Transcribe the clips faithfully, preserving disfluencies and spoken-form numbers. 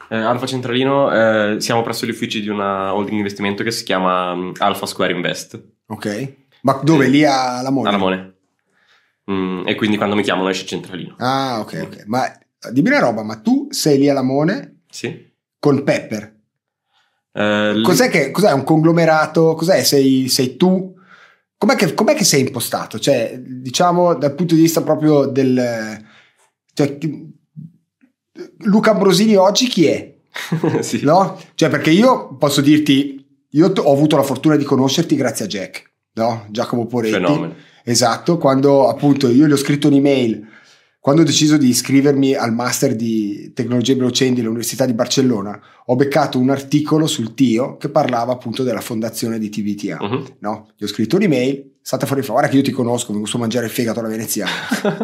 Eh, Alfa Centralino, eh, siamo presso gli uffici di una holding investimento che si chiama um, Alfa Square Invest. Ok, ma dove? Eh, lì a Lamone? A Lamone. Mm, e quindi quando mi chiamano esce Centralino. Ah, ok, ok. Ma dimmi una roba, ma tu sei lì a Lamone? Sì. Con Pepper? Eh, cos'è che cos'è un conglomerato? Cos'è? Sei, sei tu? Com'è che, com'è che sei impostato? Cioè, diciamo dal punto di vista proprio del, cioè, Luca Ambrosini oggi chi è? Sì. No? Cioè, perché io posso dirti, io ho avuto la fortuna di conoscerti grazie a Jack, no? Giacomo Poretti. Fenomeno. Esatto, quando appunto io gli ho scritto un'email, quando ho deciso di iscrivermi al master di tecnologia blockchain dell'Università di Barcellona, ho beccato un articolo sul T I O che parlava appunto della fondazione di T V T A. Uh-huh. No? Gli ho scritto un'email, stata fuori, guarda che io ti conosco, mi gusta mangiare il fegato alla veneziana.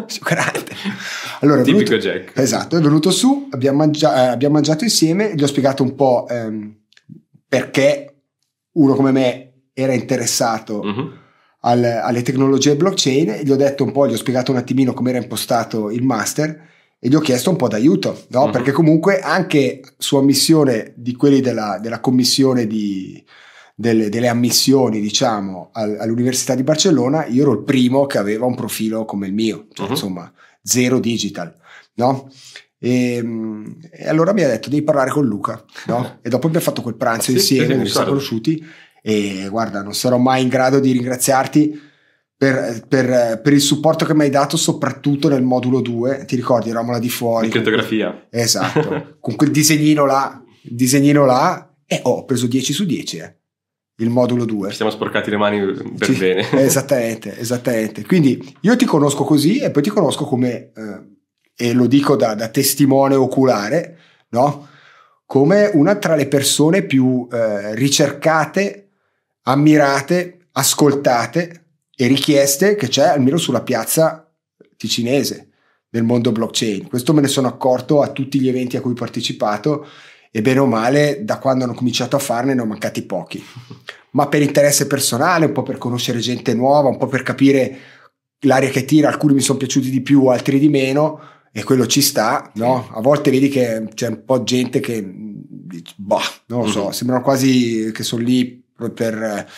Allora, tipico venuto, Jack. Esatto, è venuto su, abbiamo, mangia, eh, abbiamo mangiato insieme, gli ho spiegato un po' ehm, perché uno come me era interessato uh-huh. al, alle tecnologie blockchain, e gli ho detto un po', gli ho spiegato un attimino come era impostato il master e gli ho chiesto un po' d'aiuto, no? Uh-huh. Perché comunque anche su ammissione di quelli della, della commissione di, delle, delle ammissioni, diciamo, al, all'Università di Barcellona, io ero il primo che aveva un profilo come il mio, cioè, uh-huh. insomma, zero digital, no? E, e allora mi ha detto devi parlare con Luca, no? E dopo abbiamo fatto quel pranzo sì, insieme, sì, ci siamo conosciuti e guarda, non sarò mai in grado di ringraziarti per, per, per il supporto che mi hai dato, soprattutto nel modulo due, ti ricordi, eravamo là di fuori, crittografia, con, esatto, con quel disegnino là, il disegnino là, e ho preso dieci su dieci, eh. Il modulo due. Ci siamo sporcati le mani per Ci, bene. Esattamente, esattamente. Quindi io ti conosco così e poi ti conosco come, eh, e lo dico da, da testimone oculare, no? Come una tra le persone più eh, ricercate, ammirate, ascoltate e richieste che c'è almeno sulla piazza ticinese del mondo blockchain. Questo me ne sono accorto a tutti gli eventi a cui ho partecipato e bene o male da quando hanno cominciato a farne ne ho mancati pochi, ma per interesse personale, un po' per conoscere gente nuova, un po' per capire l'aria che tira, alcuni mi sono piaciuti di più, altri di meno, e quello ci sta, no? A volte vedi che c'è un po' gente che boh, non lo so, mm-hmm. sembrano quasi che sono lì per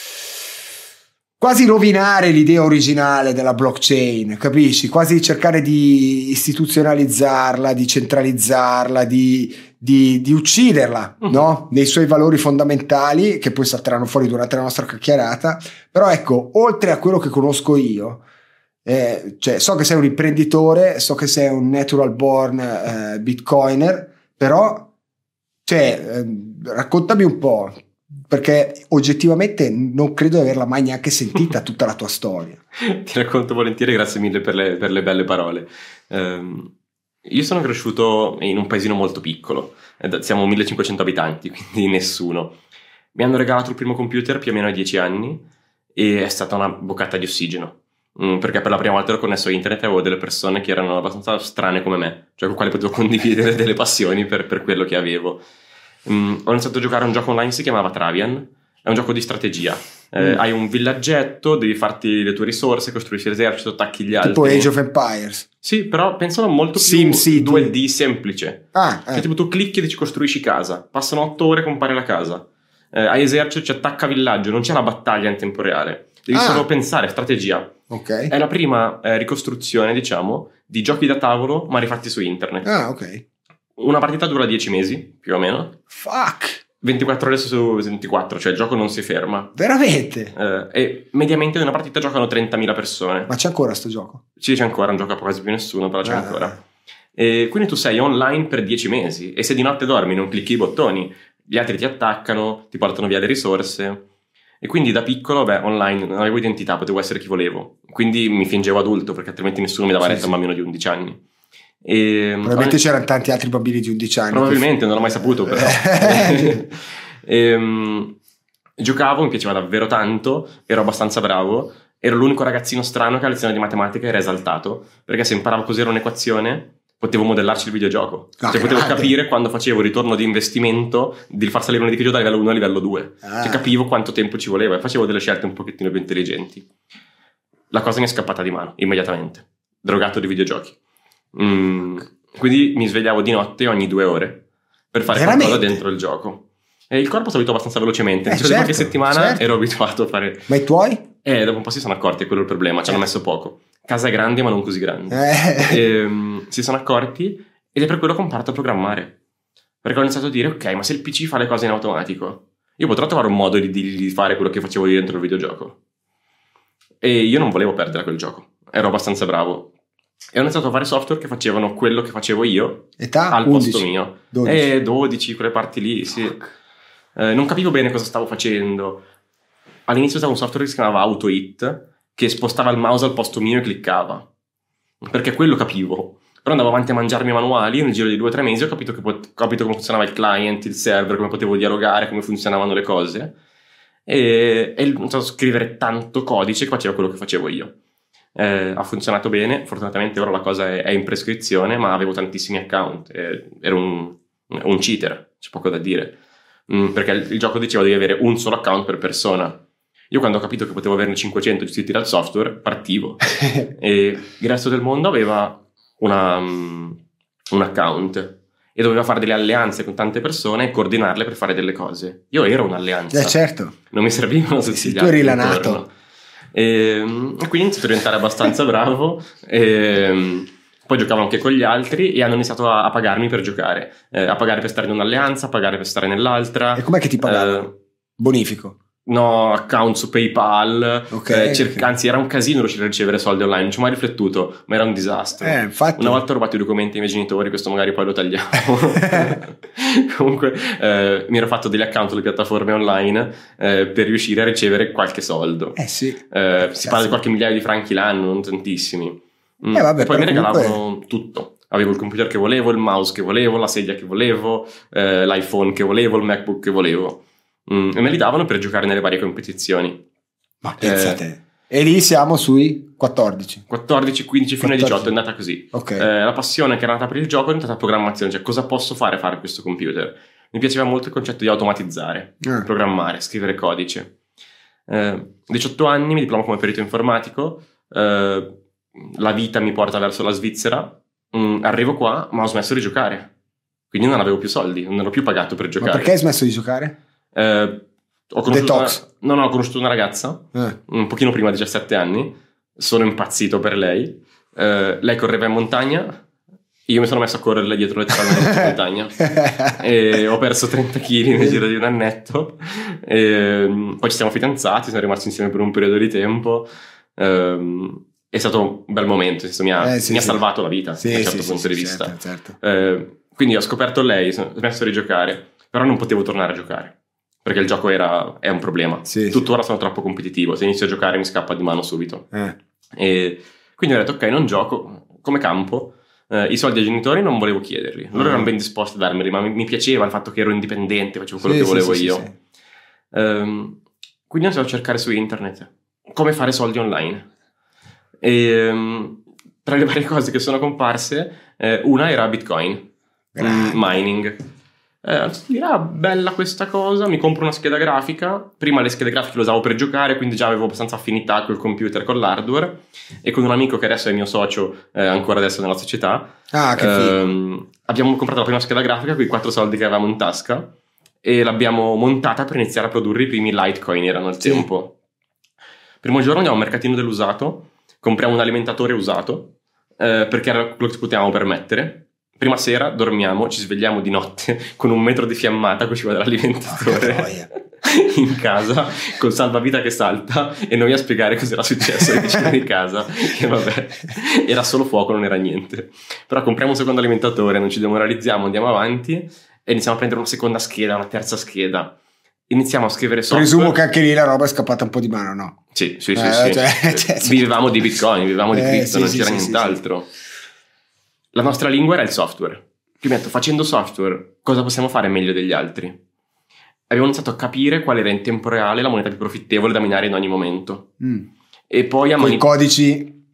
quasi rovinare l'idea originale della blockchain, capisci? Quasi cercare di istituzionalizzarla, di centralizzarla, di, di, di ucciderla, uh-huh. no? Nei suoi valori fondamentali, che poi salteranno fuori durante la nostra chiacchierata. Però ecco, oltre a quello che conosco io, eh, cioè so che sei un imprenditore, so che sei un natural born eh, bitcoiner, però cioè, eh, raccontami un po', perché oggettivamente non credo di averla mai neanche sentita tutta la tua storia. Ti racconto volentieri, grazie mille per le, per le belle parole. Um, io sono cresciuto in un paesino molto piccolo, siamo millecinquecento abitanti, quindi nessuno. Mi hanno regalato il primo computer più o meno a dieci anni e è stata una boccata di ossigeno, um, perché per la prima volta ero connesso a internet e avevo delle persone che erano abbastanza strane come me, cioè con quali potevo condividere delle passioni per, per quello che avevo. Um, ho iniziato a giocare a un gioco online che si chiamava Travian, è un gioco di strategia, eh, mm. hai un villaggetto, devi farti le tue risorse, costruisci l'esercito, attacchi gli altri, tipo Age of Empires. Sì, però pensano molto più Sim, sì, due D semplice. Ah, cioè eh. tipo tu clicchi e dici costruisci casa, passano otto ore e compare la casa, eh, hai esercito, ci attacca villaggio, non c'è una battaglia in tempo reale, devi ah. solo pensare, strategia. Okay. È la prima eh, ricostruzione, diciamo, di giochi da tavolo ma rifatti su internet. Ah, ok. Una partita dura dieci mesi, più o meno. Fuck! ventiquattro ore su ventiquattro, cioè il gioco non si ferma. Veramente? Eh, e mediamente in una partita giocano trentamila persone. Ma c'è ancora sto gioco? Sì, c'è ancora, non gioca quasi più nessuno, però c'è ah. ancora. E quindi tu sei online per dieci mesi e se di notte dormi non clicchi i bottoni, gli altri ti attaccano, ti portano via le risorse. E quindi da piccolo, beh, online non avevo identità, potevo essere chi volevo. Quindi mi fingevo adulto, perché altrimenti nessuno mi dava retta, sì, sì. un bambino di undici anni. E, probabilmente c'erano tanti altri bambini di undici anni. Probabilmente, che... non l'ho mai saputo però. e, um, giocavo, mi piaceva davvero tanto, ero abbastanza bravo, ero l'unico ragazzino strano che a lezione di matematica era esaltato, perché se imparavo cos'era un'equazione potevo modellarci il videogioco, ah, cioè potevo capire quando facevo il ritorno di investimento di far salire un edificio da livello uno a livello due, ah. cioè capivo quanto tempo ci voleva e facevo delle scelte un pochettino più intelligenti. La cosa mi è scappata di mano immediatamente, drogato di videogiochi. Mm, quindi mi svegliavo di notte ogni due ore per fare Veramente? qualcosa dentro il gioco. E il corpo si abituò abbastanza velocemente. Eh, Cioè, certo, qualche settimana certo. ero abituato a fare. Ma i tuoi? E dopo un po' si sono accorti, è quello il problema. Ci hanno Eh. messo poco. Casa è grande, ma non così grande. Eh. E, um, si sono accorti ed è per quello che ho imparato a programmare. Perché ho iniziato a dire, ok, ma se il P C fa le cose in automatico, io potrò trovare un modo di, di, di fare quello che facevo io dentro il videogioco. E io non volevo perdere quel gioco. Ero abbastanza bravo. E ho iniziato a fare software che facevano quello che facevo io. Età? Al undici, posto mio. dodici. E dodici, quelle parti lì, sì. Eh, non capivo bene cosa stavo facendo. All'inizio usavo un software che si chiamava AutoHit, che spostava il mouse al posto mio e cliccava. Perché quello capivo. Però andavo avanti a mangiarmi i manuali e nel giro di due o tre mesi ho capito, che pot- capito come funzionava il client, il server, come potevo dialogare, come funzionavano le cose. E, e ho iniziato a scrivere tanto codice che faceva quello che facevo io. Eh, ha funzionato bene, fortunatamente ora la cosa è, è in prescrizione, ma avevo tantissimi account, eh, ero un, un cheater, c'è poco da dire, mm, perché il, il gioco diceva devi avere un solo account per persona. Io quando ho capito che potevo averne cinquecento gestiti dal software, partivo. E il resto del mondo aveva una, um, un account e doveva fare delle alleanze con tante persone e coordinarle per fare delle cose. Io ero un'alleanza. Eh, certo. Non mi servivano tutti Sì, gli tu eri altri la intorno. NATO. E, e quindi ho iniziato a diventare abbastanza bravo e poi giocavo anche con gli altri e hanno iniziato a, a pagarmi per giocare, eh, a pagare per stare in un'alleanza, a pagare per stare nell'altra. E com'è che ti pagavano? Eh, Bonifico? No, account su PayPal, Okay, eh, cerca, okay. anzi era un casino riuscire a ricevere soldi online, non ci ho mai riflettuto, ma era un disastro. Eh, infatti. Una volta ho rubato i documenti ai miei genitori, questo magari poi lo tagliamo. Comunque eh, mi ero fatto degli account sulle piattaforme online eh, per riuscire a ricevere qualche soldo. Eh sì. Eh, si parla di qualche migliaio di franchi l'anno, non tantissimi. Mm. Eh, vabbè, e poi mi però regalavano comunque- tutto. Avevo il computer che volevo, il mouse che volevo, la sedia che volevo, eh, l'iPhone che volevo, il MacBook che volevo. Mm, e me li davano per giocare nelle varie competizioni. Ma pensa a te. E lì siamo sui quattordici. quattordici, quindici fino ai quattordici. diciotto è andata così. Ok. Eh, la passione che era nata per il gioco è diventata programmazione, cioè cosa posso fare a fare questo computer. Mi piaceva molto il concetto di automatizzare, Ah. programmare, scrivere codice. Eh, diciotto anni, mi diplomo come perito informatico, eh, la vita mi porta verso la Svizzera, mm, arrivo qua ma ho smesso di giocare, quindi non avevo più soldi, non ero più pagato per Ma giocare. perché hai smesso di giocare? Eh, ho conosciuto Detox. una, no, no, ho conosciuto una ragazza Eh. un pochino prima, diciassette anni, sono impazzito per lei. Eh, lei correva in montagna, io mi sono messo a correrle dietro letteralmente in montagna e ho perso trenta chili nel giro di un annetto e poi ci siamo fidanzati, siamo rimasti insieme per un periodo di tempo. Ehm, è stato un bel momento, nel senso, mi ha, Eh, sì, mi ha sì. salvato la vita Sì, da un sì, certo sì, punto sì, di vista. certo, certo. Eh, quindi ho scoperto lei, ho smesso di giocare, però non potevo tornare a giocare perché il gioco era, è un problema. Sì, Tuttora sono troppo competitivo, se inizio a giocare mi scappa di mano subito. Eh. E quindi ho detto ok, non gioco come campo. Eh, I soldi ai genitori non volevo chiederli, loro Mm. erano ben disposti a darmeli, ma mi, mi piaceva il fatto che ero indipendente, facevo quello Sì, che sì, volevo sì, io. sì, sì. Ehm, quindi ho iniziato a cercare su internet come fare soldi online. E ehm, tra le varie cose che sono comparse, eh, una era Bitcoin, Grande. mm, mining. Eh, dirà bella questa cosa, mi compro una scheda grafica. Prima le schede grafiche le usavo per giocare, quindi già avevo abbastanza affinità col computer, con l'hardware, e con un amico che adesso è mio socio, eh, ancora adesso nella società, Ah, che figo. ehm, abbiamo comprato la prima scheda grafica con i quattro soldi che avevamo in tasca e l'abbiamo montata per iniziare a produrre i primi Litecoin, erano al Sì. tempo. Primo giorno andiamo al mercatino dell'usato, compriamo un alimentatore usato, eh, perché era quello che ci potevamo permettere. Prima sera dormiamo, ci svegliamo di notte con un metro di fiammata che usciva dall'alimentatore Porca in casa, col salvavita che salta e noi a spiegare cosa era successo ai vicini di casa, che vabbè, era solo fuoco, non era niente. Però compriamo un secondo alimentatore, non ci demoralizziamo, andiamo avanti e iniziamo a prendere una seconda scheda, una terza scheda. Iniziamo a scrivere software. Presumo che anche lì la roba è scappata un po' di mano, no? Sì, sì, sì, Eh, sì. cioè, cioè, Vivevamo di Bitcoin, vivevamo di Eh, cripto, sì, non sì, c'era sì, sì, nient'altro. La nostra lingua era il software. Io mi ho detto, facendo software, cosa possiamo fare meglio degli altri? Abbiamo iniziato a capire qual era in tempo reale la moneta più profittevole da minare in ogni momento. Mm. E poi a Con i mani- codici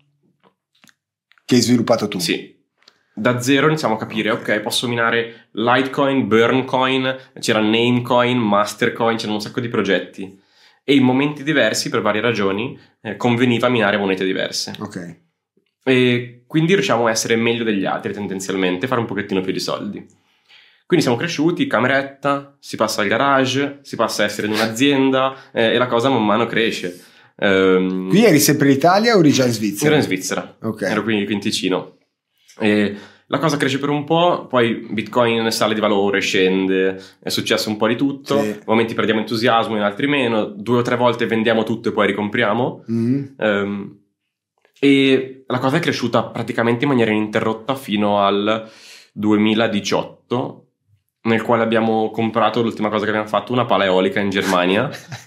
che hai sviluppato tu. Sì. Da zero iniziamo a capire, ok, posso minare Litecoin, Burncoin, c'era Namecoin, Mastercoin, c'erano un sacco di progetti. E in momenti diversi, per varie ragioni, eh, conveniva minare monete diverse. Ok. E quindi riusciamo a essere meglio degli altri tendenzialmente, fare un pochettino più di soldi. Quindi siamo cresciuti, cameretta, si passa al garage, si passa a essere in un'azienda eh, e la cosa man mano cresce. Um, qui eri sempre in Italia o eri già in Svizzera? Ero in Svizzera, okay. Ero qui in Ticino. E la cosa cresce per un po', poi Bitcoin sale di valore, scende, è successo un po' di tutto, sì. In momenti perdiamo entusiasmo, in altri meno, due o tre volte vendiamo tutto e poi ricompriamo. Mm. Um, e la cosa è cresciuta praticamente in maniera ininterrotta fino al duemiladiciotto, nel quale abbiamo comprato, l'ultima cosa che abbiamo fatto, una pala eolica in Germania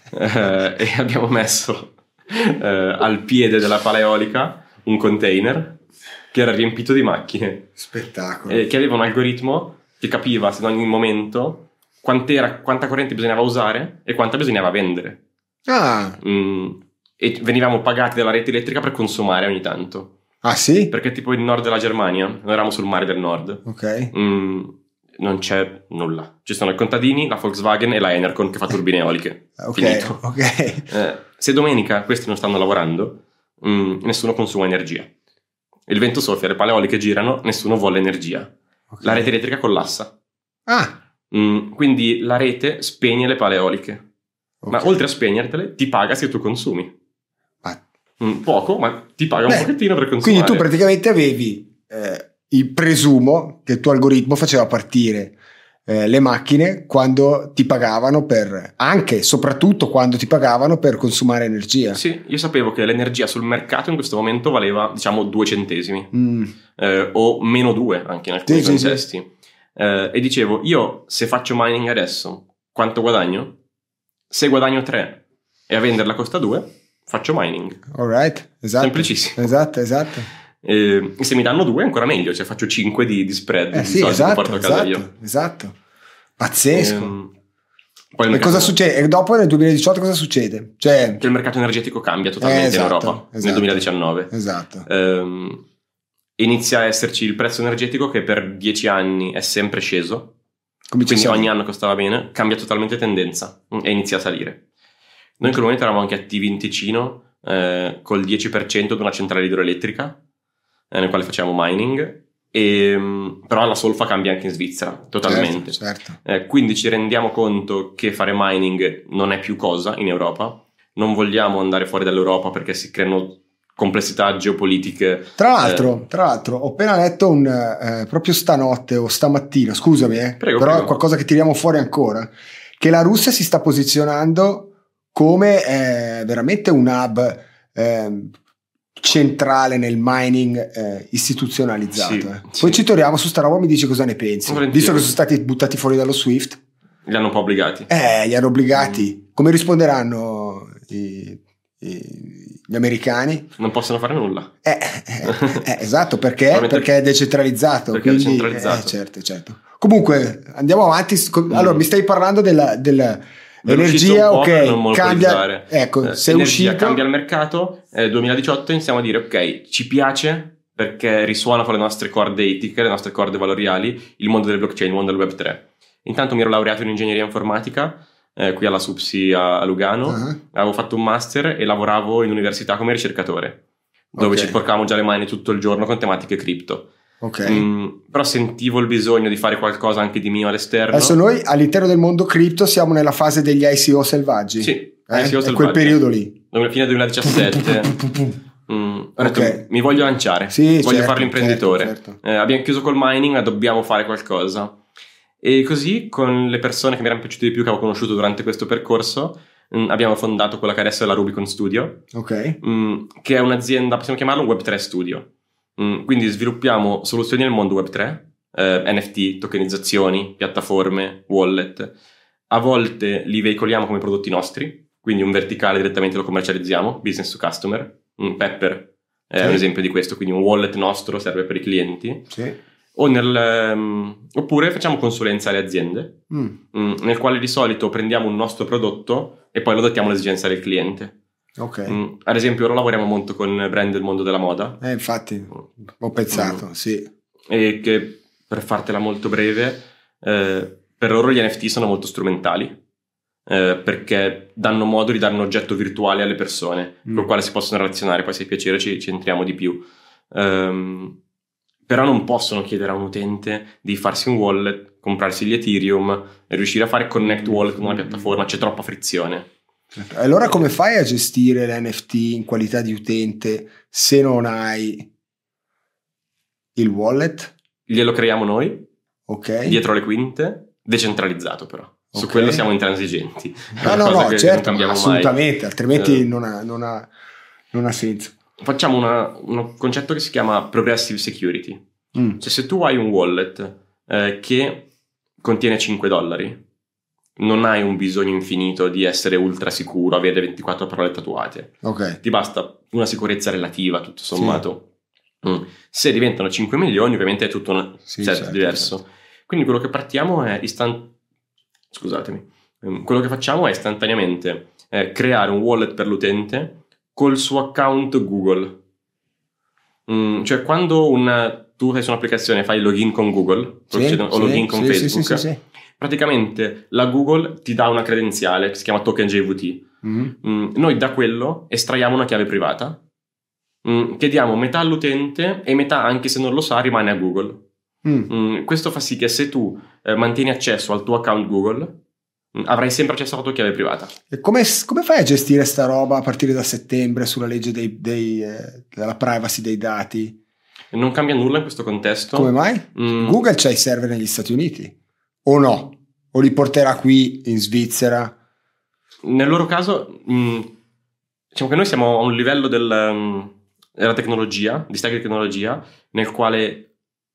eh, e abbiamo messo eh, al piede della pala eolica un container che era riempito di macchine. Spettacolo. Eh, che aveva un algoritmo che capiva se in ogni momento quant'era, quanta corrente bisognava usare e quanta bisognava vendere. Ah. Mm, e venivamo pagati dalla rete elettrica per consumare ogni tanto. Ah sì? Perché tipo il nord della Germania, noi eravamo sul mare del nord. Ok. Mm, non c'è nulla. Ci sono i contadini, la Volkswagen e la Enercon che fa turbine eoliche. Ok, Finito. ok. Eh, se domenica questi non stanno lavorando, mm, nessuno consuma energia. Il vento soffia, le pale eoliche girano, nessuno vuole energia. Okay. La rete elettrica collassa. Ah. Mm, quindi la rete spegne le pale eoliche. Okay. Ma oltre a spegnertele, ti paga se tu consumi. Ma... Mm, poco, ma ti paga Beh, un pochettino per consumare. Quindi tu praticamente avevi... Eh, il presumo che il tuo algoritmo faceva partire eh, le macchine quando ti pagavano per, anche soprattutto quando ti pagavano per consumare energia. Sì, io sapevo che l'energia sul mercato in questo momento valeva diciamo due centesimi mm. eh, o meno due anche in alcuni sì, contesti sì, sì. Eh, e dicevo, io se faccio mining adesso quanto guadagno? Se guadagno tre e a venderla costa due, faccio mining. Alright, esatto. Semplicissimo. Esatto, esatto. E se mi danno due ancora meglio, cioè faccio cinque di, di spread eh di sì, soldi esatto, che porto a casa esatto, io. Esatto. Pazzesco. E, poi e cosa succede? E dopo nel duemiladiciotto cosa succede? Cioè... che il mercato energetico cambia totalmente eh, esatto, in Europa esatto, nel duemiladiciannove. Esatto. Um, inizia a esserci il prezzo energetico che per dieci anni è sempre sceso. Come quindi ogni anno costava bene, cambia totalmente tendenza e inizia a salire. Noi in quel momento eravamo anche attivi in Ticino eh, col dieci per cento di una centrale idroelettrica eh, nel quale facciamo mining, e, però la solfa cambia anche in Svizzera totalmente. Certo, certo. Eh, quindi ci rendiamo conto che fare mining non è più cosa in Europa, non vogliamo andare fuori dall'Europa perché si creano complessità geopolitiche. Tra l'altro, eh. tra l'altro ho appena letto un, eh, proprio stanotte o stamattina, scusami, eh, prego, però prego. è qualcosa che tiriamo fuori ancora, che la Russia si sta posizionando come eh, veramente un hub eh, centrale nel mining eh, istituzionalizzato. Sì, eh. sì. Poi ci torniamo su sta roba, mi dici cosa ne pensi. Volentieri. Visto che sono stati buttati fuori dallo SWIFT. Li hanno un po' obbligati. Eh, li hanno obbligati. Mm. Come risponderanno i, i, gli americani? Non possono fare nulla. Eh, eh, eh, esatto, perché? Perché è decentralizzato. Perché quindi, è decentralizzato. Eh, certo, certo. Comunque, andiamo avanti. Allora, mm. mi stai parlando della... della energia, ok, cambia, ecco, eh, se è energia uscito... cambia il mercato. Nel eh, duemiladiciotto iniziamo a dire ok, ci piace perché risuona con le nostre corde etiche, le nostre corde valoriali, il mondo del blockchain, il mondo del web tre. Intanto mi ero laureato in ingegneria informatica eh, qui alla SUPSI a, a Lugano, uh-huh. avevo fatto un master e lavoravo in università come ricercatore, dove okay. ci sporcavamo già le mani tutto il giorno con tematiche cripto. Okay. Mm, però sentivo il bisogno di fare qualcosa anche di mio all'esterno. Adesso noi all'interno del mondo cripto siamo nella fase degli I C O selvaggi. Sì, eh? I C O è selvaggi. Quel periodo lì. Fine duemiladiciassette. mm, ho detto, okay. mi voglio lanciare, sì, voglio certo, fare l'imprenditore. Certo, certo. Eh, abbiamo chiuso col mining, ma dobbiamo fare qualcosa. E così con le persone che mi erano piaciute di più, che avevo conosciuto durante questo percorso, mh, abbiamo fondato quella che adesso è la Rubicon Studio, okay. mh, che è un'azienda, possiamo chiamarlo un web tre studio. Mm, quindi sviluppiamo soluzioni nel mondo web tre, eh, N F T, tokenizzazioni, piattaforme, wallet. A volte li veicoliamo come prodotti nostri, quindi un verticale direttamente lo commercializziamo, business to customer. Mm, Pepper è sì. un esempio di questo, quindi un wallet nostro serve per i clienti. Sì. O nel, um, oppure facciamo consulenza alle aziende, mm. mm, nel quale di solito prendiamo un nostro prodotto e poi lo adattiamo all'esigenza del cliente. Okay. Mm, ad esempio ora lavoriamo molto con brand del mondo della moda, eh, infatti ho pensato mm. sì. E che, per fartela molto breve, eh, per loro gli N F T sono molto strumentali, eh, perché danno modo di dare un oggetto virtuale alle persone mm. col quale si possono relazionare. Poi se piacere ci, ci entriamo di più, um, però non possono chiedere a un utente di farsi un wallet comprarsi gli Ethereum e riuscire a fare connect wallet con una piattaforma, c'è troppa frizione. Allora come fai a gestire l'N F T in qualità di utente se non hai il wallet? Glielo creiamo noi, ok, dietro le quinte, decentralizzato però. Su okay. quello siamo intransigenti. No, no, no, certo, assolutamente, mai. altrimenti eh. non, ha, non, ha, non ha senso. Facciamo una, un concetto che si chiama progressive security. Mm. Cioè se tu hai un wallet eh, che contiene cinque dollari, non hai un bisogno infinito di essere ultra sicuro, avere ventiquattro parole tatuate. Okay. Ti basta una sicurezza relativa, tutto sommato. Sì. Mm. Se diventano cinque milioni, ovviamente è tutto un sì, set certo, diverso. Certo. Quindi quello che partiamo è istant... Scusatemi. Quello che facciamo è istantaneamente eh, creare un wallet per l'utente col suo account Google. Mm, cioè quando una, tu sei su un'applicazione fai login con Google sì, o sì, login con sì, Facebook, sì, sì, sì. praticamente la Google ti dà una credenziale che si chiama token J V T. Mm-hmm. Mm, noi da quello estraiamo una chiave privata mm, che diamo metà all'utente e metà, anche se non lo sa, rimane a Google. Mm. Mm, questo fa sì che se tu eh, mantieni accesso al tuo account Google mm, avrai sempre accesso alla tua chiave privata. E come, come fai a gestire sta roba a partire da settembre sulla legge dei, dei, eh, della privacy dei dati? Non cambia nulla in questo contesto. Come mai? Mm. Google c'ha i server negli Stati Uniti o no? O li porterà qui in Svizzera? Nel loro caso mh, diciamo che noi siamo a un livello del, um, della tecnologia, di stack di tecnologia, nel quale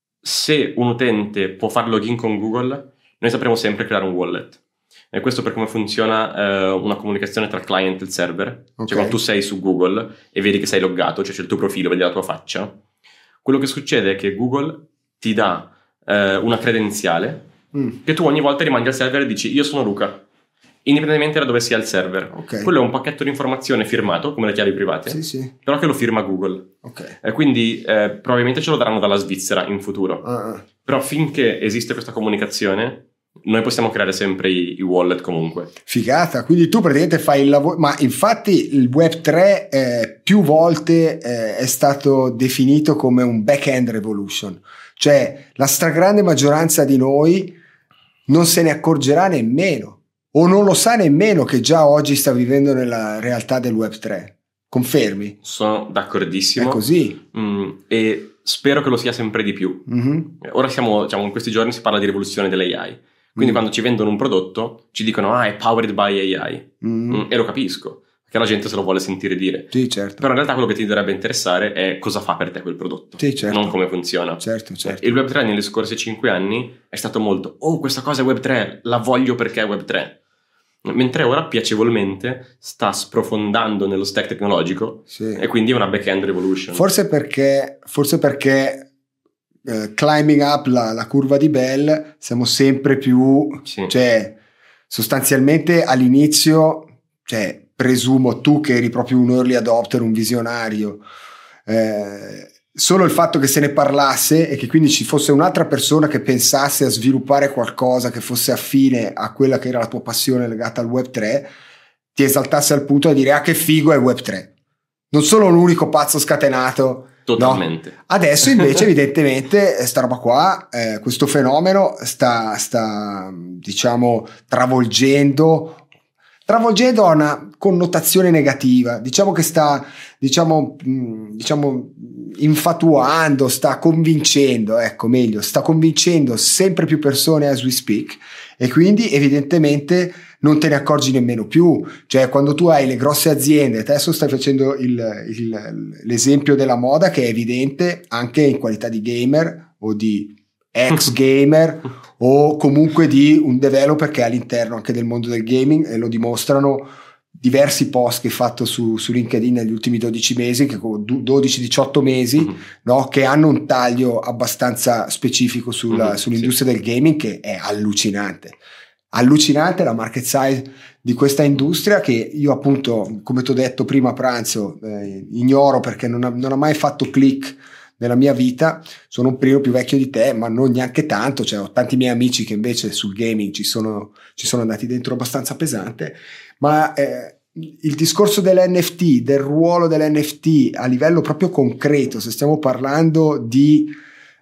se un utente può fare login con Google, noi sapremo sempre creare un wallet. E questo per come funziona eh, una comunicazione tra il client e il server. Okay. Cioè quando tu sei su Google e vedi che sei loggato, cioè c'è il tuo profilo, vedi la tua faccia, quello che succede è che Google ti dà eh, una credenziale mm. che tu ogni volta rimandi al server e dici io sono Luca, indipendentemente da dove sia il server. Okay. Quello è un pacchetto di informazione firmato come le chiavi private, sì, sì. però che lo firma Google. Okay. Eh, quindi eh, probabilmente ce lo daranno dalla Svizzera in futuro. Uh-uh. Però finché esiste questa comunicazione noi possiamo creare sempre i, i wallet comunque. Figata, quindi tu praticamente fai il lavoro, ma infatti il web tre eh, più volte eh, è stato definito come un back-end revolution, cioè la stragrande maggioranza di noi non se ne accorgerà nemmeno o non lo sa nemmeno che già oggi sta vivendo nella realtà del web tre. Confermi? Sono d'accordissimo. È così. Mm, e spero che lo sia sempre di più. Mm-hmm. Ora siamo, diciamo, in questi giorni si parla di rivoluzione dell'A I. Quindi mm. quando ci vendono un prodotto ci dicono ah è powered by A I. Mm. Mm, e lo capisco, perché la gente se lo vuole sentire dire. Sì, certo. Però in realtà quello che ti dovrebbe interessare è cosa fa per te quel prodotto. Sì, certo. Non come funziona. Certo, certo. Il web tre negli scorsi cinque anni è stato molto oh questa cosa è web tre, la voglio perché è web tre. Mentre ora piacevolmente sta sprofondando nello stack tecnologico sì. e quindi è una back-end revolution. Forse perché, forse perché uh, climbing up la, la curva di Bell siamo sempre più, sì. cioè sostanzialmente all'inizio, cioè presumo tu che eri proprio un early adopter, un visionario, eh, solo il fatto che se ne parlasse e che quindi ci fosse un'altra persona che pensasse a sviluppare qualcosa che fosse affine a quella che era la tua passione legata al web tre ti esaltasse al punto da dire ah che figo è web tre, non solo un unico pazzo scatenato. Totalmente. No? Adesso invece evidentemente sta roba qua, eh, questo fenomeno sta, sta diciamo travolgendo travolgendo ha una connotazione negativa, diciamo che sta diciamo diciamo infatuando, sta convincendo, ecco meglio, sta convincendo sempre più persone as we speak e quindi evidentemente non te ne accorgi nemmeno più, cioè quando tu hai le grosse aziende, adesso stai facendo il, il, l'esempio della moda che è evidente anche in qualità di gamer o di ex gamer o comunque di un developer che è all'interno anche del mondo del gaming e lo dimostrano diversi post che hai fatto su, su LinkedIn negli ultimi dodici mesi, che dodici diciotto mesi, mm-hmm. no, che hanno un taglio abbastanza specifico sulla, mm-hmm, sull'industria sì. del gaming che è allucinante. Allucinante la market size di questa industria che io appunto, come ti ho detto prima a pranzo, eh, ignoro perché non ha, non ha mai fatto click nella mia vita, sono un pelino più vecchio di te, ma non neanche tanto, cioè ho tanti miei amici che invece sul gaming ci sono, ci sono andati dentro abbastanza pesante, ma eh, il discorso dell'N F T, del ruolo dell'N F T a livello proprio concreto, se stiamo parlando di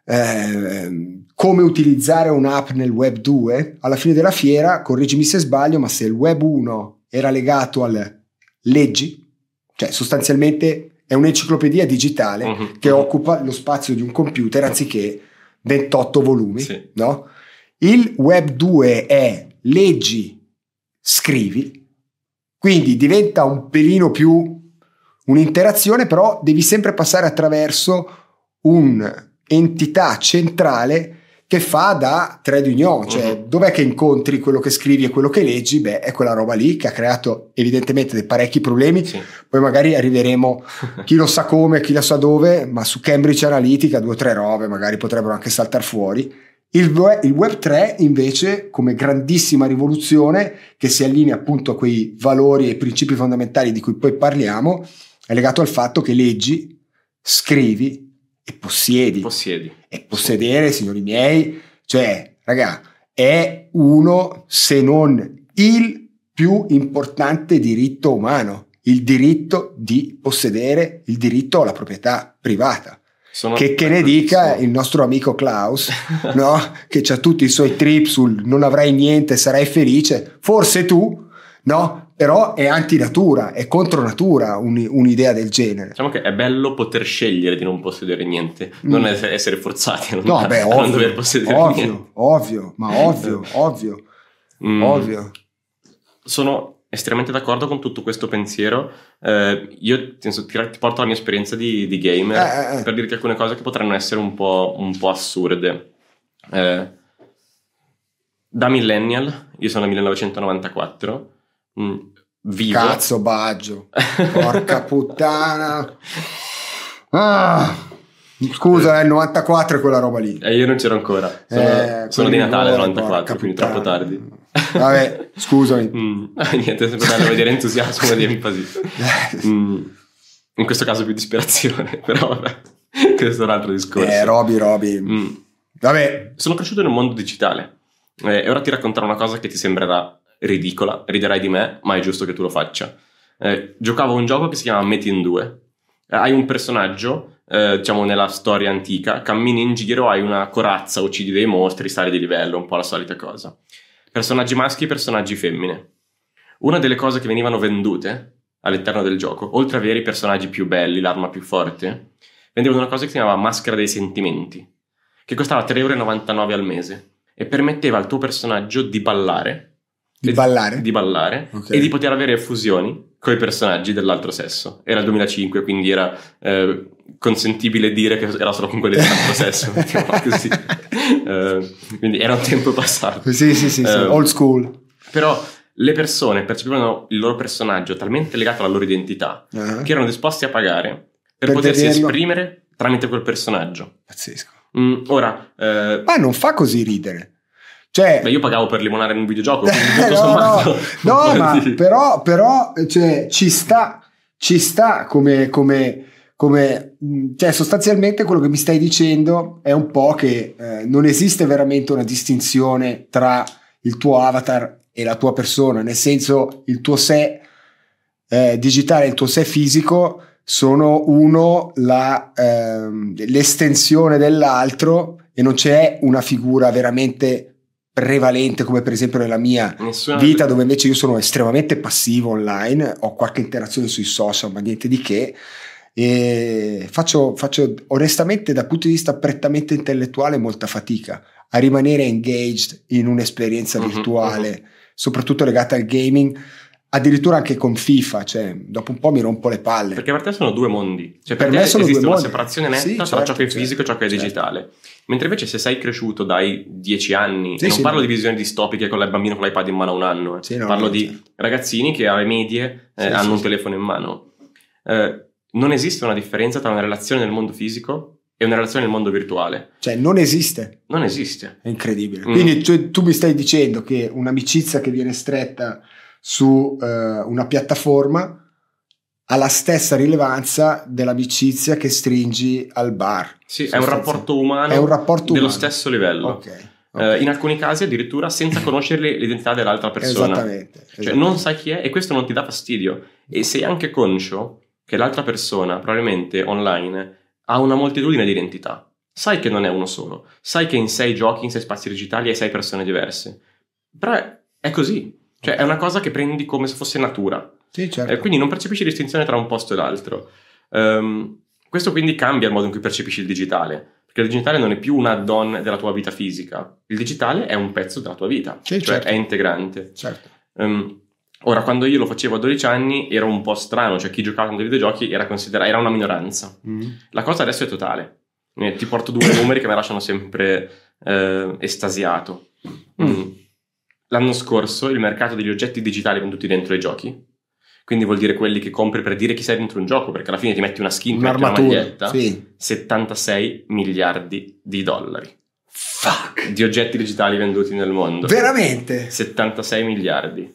eh, come utilizzare un'app nel web due, alla fine della fiera, correggimi se sbaglio, ma se il web uno era legato al leggi, cioè sostanzialmente è un'enciclopedia digitale uh-huh, che uh-huh. occupa lo spazio di un computer anziché ventotto volumi, sì. no? Il web due è leggi, scrivi, quindi diventa un pelino più un'interazione, però devi sempre passare attraverso un'entità centrale che fa da trade union, cioè uh-huh. dov'è che incontri quello che scrivi e quello che leggi? Beh, è quella roba lì che ha creato evidentemente dei parecchi problemi, sì. poi magari arriveremo chi lo sa come, chi lo sa dove, ma su Cambridge Analytica due o tre robe magari potrebbero anche saltare fuori. Il web, il web tre invece, come grandissima rivoluzione che si allinea appunto a quei valori e principi fondamentali di cui poi parliamo, è legato al fatto che leggi, scrivi e possiedi. Possiedi. E possedere, signori miei, cioè, raga, è uno, se non il più importante diritto umano, il diritto di possedere, il diritto alla proprietà privata. Sono che, che ne dica il nostro amico Klaus, no? Che c'ha tutti i suoi trip sul non avrai niente, sarai felice, forse tu, no? Però è antinatura, è contro natura un, un'idea del genere. Diciamo che è bello poter scegliere di non possedere niente, mm. non essere forzati a non, no, beh, a ovvio, non dover possedere ovvio, niente. Ovvio, ma ovvio, ovvio, mm. ovvio. Sono estremamente d'accordo con tutto questo pensiero. Eh, io ti, ti porto la mia esperienza di, di gamer eh, eh, per dirti alcune cose che potranno essere un po', un po' assurde. Eh, da millennial, io sono del millenovecentonovantaquattro, Mm, vivo. Cazzo Baggio, porca puttana. Ah, scusa, è il novantaquattro è quella roba lì. E eh, io non c'ero ancora. Sono, eh, sono di Natale del novantaquattro, quindi troppo tardi. Vabbè, scusami. mm, niente, è sempre bello vedere entusiasmo di enfasi. Mm, in questo caso più disperazione, però vabbè, questo è un altro discorso. Eh, Roby, Roby. Mm. Vabbè. Sono cresciuto in un mondo digitale eh, e ora ti racconterò una cosa che ti sembrerà ridicola, riderai di me, ma è giusto che tu lo faccia. Eh, giocavo a un gioco che si chiama Metin due. Eh, hai un personaggio, eh, diciamo nella storia antica, cammini in giro, hai una corazza, uccidi dei mostri, sali di livello, un po' la solita cosa. Personaggi maschi e personaggi femmine. Una delle cose che venivano vendute all'interno del gioco, oltre ad avere i personaggi più belli, l'arma più forte, vendevano una cosa che si chiamava Maschera dei Sentimenti, che costava tre virgola novantanove euro al mese e permetteva al tuo personaggio di ballare Di ballare? Di ballare okay. E di poter avere fusioni con i personaggi dell'altro sesso. Era il duemilacinque, quindi era eh, consentibile dire che era solo con quelli dell'altro sesso, mettiamola così. eh, quindi era un tempo passato. Sì, sì, sì, eh, sì. Old school. Però le persone percepivano il loro personaggio talmente legato alla loro identità uh-huh. che erano disposti a pagare per, per potersi vederlo. esprimere tramite quel personaggio. Pazzesco. Mm, ora, eh, ma non fa così ridere. Cioè, beh, io pagavo per limonare in un videogioco, quindi tutto no, sommato, no, no ma però, però cioè, ci sta, ci sta come, come, come, cioè sostanzialmente quello che mi stai dicendo è un po' che eh, non esiste veramente una distinzione tra il tuo avatar e la tua persona, nel senso il tuo sé eh, digitale e il tuo sé fisico sono uno la, ehm, l'estensione dell'altro e non c'è una figura veramente prevalente come per esempio nella mia Nessuna vita dove invece io sono estremamente passivo online, ho qualche interazione sui social ma niente di che e faccio, faccio onestamente dal punto di vista prettamente intellettuale molta fatica a rimanere engaged in un'esperienza uh-huh, virtuale uh-huh. soprattutto legata al gaming, addirittura anche con FIFA, cioè dopo un po' mi rompo le palle perché per te sono due mondi, cioè per, per me sono esiste due una mondi. separazione netta sì, tra certo, ciò che è fisico certo, e ciò che è certo. digitale. Mentre invece se sei cresciuto dai dieci anni, sì, e non sì, parlo no. di visioni distopiche con il bambino con l'iPad in mano a un anno, eh. sì, no, parlo no, di certo. ragazzini che alle medie eh, sì, hanno sì, un sì. telefono in mano. Eh, non esiste una differenza tra una relazione nel mondo fisico e una relazione nel mondo virtuale. Cioè non esiste. Non esiste. È incredibile. Mm. Quindi cioè, tu mi stai dicendo che un'amicizia che viene stretta su uh, una piattaforma ha la stessa rilevanza dell'amicizia che stringi al bar. Sì, è un rapporto umano è un rapporto dello umano. stesso livello. Okay, okay. Uh, in alcuni casi addirittura senza conoscere l'identità dell'altra persona. Esattamente, Cioè esattamente. non sai chi è e questo non ti dà fastidio. E sei anche conscio che l'altra persona probabilmente online ha una moltitudine di identità. sai che non è uno solo, sai che in sei giochi, in sei spazi digitali hai sei persone diverse, però è, è così, cioè è una cosa che prendi come se fosse natura. Sì, certo. Eh, quindi non percepisci distinzione tra un posto e l'altro. Um, questo quindi cambia il modo in cui percepisci il digitale, perché il digitale non è più un add-on della tua vita fisica, il digitale è un pezzo della tua vita, sì, cioè certo. è integrante. Certo. Um, ora, quando io lo facevo a dodici anni era un po' strano, cioè chi giocava con dei videogiochi era considerato, era una minoranza. Mm. La cosa adesso è totale. Eh, ti porto due numeri che mi lasciano sempre eh, estasiato. Mm. Mm. L'anno scorso il mercato degli oggetti digitali venduti dentro ai giochi, quindi vuol dire quelli che compri per dire chi sei dentro un gioco, perché alla fine ti metti una skin, metti una maglietta, sì. settantasei miliardi di dollari. Fuck! Di oggetti digitali venduti nel mondo. Veramente? settantasei miliardi.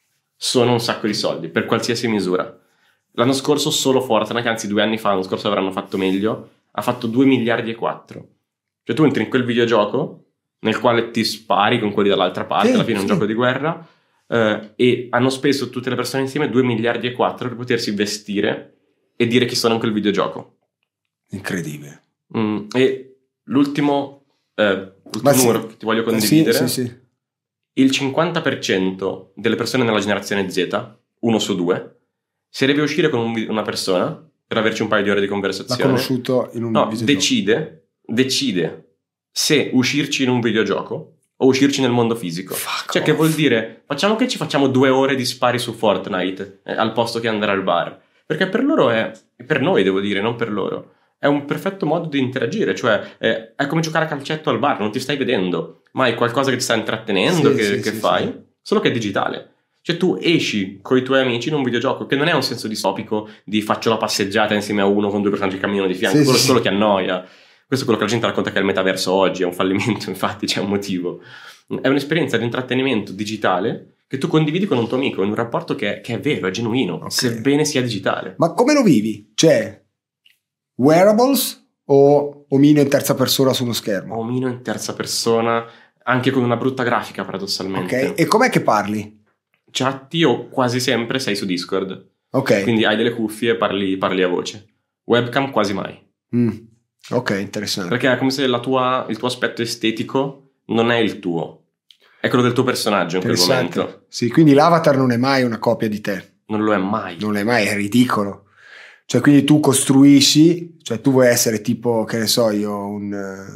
Sono un sacco di soldi, per qualsiasi misura. L'anno scorso solo Fortnite, anzi due anni fa, l'anno scorso avranno fatto meglio, ha fatto due miliardi e quattro. Cioè tu entri in quel videogioco, nel quale ti spari con quelli dall'altra parte, sì, alla fine è un sì. gioco di guerra, Uh, e hanno speso tutte le persone insieme due miliardi e quattro per potersi vestire e dire chi sono in quel videogioco. Incredibile. Mm, e l'ultimo, uh, l'ultimo sì. numero che ti voglio condividere, sì, sì, sì. il cinquanta per cento delle persone nella generazione Z, uno su due, se deve uscire con un, una persona per averci un paio di ore di conversazione, l'ha conosciuto in un no, videogioco. decide, decide se uscirci in un videogioco o uscirci nel mondo fisico. Fuck cioè off. Che vuol dire, facciamo che ci facciamo due ore di spari su Fortnite eh, al posto che andare al bar, perché per loro è, per noi devo dire, non per loro, è un perfetto modo di interagire, cioè è, è come giocare a calcetto al bar, non ti stai vedendo, ma hai qualcosa che ti sta intrattenendo, sì, che, sì, che sì, fai, sì. Solo che è digitale. Cioè tu esci con i tuoi amici in un videogioco, che non è un senso distopico di faccio la passeggiata insieme a uno con due personaggi che camminano di fianco, sì, quello sì, solo sì. ti annoia. Questo è quello che la gente racconta che è il metaverso oggi, è un fallimento, infatti c'è un motivo. È un'esperienza di intrattenimento digitale che tu condividi con un tuo amico in un rapporto che è, che è vero, è genuino, okay. Sebbene sia digitale. Ma come lo vivi? Cioè, wearables o omino in terza persona su uno schermo? Omino in terza persona, anche con una brutta grafica paradossalmente. Ok, e com'è che parli? Chatti o quasi sempre sei su Discord. Ok. Quindi hai delle cuffie e parli, parli a voce. Webcam quasi mai. Mm. Ok, interessante. Perché è come se la tua, il tuo aspetto estetico non è il tuo, è quello del tuo personaggio in quel momento. Sì, quindi l'avatar non è mai una copia di te. Non lo è mai. Non lo è mai, è ridicolo. Cioè, quindi tu costruisci, cioè tu vuoi essere tipo, che ne so io, un,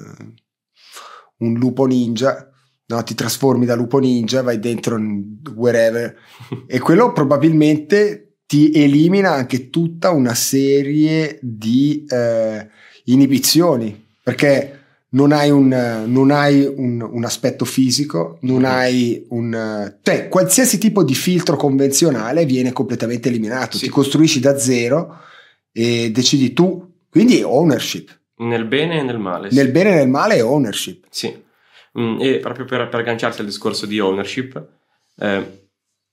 uh, un lupo ninja, no? Ti trasformi da lupo ninja, vai dentro wherever, e quello probabilmente ti elimina anche tutta una serie di eh, inibizioni, perché non hai un, non hai un, un aspetto fisico, non hai un, cioè qualsiasi tipo di filtro convenzionale viene completamente eliminato, sì. Ti costruisci da zero e decidi tu, quindi ownership. Nel bene e nel male. Nel sì. bene e nel male è ownership. Sì, mm, e proprio per, per agganciarsi al discorso di ownership, eh,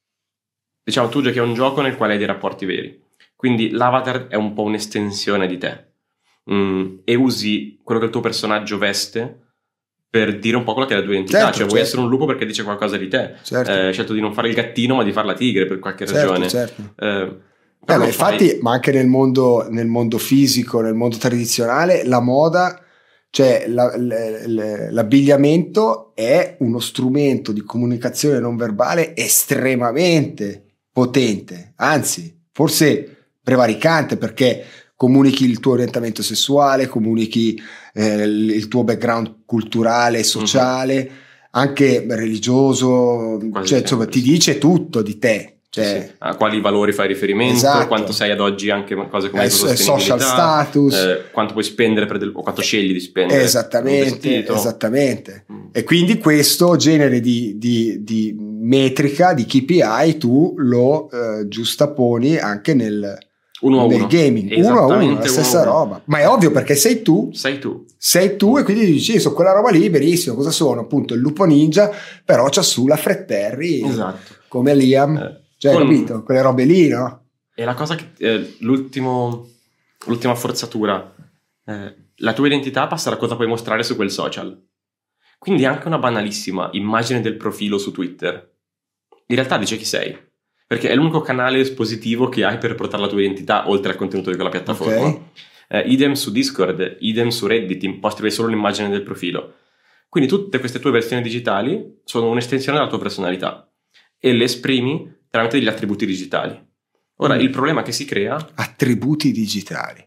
diciamo tu giochi a un gioco nel quale hai dei rapporti veri, quindi l'avatar è un po' un'estensione di te. Mm, e usi quello che il tuo personaggio veste per dire un po' quella che è la tua identità, certo, cioè certo. vuoi essere un lupo perché dice qualcosa di te, certo. eh, hai scelto di non fare il gattino ma di fare la tigre per qualche certo, ragione certo. Eh, eh, ma infatti ma anche nel mondo, nel mondo fisico, nel mondo tradizionale la moda, cioè la, la, l'abbigliamento è uno strumento di comunicazione non verbale estremamente potente, anzi forse prevaricante, perché comunichi il tuo orientamento sessuale, comunichi eh, il tuo background culturale, sociale, uh-huh. anche religioso, quasi cioè insomma ti dice tutto di te. Cioè, sì, sì. A quali valori fai riferimento, esatto. Quanto sei ad oggi, anche cose come eh, social status, eh, quanto puoi spendere per del, o quanto scegli di spendere. Esattamente, esattamente. Mm. E quindi questo genere di, di, di metrica, di K P I, tu lo eh, giustaponi anche nel uno a nel uno. gaming, uno a uno, la stessa uno roba. Ma è ovvio perché sei tu, sei tu, sei tu e quindi dici sono quella roba lì, benissimo. Cosa sono? Appunto il lupo ninja, però c'ha su la Fred Perry, esatto. come Liam, eh, cioè con... capito? Quelle robe lì, no? E la cosa che eh, l'ultimo, l'ultima forzatura, eh, la tua identità passa da cosa puoi mostrare su quel social. Quindi anche una banalissima immagine del profilo su Twitter in realtà dice chi sei, perché è l'unico canale espositivo che hai per portare la tua identità oltre al contenuto di quella piattaforma. Okay. eh, idem su Discord, idem su Reddit, posti avere solo l'immagine del profilo. Quindi tutte queste tue versioni digitali sono un'estensione della tua personalità e le esprimi tramite degli attributi digitali. Ora, mm. il problema che si crea... Attributi digitali.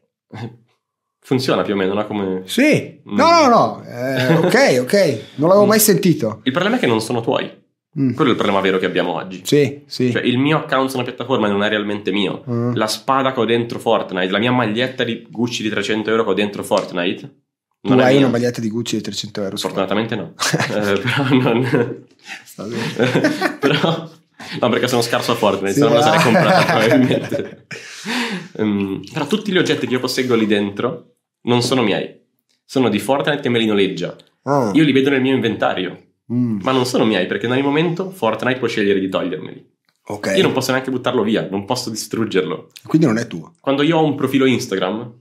Funziona più o meno, no? Come... Sì. No, no, no. Eh, ok, ok. Non l'avevo mai sentito. Il problema è che non sono tuoi. Mm. Quello è il problema vero che abbiamo oggi. Sì, sì. Cioè, il mio account su una piattaforma non è realmente mio. Mm. La spada che ho dentro Fortnite, la mia maglietta di Gucci di trecento euro che ho dentro Fortnite... Tu hai una maglietta di Gucci di trecento euro? Fortunatamente no. eh, però non... Sta bene. Però... No, perché sono scarso a Fortnite, sì, se no me la sarei comprata probabilmente. um, però tutti gli oggetti che io posseggo lì dentro non sono miei. Sono di Fortnite che me li noleggia. Oh. Io li vedo nel mio inventario. Mm. Ma non sono miei, perché in ogni momento Fortnite può scegliere di togliermeli. Okay. Io non posso neanche buttarlo via, non posso distruggerlo. Quindi non è tuo. Quando io ho un profilo Instagram,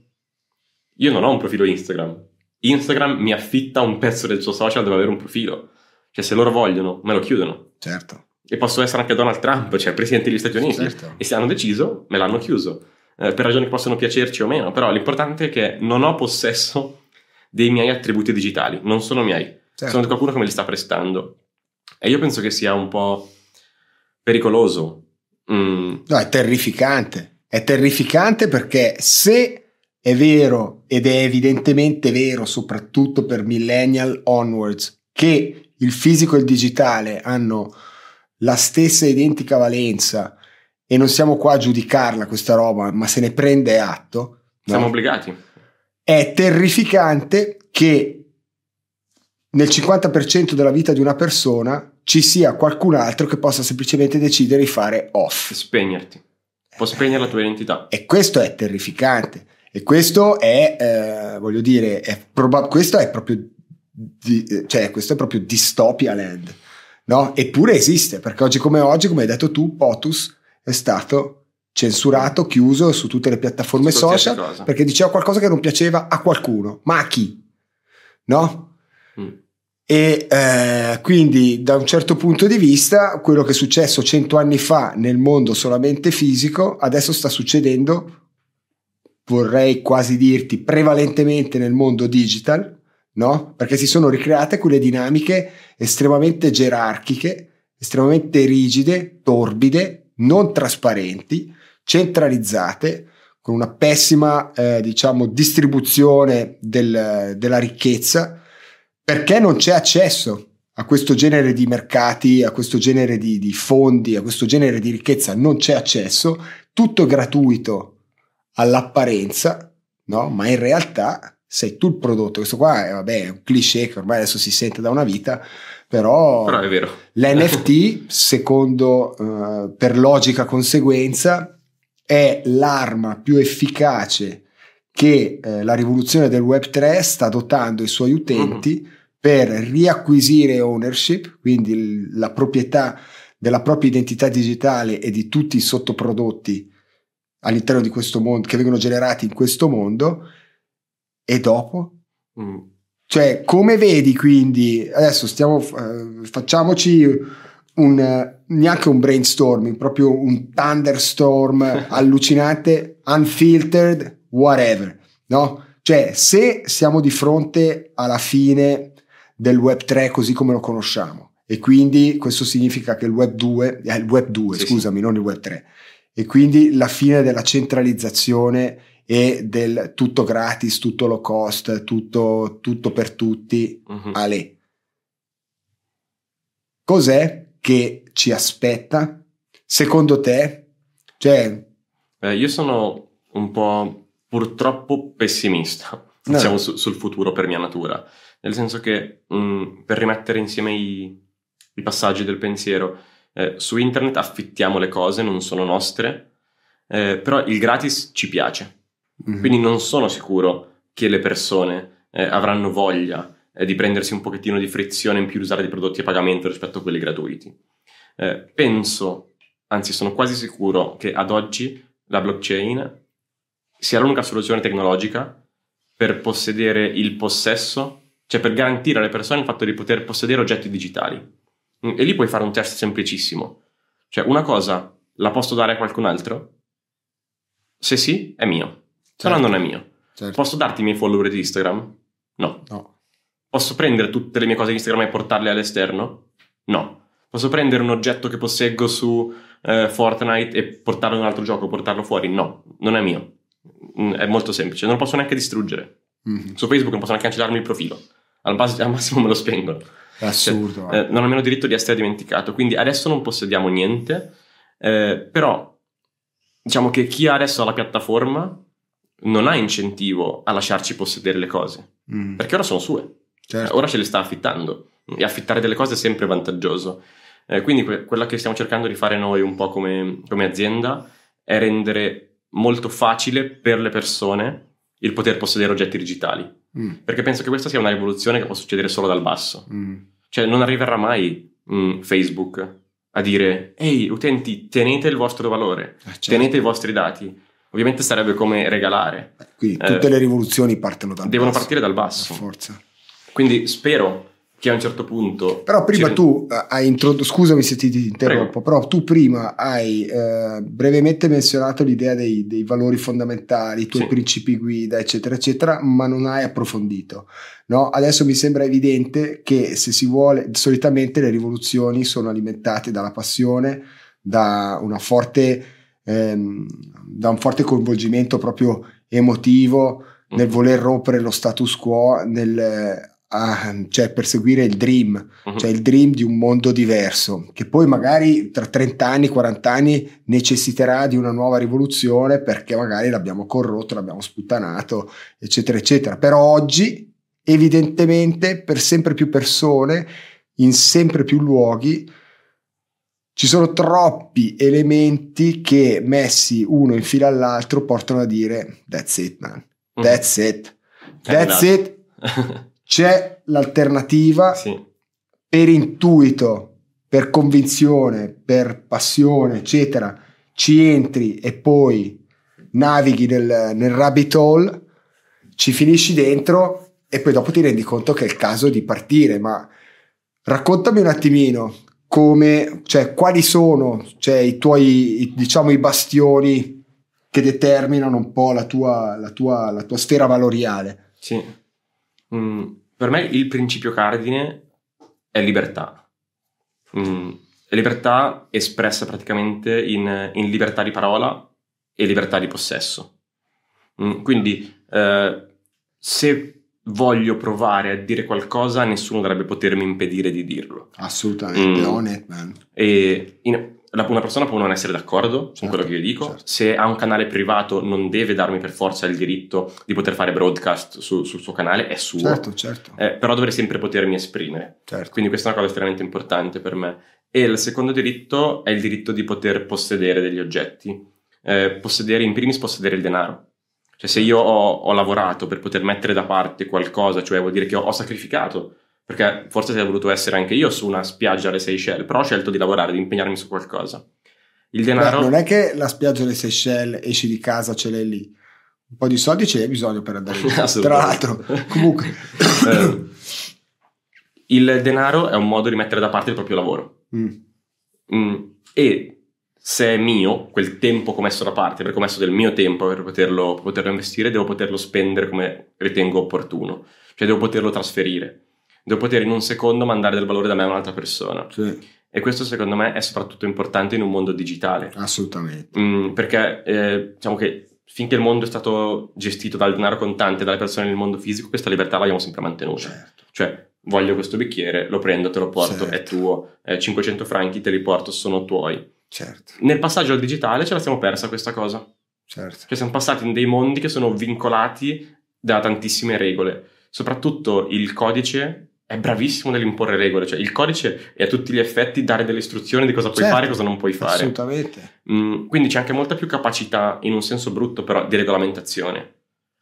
io non ho un profilo Instagram. Instagram mi affitta un pezzo del suo social dove avere un profilo. Cioè, se loro vogliono, me lo chiudono. Certo. E posso essere anche Donald Trump, cioè presidente degli Stati Uniti. Certo. E se hanno deciso, me l'hanno chiuso. Eh, per ragioni che possono piacerci o meno. Però l'importante è che non ho possesso dei miei attributi digitali. Non sono miei. Certo. Sono di qualcuno che me li sta prestando. E io penso che sia un po' pericoloso. Mm. No, è terrificante. È terrificante perché se è vero, ed è evidentemente vero, soprattutto per millennial onwards, che il fisico e il digitale hanno la stessa identica valenza e non siamo qua a giudicarla questa roba, ma se ne prende atto. Siamo no? obbligati. È terrificante che nel cinquanta per cento della vita di una persona ci sia qualcun altro che possa semplicemente decidere di fare off. Spegnerti. Può spegnere la tua identità. E questo è terrificante. E questo è, eh, voglio dire, è proba- questo è proprio, di- cioè questo è proprio dystopia land, no? Eppure esiste, perché oggi come oggi, come hai detto tu, POTUS è stato censurato, chiuso su tutte le piattaforme social cosa. Perché diceva qualcosa che non piaceva a qualcuno, ma a chi? No? Mm. E eh, quindi da un certo punto di vista quello che è successo cento anni fa nel mondo solamente fisico adesso sta succedendo, vorrei quasi dirti prevalentemente nel mondo digital, no? Perché si sono ricreate quelle dinamiche estremamente gerarchiche, estremamente rigide, torbide, non trasparenti, centralizzate, con una pessima eh, diciamo distribuzione del, della ricchezza, perché non c'è accesso a questo genere di mercati, a questo genere di, di fondi, a questo genere di ricchezza, non c'è accesso, tutto gratuito all'apparenza, no? Ma in realtà sei tu il prodotto. Questo qua è, vabbè, è un cliché che ormai adesso si sente da una vita, però, però è vero. L'N F T, secondo uh, per logica conseguenza, è l'arma più efficace che eh, la rivoluzione del web tre sta dotando i suoi utenti mm-hmm. per riacquisire ownership, quindi il, la proprietà della propria identità digitale e di tutti i sottoprodotti all'interno di questo mondo, che vengono generati in questo mondo. E dopo? Mm. Cioè, come vedi, quindi adesso stiamo uh, facciamoci un uh, neanche un brainstorming, proprio un thunderstorm allucinante, unfiltered, whatever, no? Cioè, se siamo di fronte alla fine del web tre così come lo conosciamo, e quindi questo significa che il web due, eh, il web due, sì, scusami, sì. non il web tre, e quindi la fine della centralizzazione e del tutto gratis, tutto low cost, tutto, tutto per tutti, uh-huh. Ale. Cos'è che ci aspetta? Secondo te? Cioè, eh, io sono un po' purtroppo pessimista, no. diciamo, su, sul futuro per mia natura, nel senso che mh, per rimettere insieme i, i passaggi del pensiero, Eh, su internet affittiamo le cose, non sono nostre, eh, però il gratis ci piace, mm-hmm. quindi non sono sicuro che le persone eh, avranno voglia eh, di prendersi un pochettino di frizione in più di usare dei prodotti a pagamento rispetto a quelli gratuiti. Eh, penso, anzi sono quasi sicuro che ad oggi la blockchain sia l'unica soluzione tecnologica per possedere il possesso, cioè per garantire alle persone il fatto di poter possedere oggetti digitali. E lì puoi fare un test semplicissimo. Cioè, una cosa la posso dare a qualcun altro? Se sì, è mio. Se no, non è mio. Certo. Posso darti i miei follower di Instagram? No. No. Posso prendere tutte le mie cose di Instagram e portarle all'esterno? No. Posso prendere un oggetto che posseggo su eh, Fortnite e portarlo in un altro gioco, portarlo fuori? No, non è mio. Mm, è molto semplice, non lo posso neanche distruggere. Mm-hmm. Su Facebook non posso neanche cancellarmi il profilo. Al, bas- al massimo me lo spengono. È assurdo. Cioè, eh, non ho nemmeno diritto di essere dimenticato. Quindi adesso non possediamo niente, eh, però diciamo che chi ha adesso la piattaforma non ha incentivo a lasciarci possedere le cose, mm. perché ora sono sue. Certo. Ora ce le sta affittando e affittare delle cose è sempre vantaggioso. Eh, quindi que- quella che stiamo cercando di fare noi un po' come, come azienda è rendere molto facile per le persone il poter possedere oggetti digitali, mm. perché penso che questa sia una rivoluzione che può succedere solo dal basso. Mm. Cioè non arriverà mai mm, Facebook a dire ehi utenti, tenete il vostro valore, eh, certo. tenete i vostri dati. Ovviamente sarebbe come regalare. Quindi tutte eh, le rivoluzioni partono dal devono basso. partire dal basso. Forza. Quindi spero che a un certo punto... Però prima ci... tu hai introdotto... Scusami se ti interrompo, Prego. Però tu prima hai eh, brevemente menzionato l'idea dei, dei valori fondamentali, i tuoi sì. principi guida, eccetera, eccetera, ma non hai approfondito. No? Adesso mi sembra evidente che se si vuole... Solitamente le rivoluzioni sono alimentate dalla passione, da una forte... Ehm, da un forte coinvolgimento proprio emotivo nel voler rompere lo status quo, nel uh, cioè perseguire il dream, uh-huh. cioè il dream di un mondo diverso, che poi magari tra trenta anni, quaranta anni necessiterà di una nuova rivoluzione perché magari l'abbiamo corrotto, l'abbiamo sputtanato, eccetera, eccetera. Però oggi, evidentemente, per sempre più persone, in sempre più luoghi, ci sono troppi elementi che messi uno in fila all'altro portano a dire that's it man, that's mm. it, that's it. C'è l'alternativa sì. per intuito, per convinzione, per passione, eccetera. Ci entri e poi navighi nel, nel rabbit hole, ci finisci dentro e poi dopo ti rendi conto che è il caso di partire. Ma raccontami un attimino come, cioè, quali sono, cioè, i tuoi, i, diciamo, i bastioni che determinano un po' la tua, la tua, la tua sfera valoriale. Sì. Mm, per me il principio cardine è libertà. Mm, è libertà espressa praticamente in, in libertà di parola e libertà di possesso. Mm, quindi eh, se voglio provare a dire qualcosa, nessuno dovrebbe potermi impedire di dirlo. Assolutamente, mm. on it, man. E in, una persona può non essere d'accordo certo, con quello che io dico. Certo. Se ha un canale privato non deve darmi per forza il diritto di poter fare broadcast su, sul suo canale, è suo. Certo, certo. Eh, però dovrei sempre potermi esprimere. Certo. Quindi questa è una cosa estremamente importante per me. E il secondo diritto è il diritto di poter possedere degli oggetti. Eh, possedere, in primis possedere il denaro. Cioè se io ho, ho lavorato per poter mettere da parte qualcosa, cioè vuol dire che ho, ho sacrificato, perché forse avrei voluto essere anche io su una spiaggia alle Seychelles, però ho scelto di lavorare, di impegnarmi su qualcosa. Il denaro... Beh, non è che la spiaggia alle Seychelles, esci di casa, ce l'hai lì. Un po' di soldi ce l'hai bisogno per andare lì. Tra l'altro, comunque... eh, il denaro è un modo di mettere da parte il proprio lavoro. Mm. Mm, e... se è mio, quel tempo che ho messo da parte, perché ho messo del mio tempo per poterlo, per poterlo investire, devo poterlo spendere come ritengo opportuno. Cioè devo poterlo trasferire. Devo poter in un secondo mandare del valore da me a un'altra persona. Sì. E questo secondo me è soprattutto importante in un mondo digitale. Assolutamente. Mm, perché eh, diciamo che finché il mondo è stato gestito dal denaro contante, dalle persone nel mondo fisico, questa libertà l'abbiamo sempre mantenuta. Certo. Cioè voglio questo bicchiere, lo prendo, te lo porto, certo. è tuo. Eh, cinquecento franchi te li porto, sono tuoi. Certo. Nel passaggio al digitale ce la siamo persa questa cosa. Certo. Cioè siamo passati in dei mondi che sono vincolati da tantissime regole. Soprattutto il codice è bravissimo nell'imporre regole. Cioè il codice è a tutti gli effetti dare delle istruzioni di cosa puoi certo. fare e cosa non puoi fare. Assolutamente. Mm, quindi c'è anche molta più capacità, in un senso brutto però, di regolamentazione.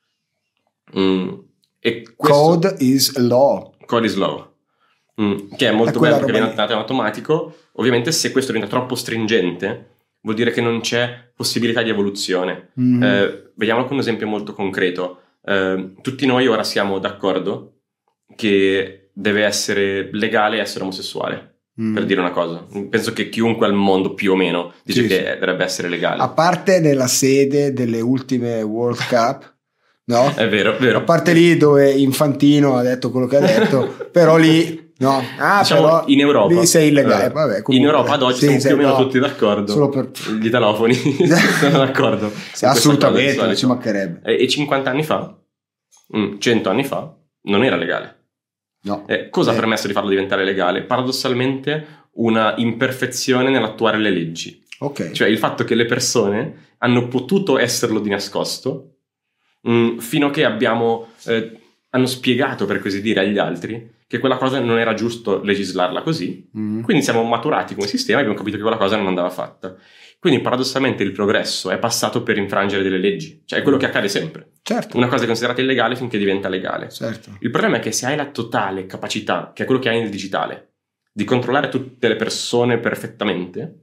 Mm, e questo, code is law. Code is law. Mm, che è molto è bello perché viene in automatico. Ovviamente se questo diventa troppo stringente vuol dire che non c'è possibilità di evoluzione. Mm. Eh, vediamolo con un esempio molto concreto. Eh, tutti noi ora siamo d'accordo che deve essere legale essere omosessuale, mm. per dire una cosa. Penso che chiunque al mondo più o meno dice sì, che sì. dovrebbe essere legale. A parte nella sede delle ultime World Cup no? È vero, vero. A parte lì dove Infantino ha detto quello che ha detto, però lì, no? Ah, diciamo, però in Europa. Lì sei illegale. Eh, Vabbè, comunque, in Europa ad oggi sì, siamo più o meno no, tutti d'accordo. Solo per... Gli italofoni sono d'accordo. Sì, assolutamente, non ci mancherebbe. E, e cinquanta anni fa, cento anni fa, non era legale. No. Eh, cosa eh. ha permesso di farlo diventare legale? Paradossalmente una imperfezione nell'attuare le leggi. Okay. Cioè il fatto che le persone hanno potuto esserlo di nascosto mh, fino a che abbiamo eh, hanno spiegato, per così dire, agli altri che quella cosa non era giusto legislarla così. Mm. Quindi siamo maturati come sistema e abbiamo capito che quella cosa non andava fatta. Quindi paradossalmente il progresso è passato per infrangere delle leggi, cioè è quello che accade sempre. Certo. Una cosa è considerata illegale finché diventa legale. Certo. Il problema è che se hai la totale capacità, che è quello che hai nel digitale, di controllare tutte le persone perfettamente,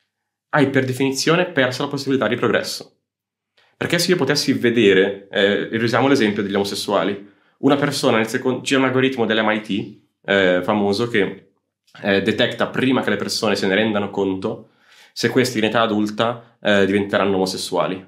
hai per definizione perso la possibilità di progresso. Perché se io potessi vedere, eh, riusiamo l'esempio degli omosessuali, una persona nel secondo, c'è un algoritmo dell'M I T eh, famoso che eh, detecta prima che le persone se ne rendano conto se questi in età adulta eh, diventeranno omosessuali.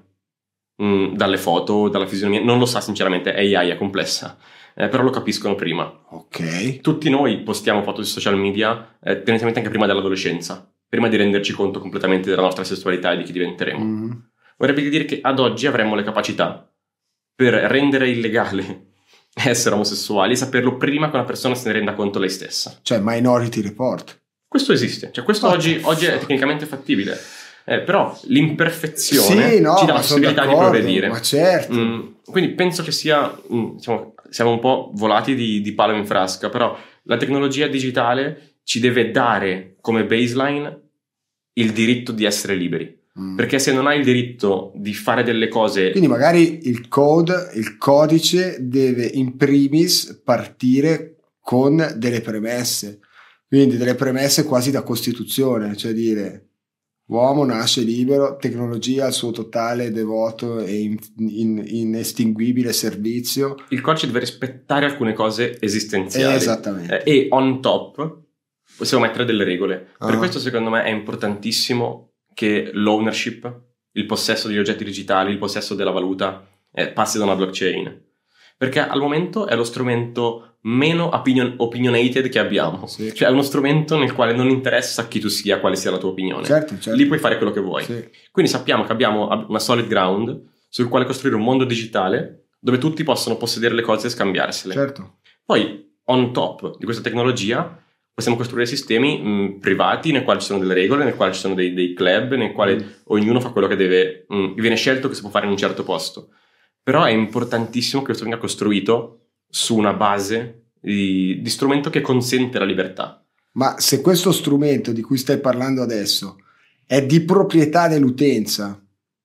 Mm, dalle foto, dalla fisionomia, non lo sa sinceramente, A I è complessa, eh, però lo capiscono prima. Ok. Tutti noi postiamo foto sui social media eh, tendenzialmente anche prima dell'adolescenza, prima di renderci conto completamente della nostra sessualità e di chi diventeremo. Mm. Vorrebbe dire che ad oggi avremmo le capacità per rendere illegale essere omosessuali e saperlo prima che una persona se ne renda conto lei stessa. Cioè Minority Report. Questo esiste, cioè questo oh, oggi, oggi è tecnicamente fattibile, eh, però l'imperfezione sì, no, ci dà la possibilità di progredire. Ma certo. Mm, quindi penso che sia, mm, diciamo, siamo un po' volati di, di palo in frasca, però la tecnologia digitale ci deve dare come baseline il diritto di essere liberi. Mm. Perché se non hai il diritto di fare delle cose... Quindi magari il code, il codice deve in primis partire con delle premesse. Quindi delle premesse quasi da Costituzione, cioè dire uomo nasce libero, tecnologia al suo totale devoto e in, in, inestinguibile servizio. Il codice deve rispettare alcune cose esistenziali. Esattamente. Eh, e on top possiamo mettere delle regole. Ah. Per questo secondo me è importantissimo che l'ownership, il possesso degli oggetti digitali, il possesso della valuta eh, passi da una blockchain. Perché al momento è lo strumento meno opinion- opinionated che abbiamo. Sì. Cioè è uno strumento nel quale non interessa chi tu sia, quale sia la tua opinione. Certo, certo. Lì puoi fare quello che vuoi. Sì. Quindi sappiamo che abbiamo una solid ground sul quale costruire un mondo digitale dove tutti possono possedere le cose e scambiarsele. Certo. Poi, on top di questa tecnologia, possiamo costruire sistemi mh, privati nel quale ci sono delle regole, nel quale ci sono dei, dei club, nel quale mm. ognuno fa quello che deve, mh, viene scelto che si può fare in un certo posto. Però è importantissimo che questo venga costruito su una base di, di strumento che consente la libertà. Ma se questo strumento di cui stai parlando adesso è di proprietà dell'utenza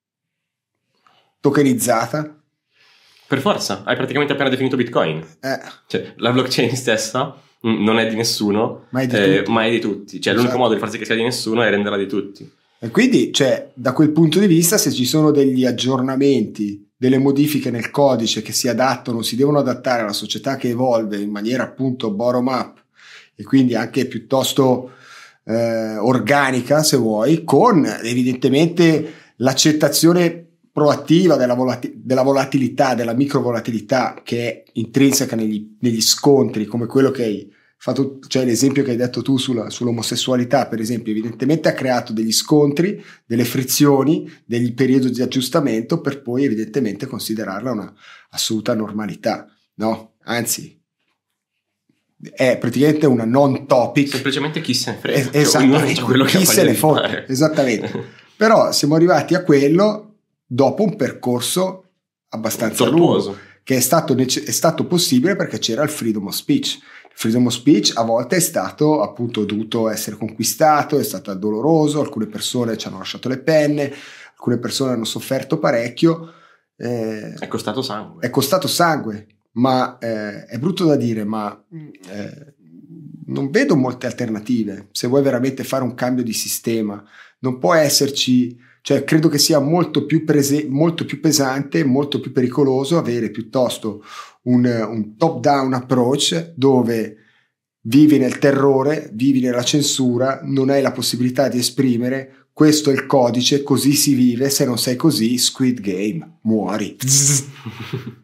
tokenizzata? Per forza, hai praticamente appena definito Bitcoin. Eh. Cioè, la blockchain stessa mh, non è di nessuno, ma è di eh, tutti. Ma è di tutti. Cioè, l'unico Esatto. modo di far sì che sia di nessuno è renderla di tutti. E quindi, cioè, da quel punto di vista, se ci sono degli aggiornamenti, delle modifiche nel codice che si adattano, si devono adattare alla società che evolve in maniera appunto bottom up e quindi anche piuttosto eh, organica, se vuoi, con evidentemente l'accettazione proattiva della, volati- della volatilità, della microvolatilità che è intrinseca negli, negli scontri, come quello che hai fatto, cioè l'esempio che hai detto tu sulla, sull'omosessualità, per esempio, evidentemente ha creato degli scontri, delle frizioni, degli periodi di aggiustamento per poi evidentemente considerarla una assoluta normalità, no? Anzi, è praticamente una non topic. Semplicemente chi se ne frega. Es- esattamente, cioè, quello chi che se ne fotte, esattamente. Però siamo arrivati a quello dopo un percorso abbastanza tortuoso, lungo, che è stato, nece- è stato possibile perché c'era il freedom of speech. Freedom of speech a volte è stato appunto dovuto essere conquistato, è stato doloroso, alcune persone ci hanno lasciato le penne, alcune persone hanno sofferto parecchio. Eh, è costato sangue. È costato sangue, ma eh, è brutto da dire, ma eh, non vedo molte alternative. Se vuoi veramente fare un cambio di sistema, non può esserci, cioè credo che sia molto più, prese- molto più pesante, molto più pericoloso avere piuttosto un, un top-down approach dove vivi nel terrore, vivi nella censura, non hai la possibilità di esprimere, questo è il codice, così si vive, se non sei così, Squid Game, muori.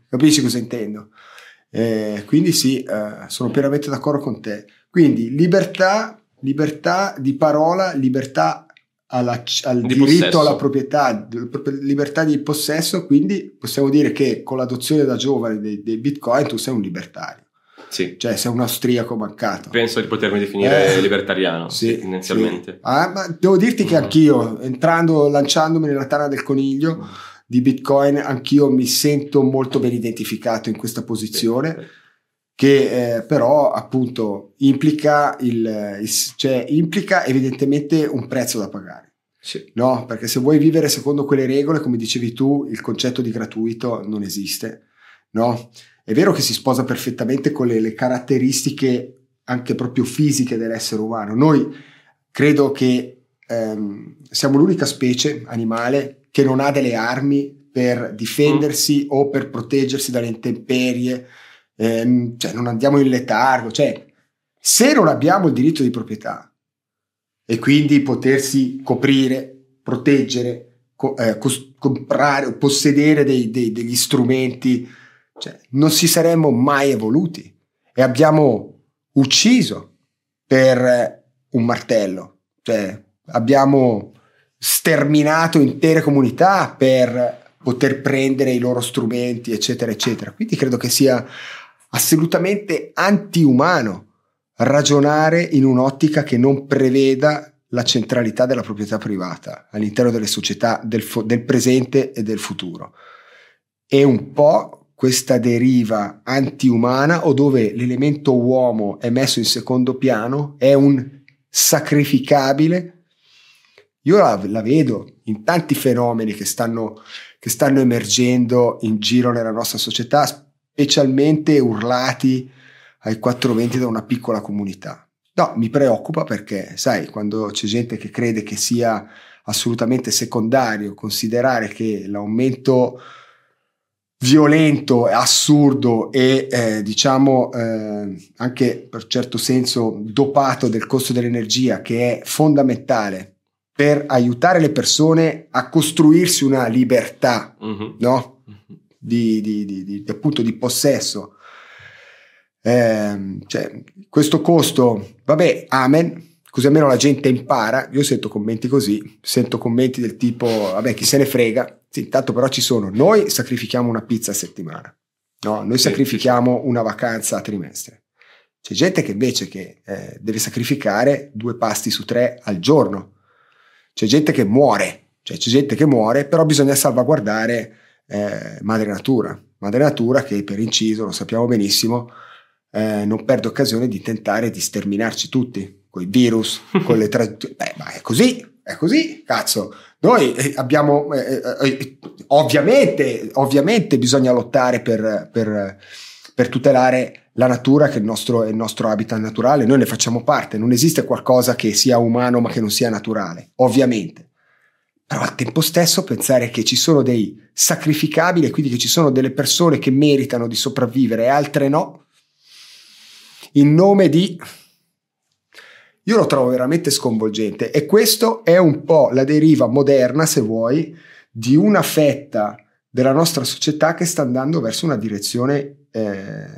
capisci cosa intendo? Eh, quindi sì, eh, sono pienamente d'accordo con te. Quindi libertà, libertà di parola, libertà alla, al di diritto possesso. alla proprietà, libertà di possesso. Quindi possiamo dire che con l'adozione da giovane dei, dei Bitcoin tu sei un libertario. Sì. Cioè sei un austriaco mancato. Penso di potermi definire eh, libertariano, sì, tendenzialmente. Sì. Ah, ma devo dirti che anch'io, entrando, lanciandomi nella tana del coniglio mm. di Bitcoin, anch'io mi sento molto ben identificato in questa posizione, sì. che eh, però appunto implica, il, il, cioè, implica evidentemente un prezzo da pagare. Sì. No? Perché se vuoi vivere secondo quelle regole, come dicevi tu, il concetto di gratuito non esiste, no? È vero che si sposa perfettamente con le, le caratteristiche anche proprio fisiche dell'essere umano. Noi credo che ehm, siamo l'unica specie animale che non ha delle armi per difendersi mm. o per proteggersi dalle intemperie, ehm, cioè non andiamo in letargo. Cioè, se non abbiamo il diritto di proprietà e quindi potersi coprire, proteggere, co- eh, cos- comprare o possedere dei, dei, degli strumenti, cioè, non si saremmo mai evoluti e abbiamo ucciso per un martello, cioè abbiamo sterminato intere comunità per poter prendere i loro strumenti, eccetera eccetera. Quindi credo che sia assolutamente antiumano ragionare in un'ottica che non preveda la centralità della proprietà privata all'interno delle società del, fo- del presente e del futuro. È un po' questa deriva antiumana o dove l'elemento uomo è messo in secondo piano, è un sacrificabile. Io la, la vedo in tanti fenomeni che stanno, che stanno emergendo in giro nella nostra società, specialmente urlati ai quattro venti da una piccola comunità. No, mi preoccupa perché, sai, quando c'è gente che crede che sia assolutamente secondario considerare che l'aumento violento, assurdo e eh, diciamo eh, anche per certo senso dopato del costo dell'energia, che è fondamentale per aiutare le persone a costruirsi una libertà, mm-hmm. no? Di, di, di, di, appunto di possesso. Eh, cioè, questo costo, vabbè, amen, così almeno la gente impara. Io sento commenti così, sento commenti del tipo, vabbè, chi se ne frega. Sì, intanto però ci sono, noi sacrifichiamo una pizza a settimana, no? Noi sì, sacrifichiamo sì, sì. una vacanza a trimestre. C'è gente che invece che eh, deve sacrificare due pasti su tre al giorno. C'è gente che muore, cioè c'è gente che muore, però bisogna salvaguardare eh, madre natura. Madre natura che, per inciso, lo sappiamo benissimo, eh, non perde occasione di tentare di sterminarci tutti, con i virus, con le tragedie. Beh, ma è così. È così, cazzo. Noi abbiamo, eh, eh, ovviamente, ovviamente bisogna lottare per, per, per tutelare la natura, che è il nostro, è il nostro habitat naturale. Noi ne facciamo parte. Non esiste qualcosa che sia umano ma che non sia naturale, ovviamente. Però al tempo stesso pensare che ci sono dei sacrificabili e quindi che ci sono delle persone che meritano di sopravvivere e altre no, in nome di... Io lo trovo veramente sconvolgente e questo è un po' la deriva moderna, se vuoi, di una fetta della nostra società che sta andando verso una direzione eh,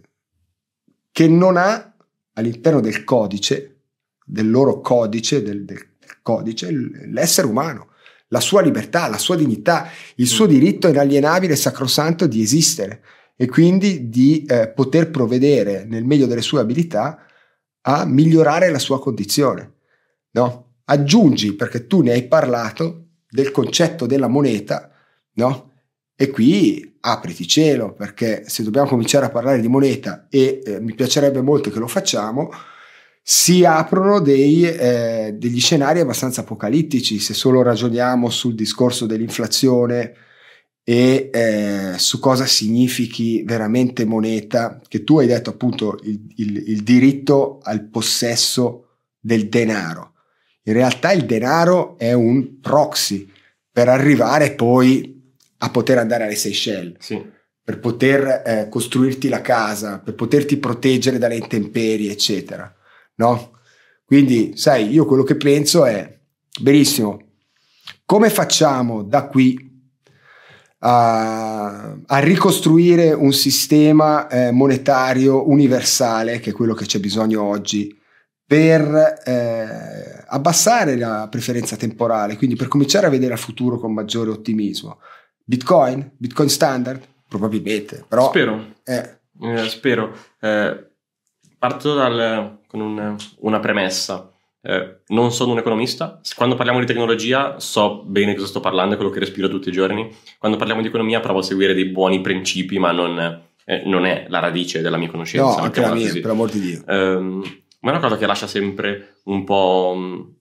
che non ha all'interno del codice, del loro codice, del, del codice, l'essere umano, la sua libertà, la sua dignità, il suo diritto inalienabile e sacrosanto di esistere e quindi di eh, poter provvedere nel meglio delle sue abilità a migliorare la sua condizione, no? Aggiungi, perché tu ne hai parlato, del concetto della moneta, no? E qui apriti cielo, perché se dobbiamo cominciare a parlare di moneta, e eh, mi piacerebbe molto che lo facciamo, si aprono dei, eh, degli scenari abbastanza apocalittici, se solo ragioniamo sul discorso dell'inflazione e eh, su cosa significhi veramente moneta, che tu hai detto appunto il, il, il diritto al possesso del denaro. In realtà il denaro è un proxy per arrivare poi a poter andare alle Seychelles, sì. per poter eh, costruirti la casa, per poterti proteggere dalle intemperie, eccetera, no? Quindi, sai, io quello che penso è, benissimo, come facciamo da qui a, a ricostruire un sistema eh, monetario universale, che è quello che c'è bisogno oggi, per eh, abbassare la preferenza temporale, quindi per cominciare a vedere al futuro con maggiore ottimismo. Bitcoin? Bitcoin standard? Probabilmente, però... Spero. Eh. Eh, spero. Eh, parto dal, con un, una premessa. Eh, non sono un economista. Quando parliamo di tecnologia so bene cosa sto parlando, è quello che respiro tutti i giorni. Quando parliamo di economia provo a seguire dei buoni principi, ma non, eh, non è la radice della mia conoscenza. No, anche la mia, per amor di Dio. Eh, ma è una cosa che lascia sempre un po'...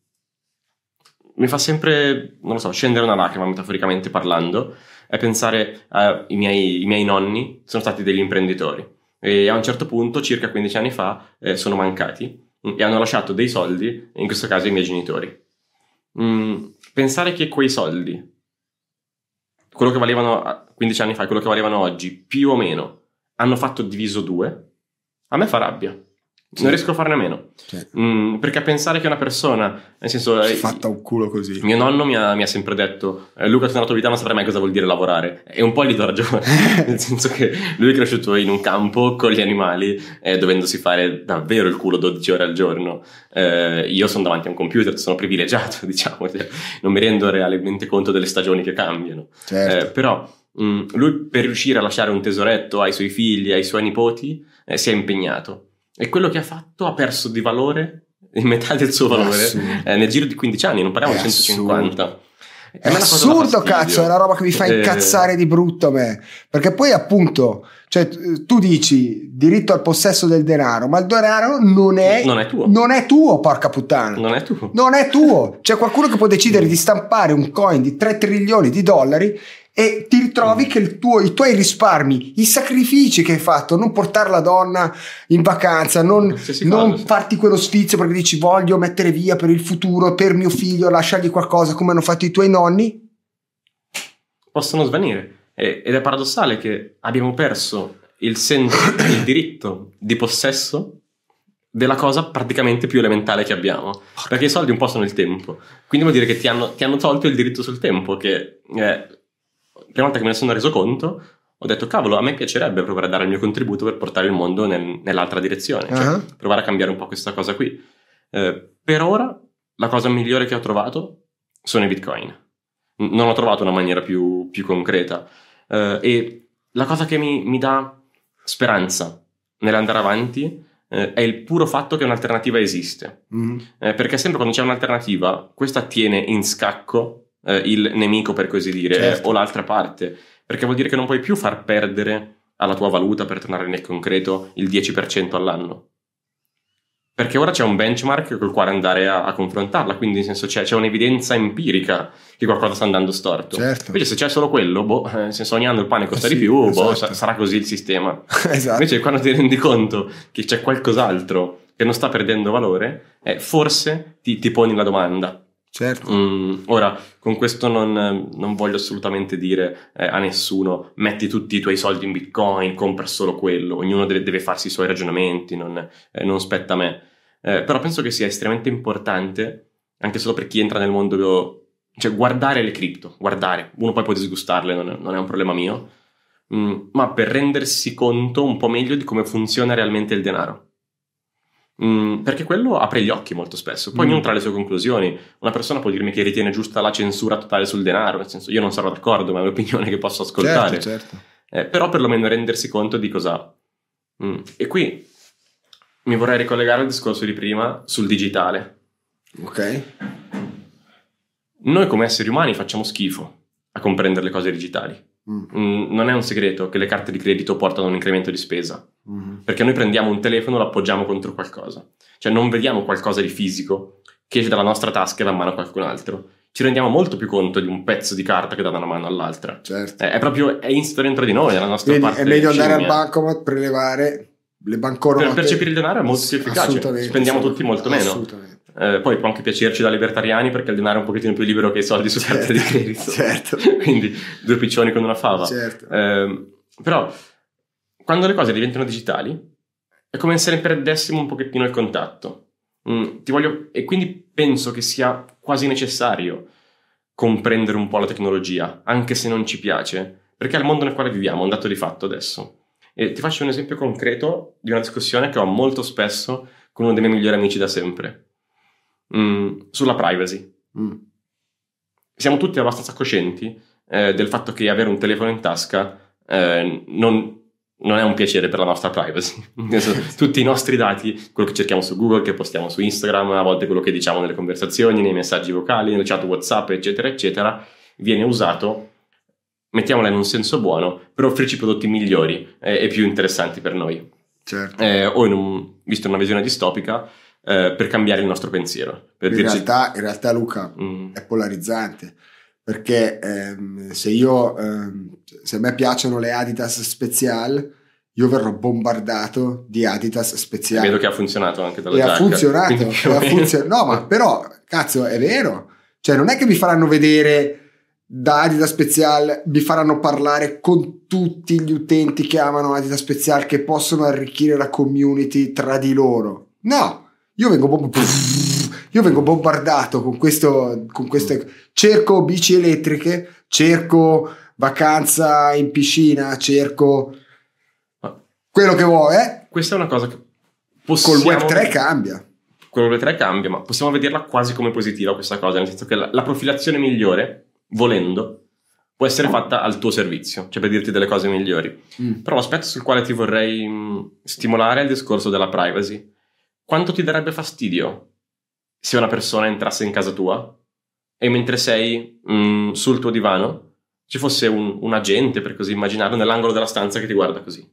mi fa sempre, non lo so, scendere una lacrima, metaforicamente parlando, è pensare ai miei, i miei nonni sono stati degli imprenditori e a un certo punto, circa quindici anni fa, eh, sono mancati e hanno lasciato dei soldi, in questo caso ai miei genitori. Mm, pensare che quei soldi, quello che valevano quindici anni fa e quello che valevano oggi, più o meno, hanno fatto diviso due, a me fa rabbia. Sì. Non riesco a farne a meno. Sì. Mm, perché a pensare che una persona, nel senso, si è fatta un culo così. Mio nonno mi ha, mi ha sempre detto: eh, Luca, tu nella tua vita non saprai mai cosa vuol dire lavorare. E un po' gli do ragione. Nel senso che lui è cresciuto in un campo con gli animali, eh, dovendosi fare davvero il culo dodici ore al giorno. Eh, io sono davanti a un computer, sono privilegiato, diciamo, cioè, non mi rendo realmente conto delle stagioni che cambiano. Certo. Eh, però mh, lui, per riuscire a lasciare un tesoretto ai suoi figli, ai suoi nipoti, eh, si è impegnato. E quello che ha fatto ha perso di valore, in metà del suo valore, eh, nel giro di quindici anni, non parliamo di centocinquanta. È assurdo, cazzo, è una roba che mi fa incazzare eh... di brutto a me. Perché poi appunto, cioè, tu dici diritto al possesso del denaro, ma il denaro non è, non è tuo. Non è tuo, porca puttana. Non è tuo. Non è tuo. C'è qualcuno che può decidere di stampare un coin di tre trilioni di dollari e ti ritrovi che il tuo, i tuoi risparmi, i sacrifici che hai fatto, non portare la donna in vacanza, non, non cosa, farti quello sfizio perché dici voglio mettere via per il futuro, per mio figlio, lasciargli qualcosa come hanno fatto i tuoi nonni, possono svanire. Ed è paradossale che abbiamo perso il senso, il diritto di possesso della cosa praticamente più elementale che abbiamo, perché i soldi un po' sono il tempo, quindi vuol dire che ti hanno, ti hanno tolto il diritto sul tempo, che è... La prima volta che me ne sono reso conto, ho detto, cavolo, a me piacerebbe provare a dare il mio contributo per portare il mondo nel, nell'altra direzione, cioè uh-huh. provare a cambiare un po' questa cosa qui. Eh, per ora, la cosa migliore che ho trovato sono i Bitcoin. Non ho trovato una maniera più, più concreta. Eh, e la cosa che mi, mi dà speranza nell'andare avanti eh, è il puro fatto che un'alternativa esiste. Mm. Eh, perché sempre quando c'è un'alternativa, questa tiene in scacco Uh, il nemico, per così dire, certo. o l'altra parte, perché vuol dire che non puoi più far perdere alla tua valuta, per tornare nel concreto, il dieci per cento all'anno, perché ora c'è un benchmark col quale andare a, a confrontarla, quindi nel senso c'è, c'è un'evidenza empirica che qualcosa sta andando storto. Certo. Invece se c'è solo quello, boh, nel senso ogni anno il pane costa eh sì, di più, esatto. boh, sa- sarà così il sistema. Esatto. Invece quando ti rendi conto che c'è qualcos'altro che non sta perdendo valore, eh, forse ti, ti poni la domanda. Certo. Mm, ora, con questo non, non voglio assolutamente dire eh, a nessuno metti tutti i tuoi soldi in Bitcoin, compra solo quello, ognuno deve, deve farsi i suoi ragionamenti, non, eh, non spetta a me. Eh, però penso che sia estremamente importante, anche solo per chi entra nel mondo, cioè guardare le cripto, guardare, uno poi può disgustarle, non è, non è un problema mio, mm, ma per rendersi conto un po' meglio di come funziona realmente il denaro. Mm, perché quello apre gli occhi molto spesso, poi mm. ognuno trae le sue conclusioni. Una persona può dirmi che ritiene giusta la censura totale sul denaro, nel senso io non sarò d'accordo, ma è un'opinione che posso ascoltare. Certo, certo. Eh, però perlomeno rendersi conto di cosa. Mm. E qui mi vorrei ricollegare al discorso di prima sul digitale. Ok. Noi come esseri umani facciamo schifo a comprendere le cose digitali. Mm. Mm, non è un segreto che le carte di credito portano a un incremento di spesa. Mm. Perché noi prendiamo un telefono e lo appoggiamo contro qualcosa, cioè non vediamo qualcosa di fisico che esce dalla nostra tasca e va in mano a qualcun altro, ci rendiamo molto più conto di un pezzo di carta che dà da una mano all'altra. Certo. È, è proprio è insito dentro di noi, nella nostra Quindi parte. È meglio andare scimmia. al bancomat, prelevare le banconote. Per percepire il denaro è molto più efficace, spendiamo tutti molto meno. Assolutamente. Eh, poi può anche piacerci da libertariani perché il denaro è un pochettino più libero che i soldi su certo, carte di credito. Certo. Quindi due piccioni con una fava. Certo. Eh, però quando le cose diventano digitali è come se ne perdessimo un pochettino il contatto. Mm, ti voglio, e quindi penso che sia quasi necessario comprendere un po' la tecnologia, anche se non ci piace, perché è il mondo nel quale viviamo, è un dato di fatto adesso. E ti faccio un esempio concreto di una discussione che ho molto spesso con uno dei miei migliori amici da sempre, mm, sulla privacy. Mm. Siamo tutti abbastanza coscienti eh, del fatto che avere un telefono in tasca eh, non, non è un piacere per la nostra privacy. Tutti i nostri dati, quello che cerchiamo su Google, che postiamo su Instagram, a volte quello che diciamo nelle conversazioni, nei messaggi vocali, nelle chat WhatsApp, eccetera, eccetera, viene usato, mettiamola in un senso buono, per offrirci prodotti migliori eh, e più interessanti per noi. Certo. Eh, o in un, visto in una visione distopica, eh, per cambiare il nostro pensiero. Per in, dirci... realtà, in realtà, Luca, mm. è polarizzante, perché ehm, se io ehm, se a me piacciono le Adidas Special, io verrò bombardato di Adidas Special. Vedo che ha funzionato anche dalla e giacca. Ha funzionato, e ha funzionato. No, ma però, cazzo, è vero. Cioè, non è che mi faranno vedere da Adidas Special, mi faranno parlare con tutti gli utenti che amano Adidas Special, che possono arricchire la community tra di loro. No, io vengo proprio... Io vengo bombardato con questo, con queste, cerco bici elettriche, cerco vacanza in piscina, cerco quello che vuoi, eh? Questa è una cosa che possiamo... Col web tre cambia. Col web tre cambia, ma possiamo vederla quasi come positiva questa cosa, nel senso che la, la profilazione migliore, volendo, può essere fatta al tuo servizio, cioè per dirti delle cose migliori. Mm. Però l'aspetto sul quale ti vorrei mh, stimolare è il discorso della privacy. Quanto ti darebbe fastidio se una persona entrasse in casa tua e mentre sei mh, sul tuo divano ci fosse un, un agente, per così immaginarlo, nell'angolo della stanza che ti guarda così?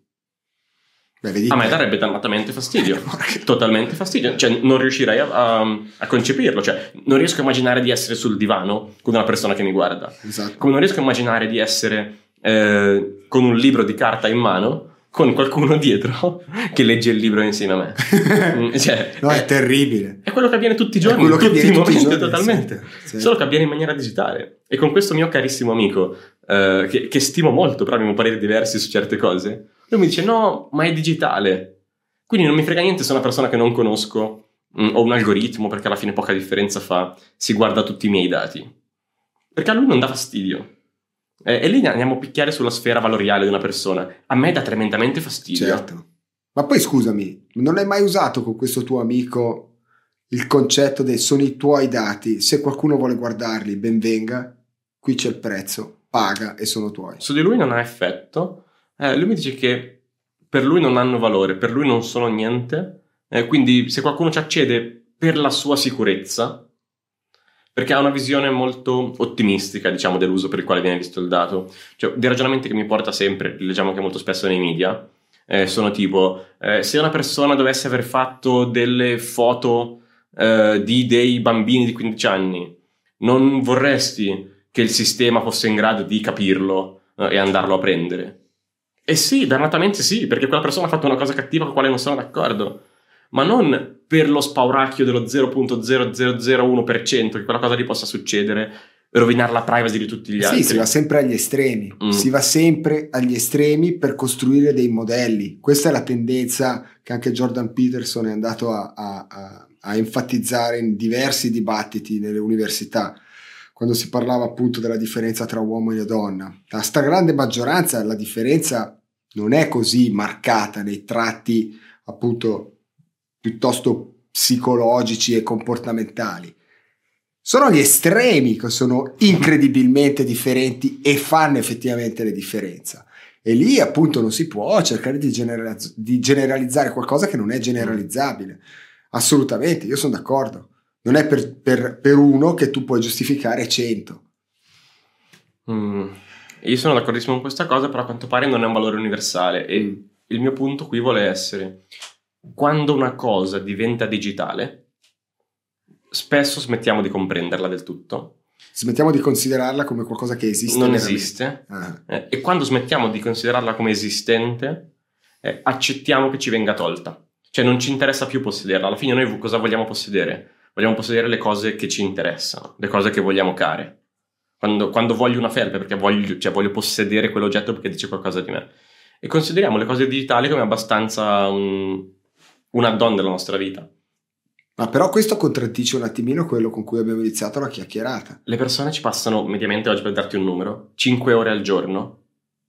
Beh, vedi a me te. darebbe dannatamente fastidio, totalmente fastidio, cioè non riuscirei a, a, a concepirlo, cioè non riesco a immaginare di essere sul divano con una persona che mi guarda, esatto. Come non riesco a immaginare di essere eh, con un libro di carta in mano con qualcuno dietro che legge il libro insieme a me. Cioè, no, è, è terribile. È quello che avviene tutti i giorni, in tutti i momenti, giorni, totalmente. Sì, sì. Solo che avviene in maniera digitale. E con questo mio carissimo amico, eh, che, che stimo molto, però abbiamo pareri diversi su certe cose, lui mi dice: no, ma è digitale. Quindi non mi frega niente se una persona che non conosco mh, o un algoritmo, perché alla fine poca differenza fa, si guarda tutti i miei dati. Perché a lui non dà fastidio. Eh, e lì andiamo a picchiare sulla sfera valoriale di una persona. A me dà tremendamente fastidio. Certo. Ma poi scusami, non hai mai usato con questo tuo amico il concetto del sono i tuoi dati, se qualcuno vuole guardarli ben venga, qui c'è il prezzo, paga e sono tuoi? Su di lui non ha effetto. Eh, lui mi dice che per lui non hanno valore, per lui non sono niente, eh, quindi se qualcuno ci accede per la sua sicurezza, perché ha una visione molto ottimistica, diciamo, dell'uso per il quale viene visto il dato. Cioè, dei ragionamenti che mi porta sempre, li leggiamo anche molto spesso nei media, eh, sono tipo, eh, se una persona dovesse aver fatto delle foto eh, di dei bambini di quindici anni, non vorresti che il sistema fosse in grado di capirlo eh, e andarlo a prendere? E sì, dannatamente sì, perché quella persona ha fatto una cosa cattiva con la quale non sono d'accordo. Ma non per lo spauracchio dello zero virgola zero zero zero uno per cento che quella cosa lì possa succedere, rovinare la privacy di tutti gli sì, altri. Si va sempre agli estremi, mm. si va sempre agli estremi per costruire dei modelli. Questa è la tendenza che anche Jordan Peterson è andato a, a, a, a enfatizzare in diversi dibattiti nelle università, quando si parlava appunto della differenza tra uomo e donna. La stragrande maggioranza la differenza non è così marcata nei tratti appunto piuttosto psicologici e comportamentali. Sono gli estremi che sono incredibilmente differenti e fanno effettivamente la differenza. E lì appunto non si può cercare di, generalizz- di generalizzare qualcosa che non è generalizzabile. Assolutamente, io sono d'accordo. Non è per, per, per uno che tu puoi giustificare cento. Mm. Io sono d'accordissimo con questa cosa, però a quanto pare non è un valore universale. E mm. il mio punto qui vuole essere: quando una cosa diventa digitale, spesso smettiamo di comprenderla del tutto. Smettiamo di considerarla come qualcosa che esiste. Non veramente. esiste. Ah. Eh, e quando smettiamo di considerarla come esistente, eh, accettiamo che ci venga tolta. Cioè non ci interessa più possederla. Alla fine noi cosa vogliamo possedere? Vogliamo possedere le cose che ci interessano, le cose che vogliamo care. Quando, quando voglio una felpe, perché voglio, cioè voglio possedere quell'oggetto perché dice qualcosa di me. E consideriamo le cose digitali come abbastanza un, un add-on della nostra vita. Ma però questo contraddice un attimino quello con cui abbiamo iniziato la chiacchierata. Le persone ci passano mediamente, oggi per darti un numero, cinque ore al giorno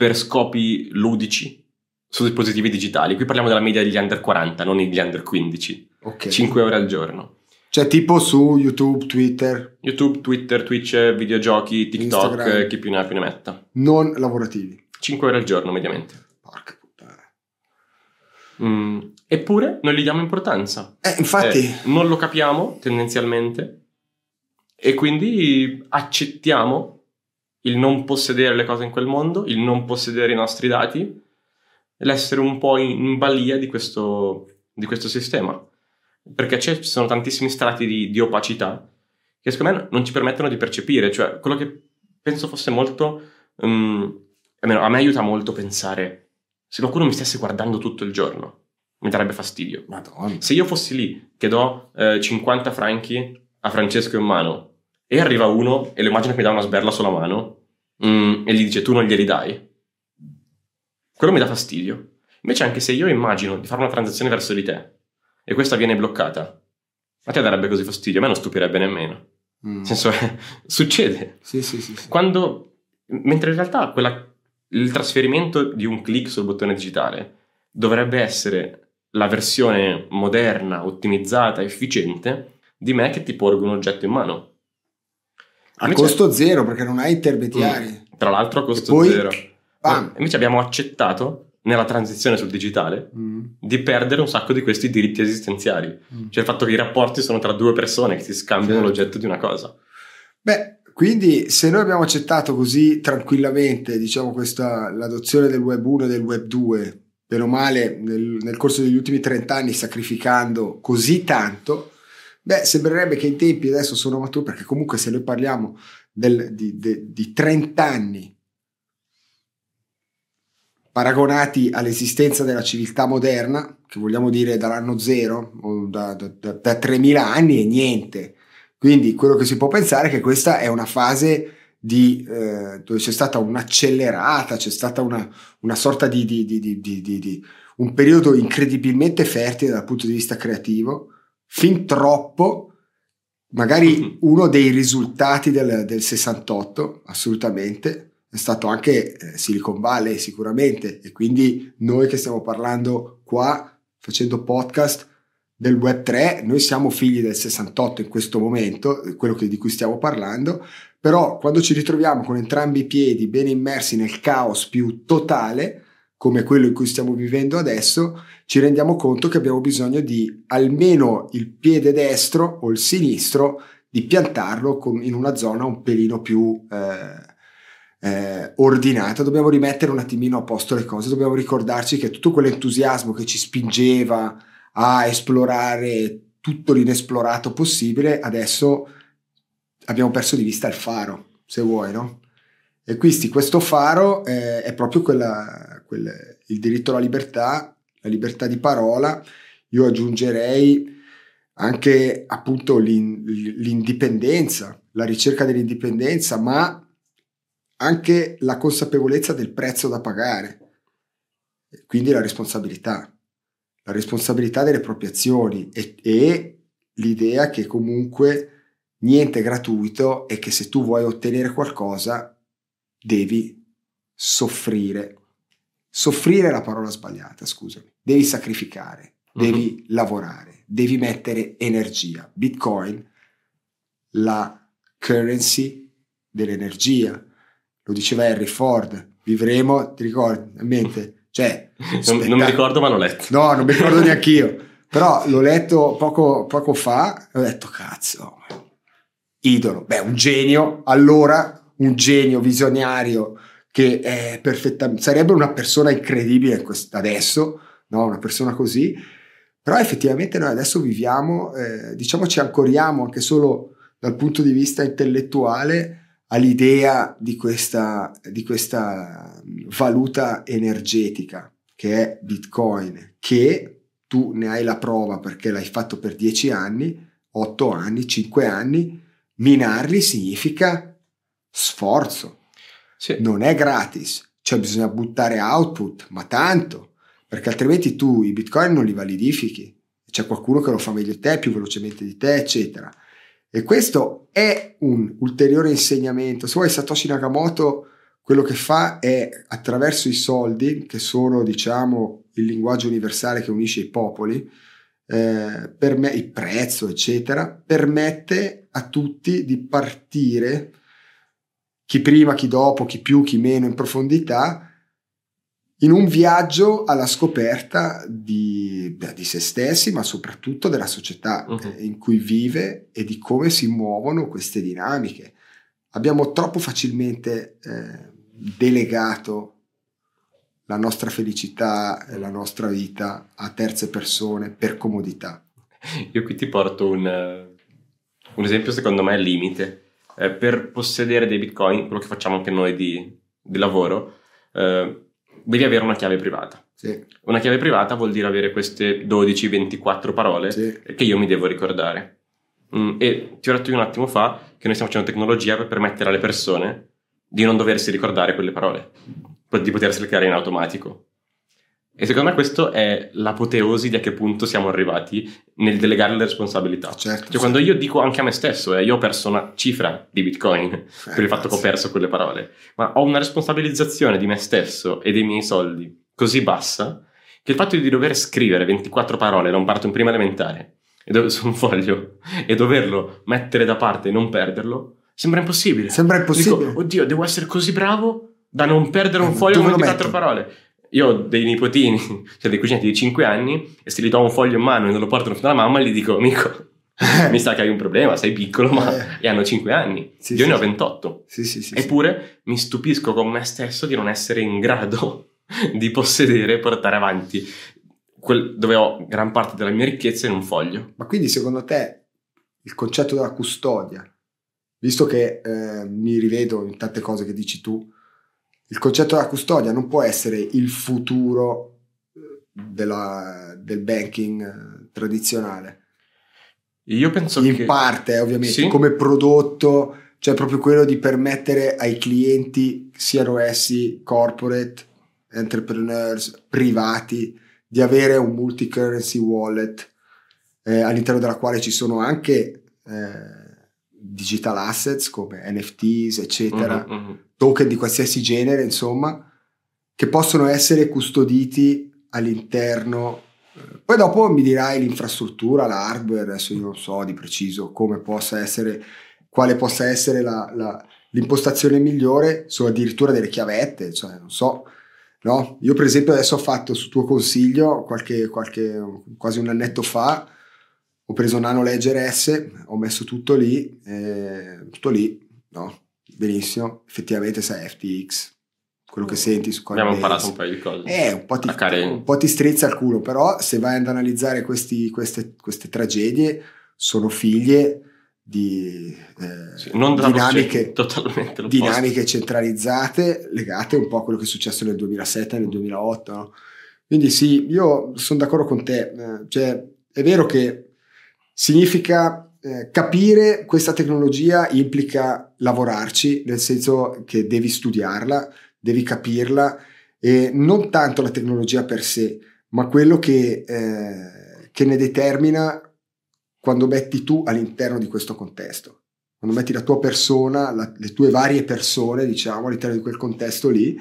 per scopi ludici su dispositivi digitali. Qui parliamo della media degli under quaranta, non degli under quindici. Okay. cinque ore al giorno. Cioè tipo su YouTube, Twitter. YouTube, Twitter, Twitch, videogiochi, TikTok, Instagram. chi più ne ha più ne metta. Non lavorativi. cinque ore al giorno mediamente. Porca puttana. Mm, eppure noi gli diamo importanza. Eh, infatti. Eh, non lo capiamo tendenzialmente e quindi accettiamo il non possedere le cose in quel mondo, il non possedere i nostri dati e l'essere un po' in, in balia di questo, di questo sistema. Perché ci sono tantissimi strati di, di opacità che secondo me non ci permettono di percepire. Cioè, quello che penso fosse molto um, almeno a me aiuta molto pensare: se qualcuno mi stesse guardando tutto il giorno mi darebbe fastidio. Madonna. Se io fossi lì che do eh, cinquanta franchi a Francesco in mano e arriva uno e lo immagino che mi dà una sberla sulla mano um, e gli dice tu non glieli dai, quello mi dà fastidio. Invece anche se io immagino di fare una transazione verso di te e questa viene bloccata, a te darebbe così fastidio? A me non stupirebbe nemmeno. Mm. Nel senso, succede. Sì, sì, sì, sì. Quando, mentre in realtà quella, il trasferimento di un click sul bottone digitale dovrebbe essere la versione moderna, ottimizzata, efficiente di me che ti porgo un oggetto in mano. A invece, costo zero, perché non hai intermediari. Mm, tra l'altro a costo poi, zero. Bam. Invece abbiamo accettato nella transizione sul digitale mm. di perdere un sacco di questi diritti esistenziali. Mm. Cioè il fatto che i rapporti sono tra due persone che si scambiano certo. l'oggetto di una cosa. Beh, quindi se noi abbiamo accettato così tranquillamente, diciamo, questa l'adozione del web uno e del web due, bene o male nel, nel corso degli ultimi trenta anni sacrificando così tanto, beh, sembrerebbe che i tempi adesso sono maturi, perché comunque se noi parliamo del, di, de, di trenta anni paragonati all'esistenza della civiltà moderna, che vogliamo dire dall'anno zero o da, da, da, da tremila anni e niente. Quindi quello che si può pensare è che questa è una fase di, eh, dove c'è stata un'accelerata, c'è stata una, una sorta di, di, di, di, di, di, di un periodo incredibilmente fertile dal punto di vista creativo, fin troppo, magari uno dei risultati del, del sessantotto, assolutamente, è stato anche eh, Silicon Valley sicuramente, e quindi noi che stiamo parlando qua, facendo podcast del web tre, noi siamo figli del sessantotto in questo momento, quello che, di cui stiamo parlando, però quando ci ritroviamo con entrambi i piedi ben immersi nel caos più totale, come quello in cui stiamo vivendo adesso, ci rendiamo conto che abbiamo bisogno di almeno il piede destro o il sinistro, di piantarlo con, in una zona un pelino più eh, eh, ordinata. Dobbiamo rimettere un attimino a posto le cose, dobbiamo ricordarci che tutto quell'entusiasmo che ci spingeva a esplorare tutto l'inesplorato possibile, adesso abbiamo perso di vista il faro, se vuoi, no? E quindi questo faro eh, è proprio quella, quel, il diritto alla libertà, la libertà di parola. Io aggiungerei anche appunto l'in, l'indipendenza, la ricerca dell'indipendenza, ma anche la consapevolezza del prezzo da pagare, quindi la responsabilità, la responsabilità delle proprie azioni e, e l'idea che comunque niente è gratuito e che se tu vuoi ottenere qualcosa devi soffrire. Soffrire è la parola sbagliata, scusami. Devi sacrificare, uh-huh. devi lavorare, devi mettere energia. Bitcoin, la currency dell'energia. Lo diceva Henry Ford. Vivremo, ti ricordi? In mente? Cioè, non, non mi ricordo, ma l'ho letto. No, non mi ricordo neanche io. Però l'ho letto poco, poco fa e ho detto, cazzo, idolo. Beh, un genio. Allora, un genio visionario che è perfettamente, sarebbe una persona incredibile quest- adesso, no? Una persona così, però effettivamente noi adesso viviamo, eh, diciamo ci ancoriamo anche solo dal punto di vista intellettuale all'idea di questa, di questa valuta energetica che è Bitcoin, che tu ne hai la prova perché l'hai fatto per dieci anni, otto anni, cinque anni. Minarli significa sforzo. Sì. Non è gratis, cioè bisogna buttare output, ma tanto, perché altrimenti tu i bitcoin non li validifichi, c'è qualcuno che lo fa meglio di te, più velocemente di te, eccetera. E questo è un ulteriore insegnamento. Se vuoi, Satoshi Nakamoto quello che fa è, attraverso i soldi, che sono, diciamo, il linguaggio universale che unisce i popoli, eh, per me, il prezzo, eccetera, permette a tutti di partire, chi prima, chi dopo, chi più, chi meno in profondità, in un viaggio alla scoperta di, di se stessi, ma soprattutto della società uh-huh. in cui vive e di come si muovono queste dinamiche. Abbiamo troppo facilmente eh, delegato la nostra felicità e la nostra vita a terze persone per comodità. Io qui ti porto un, un esempio secondo me al limite. Eh, per possedere dei bitcoin, quello che facciamo anche noi di, di lavoro, eh, devi avere una chiave privata. Sì. Una chiave privata vuol dire avere queste dodici ventiquattro parole sì. che io mi devo ricordare. Mm, e ti ho detto io un attimo fa che noi stiamo facendo tecnologia per permettere alle persone di non doversi ricordare quelle parole, di potersele creare in automatico. E secondo me questo è l'apoteosi di a che punto siamo arrivati nel delegare le responsabilità. Certo, cioè certo. Quando io dico anche a me stesso, eh, io ho perso una cifra di bitcoin eh, per il fatto che ho perso quelle parole, ma ho una responsabilizzazione di me stesso e dei miei soldi così bassa che il fatto di dover scrivere ventiquattro parole da un parto in prima elementare e do- su un foglio e doverlo mettere da parte e non perderlo sembra impossibile. Sembra impossibile. Dico, oddio, devo essere così bravo da non perdere un foglio con ventiquattro parole. Io ho dei nipotini, cioè dei cuginetti di cinque anni, e se gli do un foglio in mano e non lo portano fino alla mamma, gli dico, amico, mi sa che hai un problema, sei piccolo, ma e hanno cinque anni. Sì, Io sì, ne ho sì. ventotto. Sì, sì, sì, Eppure sì. mi stupisco con me stesso di non essere in grado di possedere e portare avanti quel, dove ho gran parte della mia ricchezza in un foglio. Ma quindi secondo te il concetto della custodia, visto che eh, mi rivedo in tante cose che dici tu, il concetto della custodia non può essere il futuro della, del banking tradizionale? Io penso in che... In parte, ovviamente, sì? come prodotto, cioè proprio quello di permettere ai clienti, siano essi corporate, entrepreneurs, privati, di avere un multi-currency wallet eh, all'interno della quale ci sono anche eh, digital assets come N F Ts, eccetera, mm-hmm, mm-hmm. token di qualsiasi genere, insomma, che possono essere custoditi all'interno. Poi dopo mi dirai l'infrastruttura, l'hardware, adesso io non so di preciso come possa essere, quale possa essere la, la, l'impostazione migliore, su addirittura delle chiavette, cioè non so, no? Io per esempio adesso ho fatto su tuo consiglio qualche, qualche quasi un annetto fa, ho preso Nano Ledger S, ho messo tutto lì, eh, tutto lì, no? Benissimo, effettivamente sai F T X, quello che senti su Coinbase. Abbiamo imparato un paio di cose. Eh, un po' ti, un po' ti strizza il culo, però se vai ad analizzare questi, queste, queste tragedie sono figlie di eh, sì, non dinamiche, totalmente dinamiche centralizzate legate un po' a quello che è successo nel duemilasette e nel duemilaotto, no? Quindi sì, io sono d'accordo con te, eh, cioè è vero che significa eh, capire questa tecnologia, implica lavorarci, nel senso che devi studiarla, devi capirla, e non tanto la tecnologia per sé, ma quello che, eh, che ne determina quando metti tu all'interno di questo contesto, quando metti la tua persona, la, le tue varie persone, diciamo, all'interno di quel contesto lì,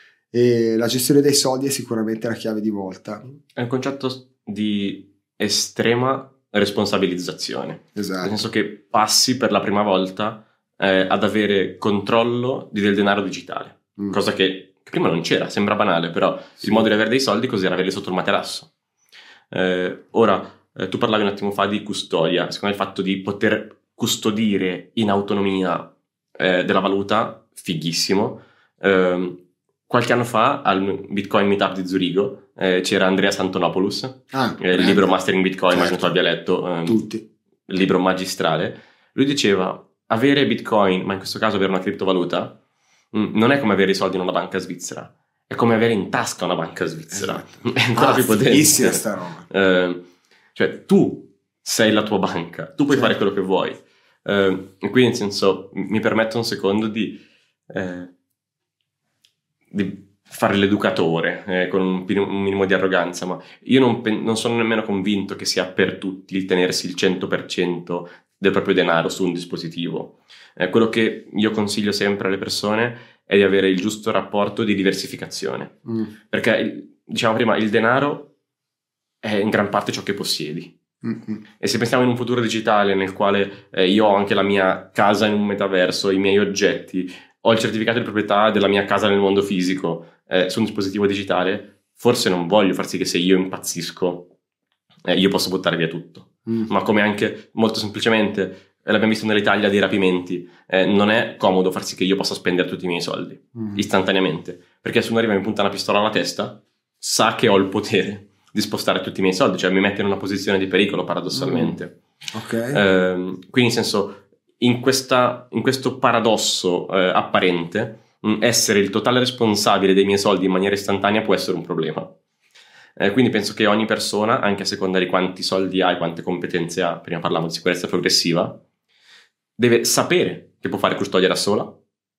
e la gestione dei soldi è sicuramente la chiave di volta. È un concetto di estrema responsabilizzazione, esatto. Nel senso che passi per la prima volta eh, ad avere controllo del denaro digitale, mm. cosa che prima non c'era, sembra banale, però sì. Il modo di avere dei soldi così era averli sotto il materasso. Eh, ora, eh, tu parlavi un attimo fa di custodia, secondo me il fatto di poter custodire in autonomia eh, della valuta, fighissimo. Eh, qualche anno fa al Bitcoin Meetup di Zurigo eh, c'era Andreas Antonopoulos, ah, eh, il libro Mastering Bitcoin, certo. ma che tu abbia letto, eh, tutti, il libro magistrale. Lui diceva, avere Bitcoin, ma in questo caso avere una criptovaluta, mh, non è come avere i soldi in una banca svizzera, è come avere in tasca una banca svizzera, esatto. è ancora ah, più potente. Sta roba. Eh, cioè tu sei la tua banca, tu puoi certo. fare quello che vuoi. Eh, e quindi, nel senso, mi permetto un secondo di... Eh, di fare l'educatore eh, con un, un minimo di arroganza, ma io non, non sono nemmeno convinto che sia per tutti il tenersi il cento per cento del proprio denaro su un dispositivo. Eh, quello che io consiglio sempre alle persone è di avere il giusto rapporto di diversificazione. Mm. Perché, diciamo prima, il denaro è in gran parte ciò che possiedi. Mm-hmm. E se pensiamo in un futuro digitale nel quale eh, io ho anche la mia casa in un metaverso, i miei oggetti, ho il certificato di proprietà della mia casa nel mondo fisico eh, su un dispositivo digitale, forse non voglio far sì che se io impazzisco eh, io posso buttare via tutto. Mm. Ma come anche molto semplicemente eh, l'abbiamo visto nell'Italia dei rapimenti, eh, non è comodo far sì che io possa spendere tutti i miei soldi mm. istantaneamente, perché se uno arriva e mi punta una pistola alla testa sa che ho il potere di spostare tutti i miei soldi, cioè mi mette in una posizione di pericolo paradossalmente. Mm. Okay. Eh, quindi in senso in, questa, in questo paradosso eh, apparente mh, essere il totale responsabile dei miei soldi in maniera istantanea può essere un problema. Eh, quindi penso che ogni persona, anche a seconda di quanti soldi ha e quante competenze ha, prima parlavamo di sicurezza progressiva, deve sapere che può fare custodia da sola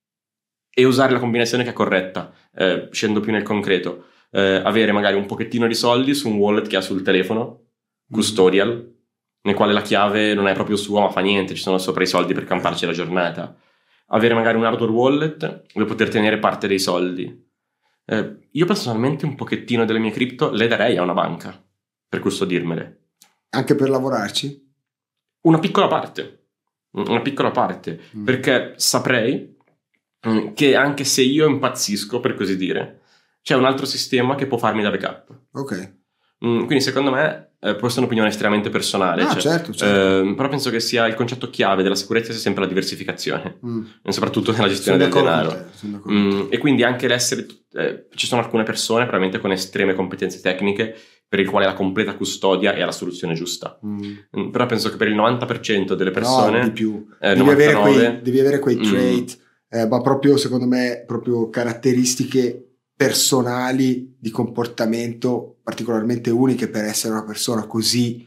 e usare la combinazione che è corretta. Eh, scendo più nel concreto, eh, avere magari un pochettino di soldi su un wallet che ha sul telefono, custodial, mm. nel quale la chiave non è proprio sua ma fa niente, ci sono sopra i soldi per camparci la giornata. Avere magari un hardware wallet dove poter tenere parte dei soldi. Eh, io personalmente un pochettino delle mie cripto le darei a una banca per custodirmele. Anche per lavorarci? Una piccola parte, una piccola parte, mm. perché saprei mm, che anche se io impazzisco, per così dire, c'è un altro sistema che può farmi da backup. Ok. Mm, quindi secondo me eh, può essere un'opinione estremamente personale. Ah, cioè, certo, certo. Eh, però penso che sia il concetto chiave della sicurezza sia sempre la diversificazione, mm. soprattutto nella gestione sono del denaro. Te, mm, e quindi anche l'essere... Eh, ci sono alcune persone probabilmente con estreme competenze tecniche per il quale la completa custodia è la soluzione giusta. Mm. Mm, però penso che per il novanta per cento delle persone... No, di più. Eh, devi, novantanove, avere quei, devi avere quei mm. trait, eh, ma proprio secondo me proprio caratteristiche personali di comportamento particolarmente uniche per essere una persona così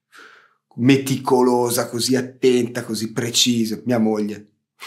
meticolosa, così attenta, così precisa. Mia moglie.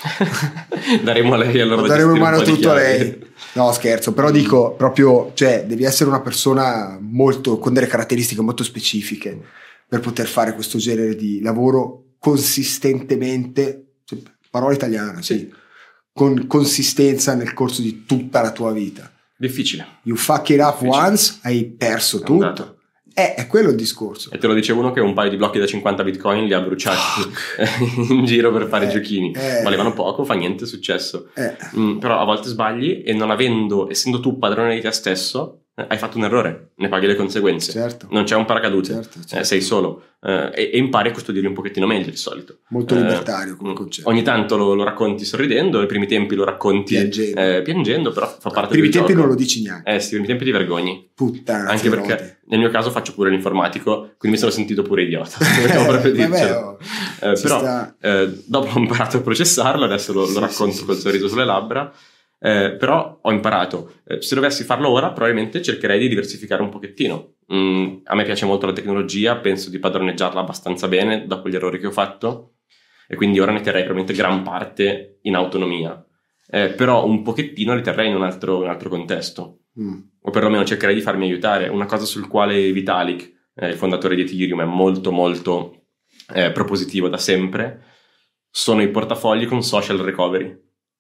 Daremo a lei allora. Daremo in mano tutto a lei. No, scherzo, però dico proprio, cioè devi essere una persona molto con delle caratteristiche molto specifiche per poter fare questo genere di lavoro consistentemente, parola italiana, sì, sì. con consistenza nel corso di tutta la tua vita. Difficile. You fuck it up Difficile. once, hai perso è tutto. Andato. Eh, è quello il discorso. E te lo dice uno che un paio di blocchi da cinquanta bitcoin li ha bruciati oh. in giro per fare eh, giochini. Eh. Valevano poco, fa niente, è successo. Eh. Mm, però a volte sbagli e non avendo, essendo tu padrone di te stesso, eh, hai fatto un errore, ne paghi le conseguenze. Certo. Non c'è un paracadute, certo, certo. Eh, sei solo. Eh, e, e impari a custodirli un pochettino meglio di solito. Molto eh, libertario come concetto. Ogni tanto lo, lo racconti sorridendo, ai primi tempi lo racconti piangendo, eh, piangendo però fa parte del gioco. Ai primi tempi non lo dici neanche. Eh sì, ai primi tempi ti vergogni. Puttana. Anche perché note. nel mio caso faccio pure l'informatico, quindi mi sono sentito pure idiota. Dobbiamo proprio dircelo. Oh, eh, però eh, dopo ho imparato a processarlo, adesso lo, sì, lo racconto sì, col sì, sorriso sì. sulle labbra. Eh, però ho imparato. Eh, se dovessi farlo ora, probabilmente cercherei di diversificare un pochettino. Mm, a me piace molto la tecnologia, penso di padroneggiarla abbastanza bene da quegli errori che ho fatto, e quindi ora ne terrei probabilmente gran parte in autonomia. Eh, però un pochettino li terrei in un altro, un altro contesto. Mm. O perlomeno cercherei di farmi aiutare. Una cosa sul quale Vitalik, eh, il fondatore di Ethereum, è molto molto eh, propositivo da sempre, sono i portafogli con social recovery.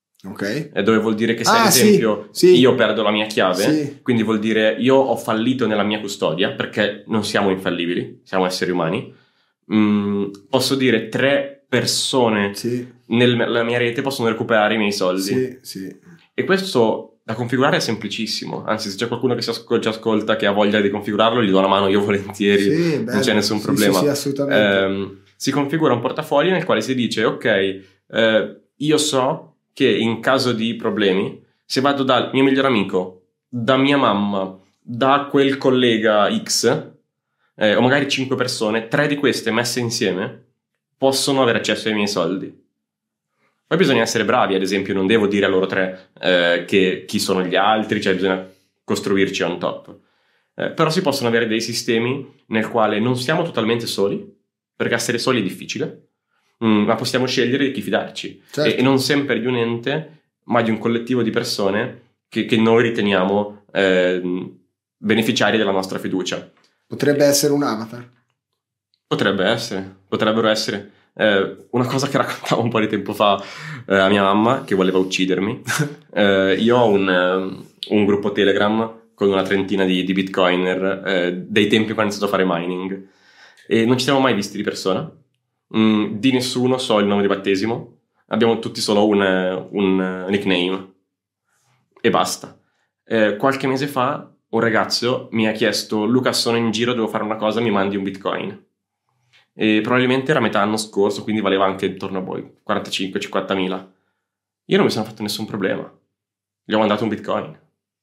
Ok. Eh, dove vuol dire che se ah, ad esempio sì, sì. io perdo la mia chiave, sì. quindi vuol dire io ho fallito nella mia custodia, perché non siamo infallibili, siamo esseri umani, mm, posso dire tre persone sì. nella mia rete possono recuperare i miei soldi. Sì, sì. E questo da configurare è semplicissimo, anzi se c'è qualcuno che si ascol- ci ascolta che ha voglia di configurarlo gli do la mano io volentieri, sì, non c'è nessun problema. Sì, sì, assolutamente. Eh, si configura un portafoglio nel quale si dice ok, eh, io so che in caso di problemi, se vado dal mio migliore amico, da mia mamma, da quel collega X, eh, o magari cinque persone, tre di queste messe insieme possono avere accesso ai miei soldi. Poi bisogna essere bravi, ad esempio non devo dire a loro tre eh, che chi sono gli altri, cioè bisogna costruirci on top. Eh, però si possono avere dei sistemi nel quale non siamo totalmente soli, perché essere soli è difficile, Mm, ma possiamo scegliere di chi fidarci. Certo. e, e non sempre di un ente ma di un collettivo di persone che, che noi riteniamo eh, beneficiari della nostra fiducia. Potrebbe essere un avatar? Potrebbe essere, potrebbero essere Eh, una cosa che raccontavo un po' di tempo fa eh, a mia mamma, che voleva uccidermi. eh, io ho un, uh, un gruppo Telegram con una trentina di, di bitcoiner eh, dei tempi quando ho iniziato a fare mining, e non ci siamo mai visti di persona. Mm, di nessuno so il nome di battesimo, abbiamo tutti solo un, un nickname e basta. Eh, qualche mese fa un ragazzo mi ha chiesto: Luca, sono in giro, devo fare una cosa, mi mandi un bitcoin? E probabilmente era metà anno scorso, quindi valeva anche intorno a voi quarantacinque cinquanta mila. Io non mi sono fatto nessun problema, gli ho mandato un bitcoin.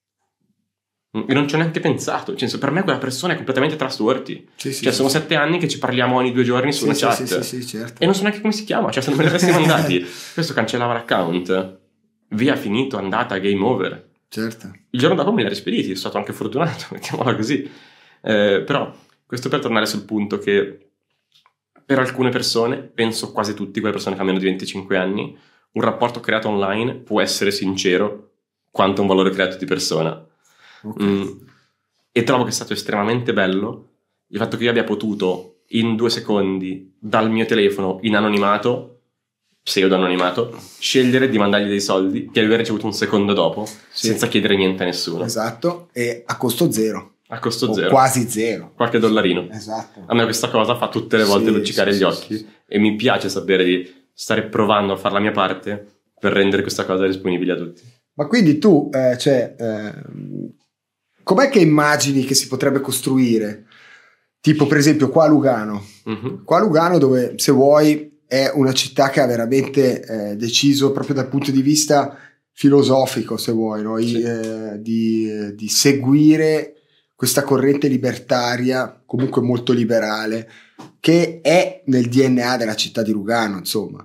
Io non ci ho neanche pensato, cioè, per me quella persona è completamente trustworthy. Sì, sì, cioè sì, sono sì. sette anni che ci parliamo ogni due giorni su sì, una sì, chat sì, sì, sì, certo. E non so neanche come si chiama, cioè se non me l'avessi mandati questo cancellava l'account, via, finito, andata, game over. Certo. Il giorno dopo me li ha rispediti, sono stato anche fortunato, mettiamola così. Eh, però questo per tornare sul punto che per alcune persone, penso quasi tutti quelle persone che hanno meno di venticinque anni, un rapporto creato online può essere sincero quanto un valore creato di persona. Okay. Mm, e trovo che è stato estremamente bello il fatto che io abbia potuto in due secondi dal mio telefono in anonimato, pseudo anonimato, scegliere di mandargli dei soldi che aver ricevuto un secondo dopo, sì, senza chiedere niente a nessuno. Esatto, e a costo zero. A costo o zero. Quasi zero. Qualche dollarino. Esatto. A me questa cosa fa tutte le volte sì, luccicare sì, gli occhi sì, sì. E mi piace sapere di stare provando a fare la mia parte per rendere questa cosa disponibile a tutti. Ma quindi tu, eh, cioè, eh, com'è che immagini che si potrebbe costruire? Tipo, per esempio, qua a Lugano. Mm-hmm. Qua a Lugano, dove, se vuoi, è una città che ha veramente eh, deciso, proprio dal punto di vista filosofico, se vuoi, no? I, sì. eh, di, di seguire questa corrente libertaria, comunque molto liberale, che è nel D N A della città di Lugano, insomma.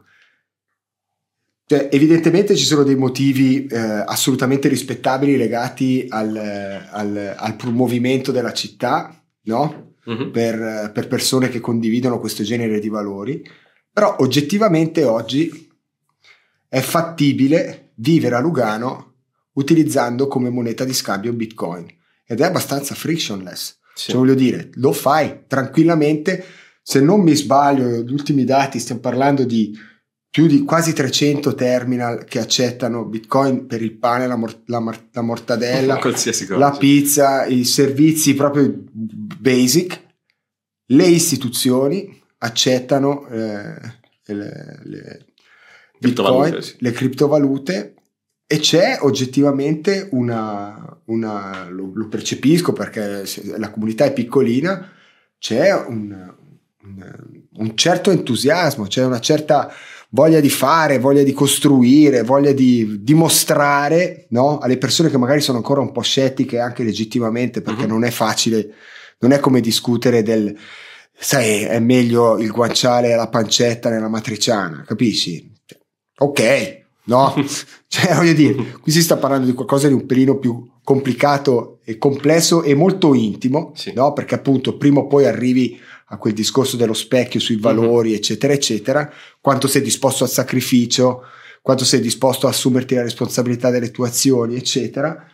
Cioè, evidentemente ci sono dei motivi eh, assolutamente rispettabili legati al, al, al promovimento della città, no? Mm-hmm. Per, per persone che condividono questo genere di valori, però oggettivamente oggi è fattibile vivere a Lugano utilizzando come moneta di scambio Bitcoin, ed è abbastanza frictionless. Sì. Cioè, voglio dire, lo fai tranquillamente. Se non mi sbaglio, gli ultimi dati, stiamo parlando di più di quasi trecento terminal che accettano Bitcoin per il pane, la, mor- la, mar- la mortadella, la pizza, i servizi proprio basic. Le istituzioni accettano eh, le, le Bitcoin, sì. le criptovalute, e c'è oggettivamente una, una lo, lo percepisco perché la comunità è piccolina, c'è un, un, un certo entusiasmo, c'è una certa voglia di fare, voglia di costruire, voglia di dimostrare, no? Alle persone che magari sono ancora un po' scettiche, anche legittimamente, perché uh-huh. non è facile, non è come discutere del, sai, è meglio il guanciale e la pancetta nella matriciana, capisci? Ok, no? Cioè, voglio dire, qui si sta parlando di qualcosa di un pelino più complicato e complesso e molto intimo, sì. no? Perché appunto prima o poi arrivi a quel discorso dello specchio sui valori, uh-huh. eccetera eccetera, quanto sei disposto al sacrificio, quanto sei disposto a assumerti la responsabilità delle tue azioni, eccetera.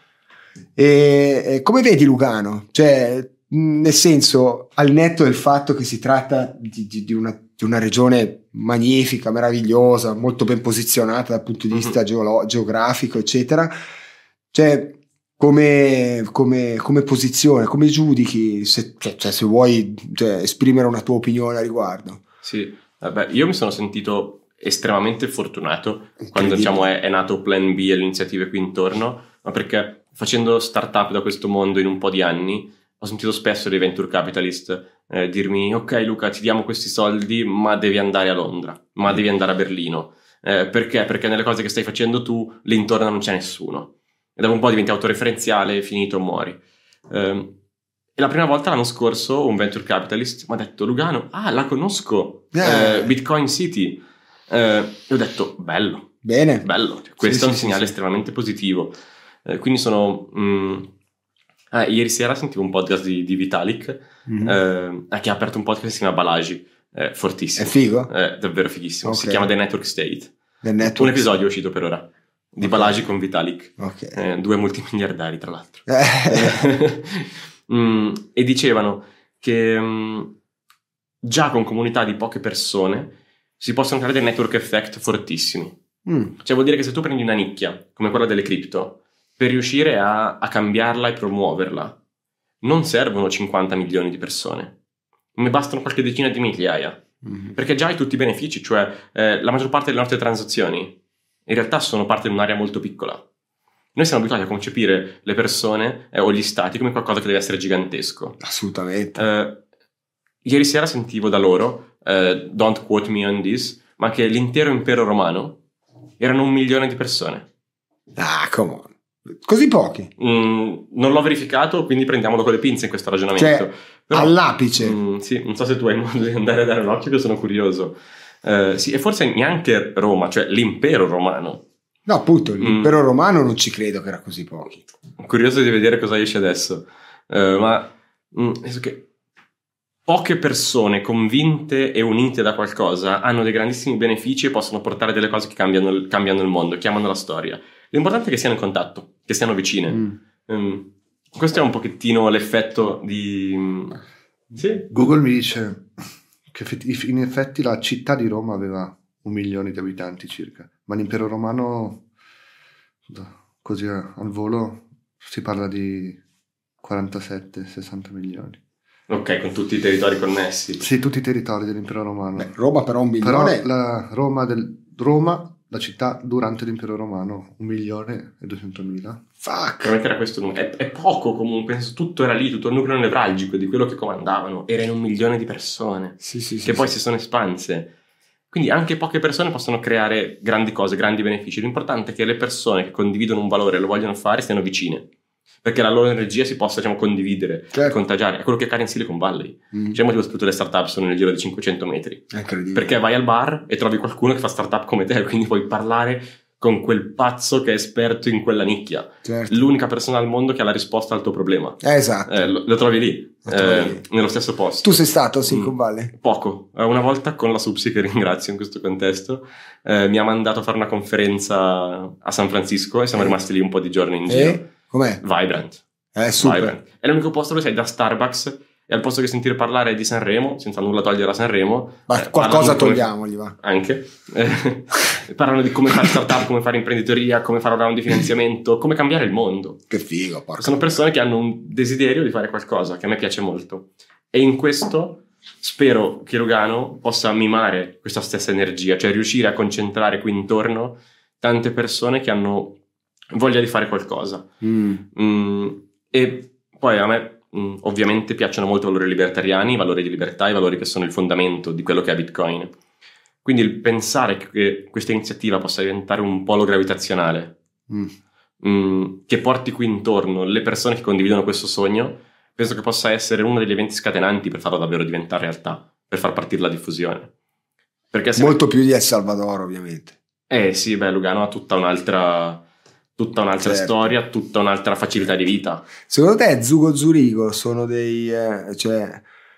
E, e come vedi Lugano? Cioè, nel senso, al netto del fatto che si tratta di, di, di, una, di una regione magnifica, meravigliosa, molto ben posizionata dal punto di vista uh-huh. geolo- geografico, eccetera, cioè come, come, come posizione, come giudichi, se, cioè, cioè, se vuoi cioè, esprimere una tua opinione a riguardo? Sì, vabbè, io mi sono sentito estremamente fortunato quando diciamo è, è nato Plan B e le iniziative qui intorno, ma perché facendo startup da questo mondo in un po' di anni ho sentito spesso dei venture capitalist eh, dirmi: ok Luca, ti diamo questi soldi, ma devi andare a Londra, ma devi andare a Berlino. Eh, perché? Perché nelle cose che stai facendo tu, lì intorno non c'è nessuno. E dopo un po' diventi autoreferenziale, finito, muori. Eh, e la prima volta l'anno scorso un venture capitalist mi ha detto: Lugano, ah, la conosco, yeah. eh, Bitcoin City. Eh, e ho detto: bello, bene, bello. Cioè, questo sì, è un sì, segnale sì. estremamente positivo. Eh, quindi sono... Mh, Ah, ieri sera sentivo un podcast di, di Vitalik mm-hmm. eh, che ha aperto un podcast che si chiama Balaji, eh, fortissimo. È figo? Eh, davvero fighissimo. Okay. Si chiama The Network State. The Network un episodio è uscito per ora di okay. Balaji con Vitalik, okay. eh, due multimiliardari tra l'altro. Eh. mm, e dicevano che mm, già con comunità di poche persone si possono creare dei network effect fortissimi. Mm. Cioè vuol dire che se tu prendi una nicchia come quella delle cripto, per riuscire a, a cambiarla e promuoverla non servono cinquanta milioni di persone, ne bastano qualche decina di migliaia, mm. perché già hai tutti i benefici, cioè eh, la maggior parte delle nostre transazioni in realtà sono parte di un'area molto piccola. Noi siamo abituati a concepire le persone eh, o gli stati come qualcosa che deve essere gigantesco. Assolutamente. Eh, ieri sera sentivo da loro, eh, don't quote me on this, ma che l'intero impero romano erano un milione di persone. Ah, come on. Così pochi? Mm, non l'ho verificato, quindi prendiamolo con le pinze in questo ragionamento. Cioè, però, all'apice. Mm, sì, non so se tu hai modo di andare a dare un occhio, che sono curioso. Eh, sì, e forse neanche Roma, cioè l'impero romano. No, appunto, l'impero mm. romano non ci credo che era così pochi. Curioso di vedere cosa esce adesso. Uh, ma mm, che poche persone convinte e unite da qualcosa hanno dei grandissimi benefici e possono portare delle cose che cambiano, cambiano il mondo, chiamano la storia. L'importante è che siano in contatto, che siano vicine. Mm. Um, questo è un pochettino l'effetto di... Sì? Google mi dice che in effetti la città di Roma aveva un milione di abitanti circa, ma l'impero romano, così al volo, si parla di quarantasette sessanta milioni. Ok, con tutti i territori connessi. Sì, tutti i territori dell'impero romano. Beh, Roma però un milione. Però la Roma, del, Roma, la città durante l'impero romano, un milione e duecentomila. Fuck! Veramente era questo numero. È, è poco comunque, tutto era lì, tutto il nucleo nevralgico di quello che comandavano. Era in un milione di persone. Sì, sì, che sì, poi sì. si sono espanse. Quindi anche poche persone possono creare grandi cose, grandi benefici. L'importante è che le persone che condividono un valore e lo vogliono fare stiano vicine, perché la loro energia si possa, diciamo, condividere, certo. contagiare. È quello che accade in Silicon Valley. Mm. C'è un motivo per tutte le startup sono nel giro di cinquecento metri. È incredibile. Perché vai al bar e trovi qualcuno che fa startup come te, quindi puoi parlare con quel pazzo che è esperto in quella nicchia. Certo. L'unica persona al mondo che ha la risposta al tuo problema. Eh, esatto. Eh, lo, lo trovi lì, lo trovi eh, lì, nello stesso posto. Tu sei stato a Silicon Valley? Poco. Una volta con la Supsi, che ringrazio in questo contesto, eh, mi ha mandato a fare una conferenza a San Francisco e siamo eh. rimasti lì un po' di giorni in giro. Eh? Com'è? Vibrant. Eh, super. Vibrant. È l'unico posto dove sei da Starbucks e al posto che sentire parlare di Sanremo, senza nulla togliere a Sanremo, ma eh, qualcosa togliamogli, va. Anche. Eh, parlano di come fare startup, come fare imprenditoria, come fare un round di finanziamento, come cambiare il mondo. Che figo, porca. Sono persone che hanno un desiderio di fare qualcosa che a me piace molto. E in questo spero che Lugano possa mimare questa stessa energia, cioè riuscire a concentrare qui intorno tante persone che hanno voglia di fare qualcosa. Mm. Mm, e poi a me mm, ovviamente piacciono molto i valori libertariani, i valori di libertà, i valori che sono il fondamento di quello che è Bitcoin. Quindi il pensare che questa iniziativa possa diventare un polo gravitazionale mm. Mm, che porti qui intorno le persone che condividono questo sogno, penso che possa essere uno degli eventi scatenanti per farlo davvero diventare realtà, per far partire la diffusione. Perché se molto più di El Salvador, ovviamente. Eh sì, beh, Lugano ha tutta un'altra tutta un'altra certo. storia, tutta un'altra facilità di vita. Secondo te Zugo Zurigo sono dei eh, cioè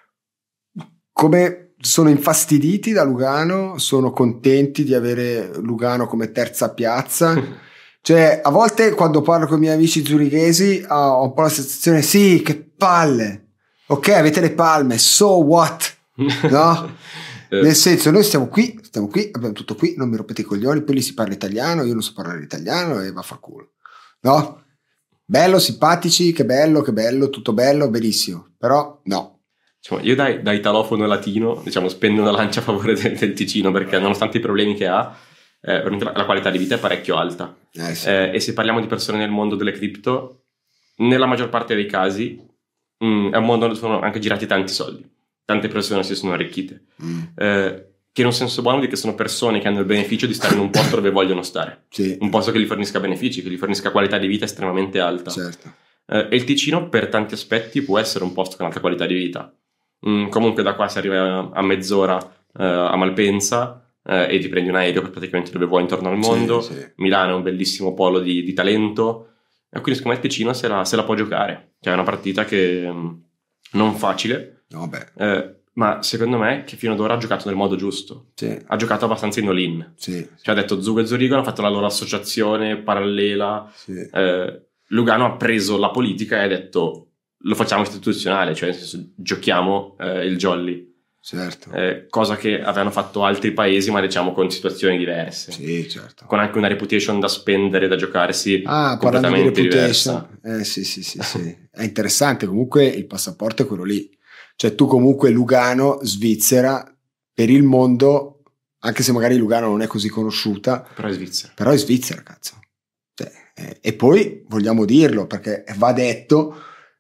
come sono infastiditi da Lugano, sono contenti di avere Lugano come terza piazza? Cioè, a volte quando parlo con i miei amici zurighesi ho un po' la sensazione, sì, che palle, ok, avete le palme, so what, no? Nel senso, noi stiamo qui, stiamo qui, abbiamo tutto qui, non mi rompete i coglioni, poi lì si parla italiano, io non so parlare italiano e vaffanculo, no? Bello, simpatici, che bello, che bello, tutto bello, benissimo, però no. Diciamo, io da, da italofono latino, diciamo, spendo una lancia a favore del, del Ticino, perché nonostante i problemi che ha, eh, la qualità di vita è parecchio alta. Eh sì. eh, e se parliamo di persone nel mondo delle cripto, nella maggior parte dei casi mh, è un mondo dove sono anche girati tanti soldi, tante persone si sono arricchite, mm. eh, che in un senso buono vuol dire che sono persone che hanno il beneficio di stare in un posto dove vogliono stare, sì. un posto che gli fornisca benefici, che gli fornisca qualità di vita estremamente alta. Certo. eh, e il Ticino per tanti aspetti può essere un posto con alta qualità di vita. Mm, comunque da qua si arriva a mezz'ora eh, a Malpensa eh, e ti prendi un aereo per praticamente dove vuoi intorno al mondo. Sì, sì. Milano è un bellissimo polo di, di talento, e quindi secondo me il Ticino se la, se la può giocare, cioè è una partita che mh, non facile, no, beh. Eh, ma secondo me che fino ad ora ha giocato nel modo giusto, sì. ha giocato abbastanza in all-in, sì. Cioè ha detto Zugo e Zurigo hanno fatto la loro associazione parallela, sì. eh, Lugano ha preso la politica e ha detto lo facciamo istituzionale, cioè nel senso, giochiamo eh, il jolly. certo. eh, cosa che avevano fatto altri paesi, ma diciamo con situazioni diverse. Sì, certo. Con anche una reputation da spendere, da giocarsi ah, completamente diversa. Eh, sì, sì, sì, sì. È interessante, comunque il passaporto è quello lì. Cioè tu comunque Lugano, Svizzera, per il mondo, anche se magari Lugano non è così conosciuta, però è Svizzera. Però è Svizzera, cazzo. Cioè, eh, e poi vogliamo dirlo, perché va detto,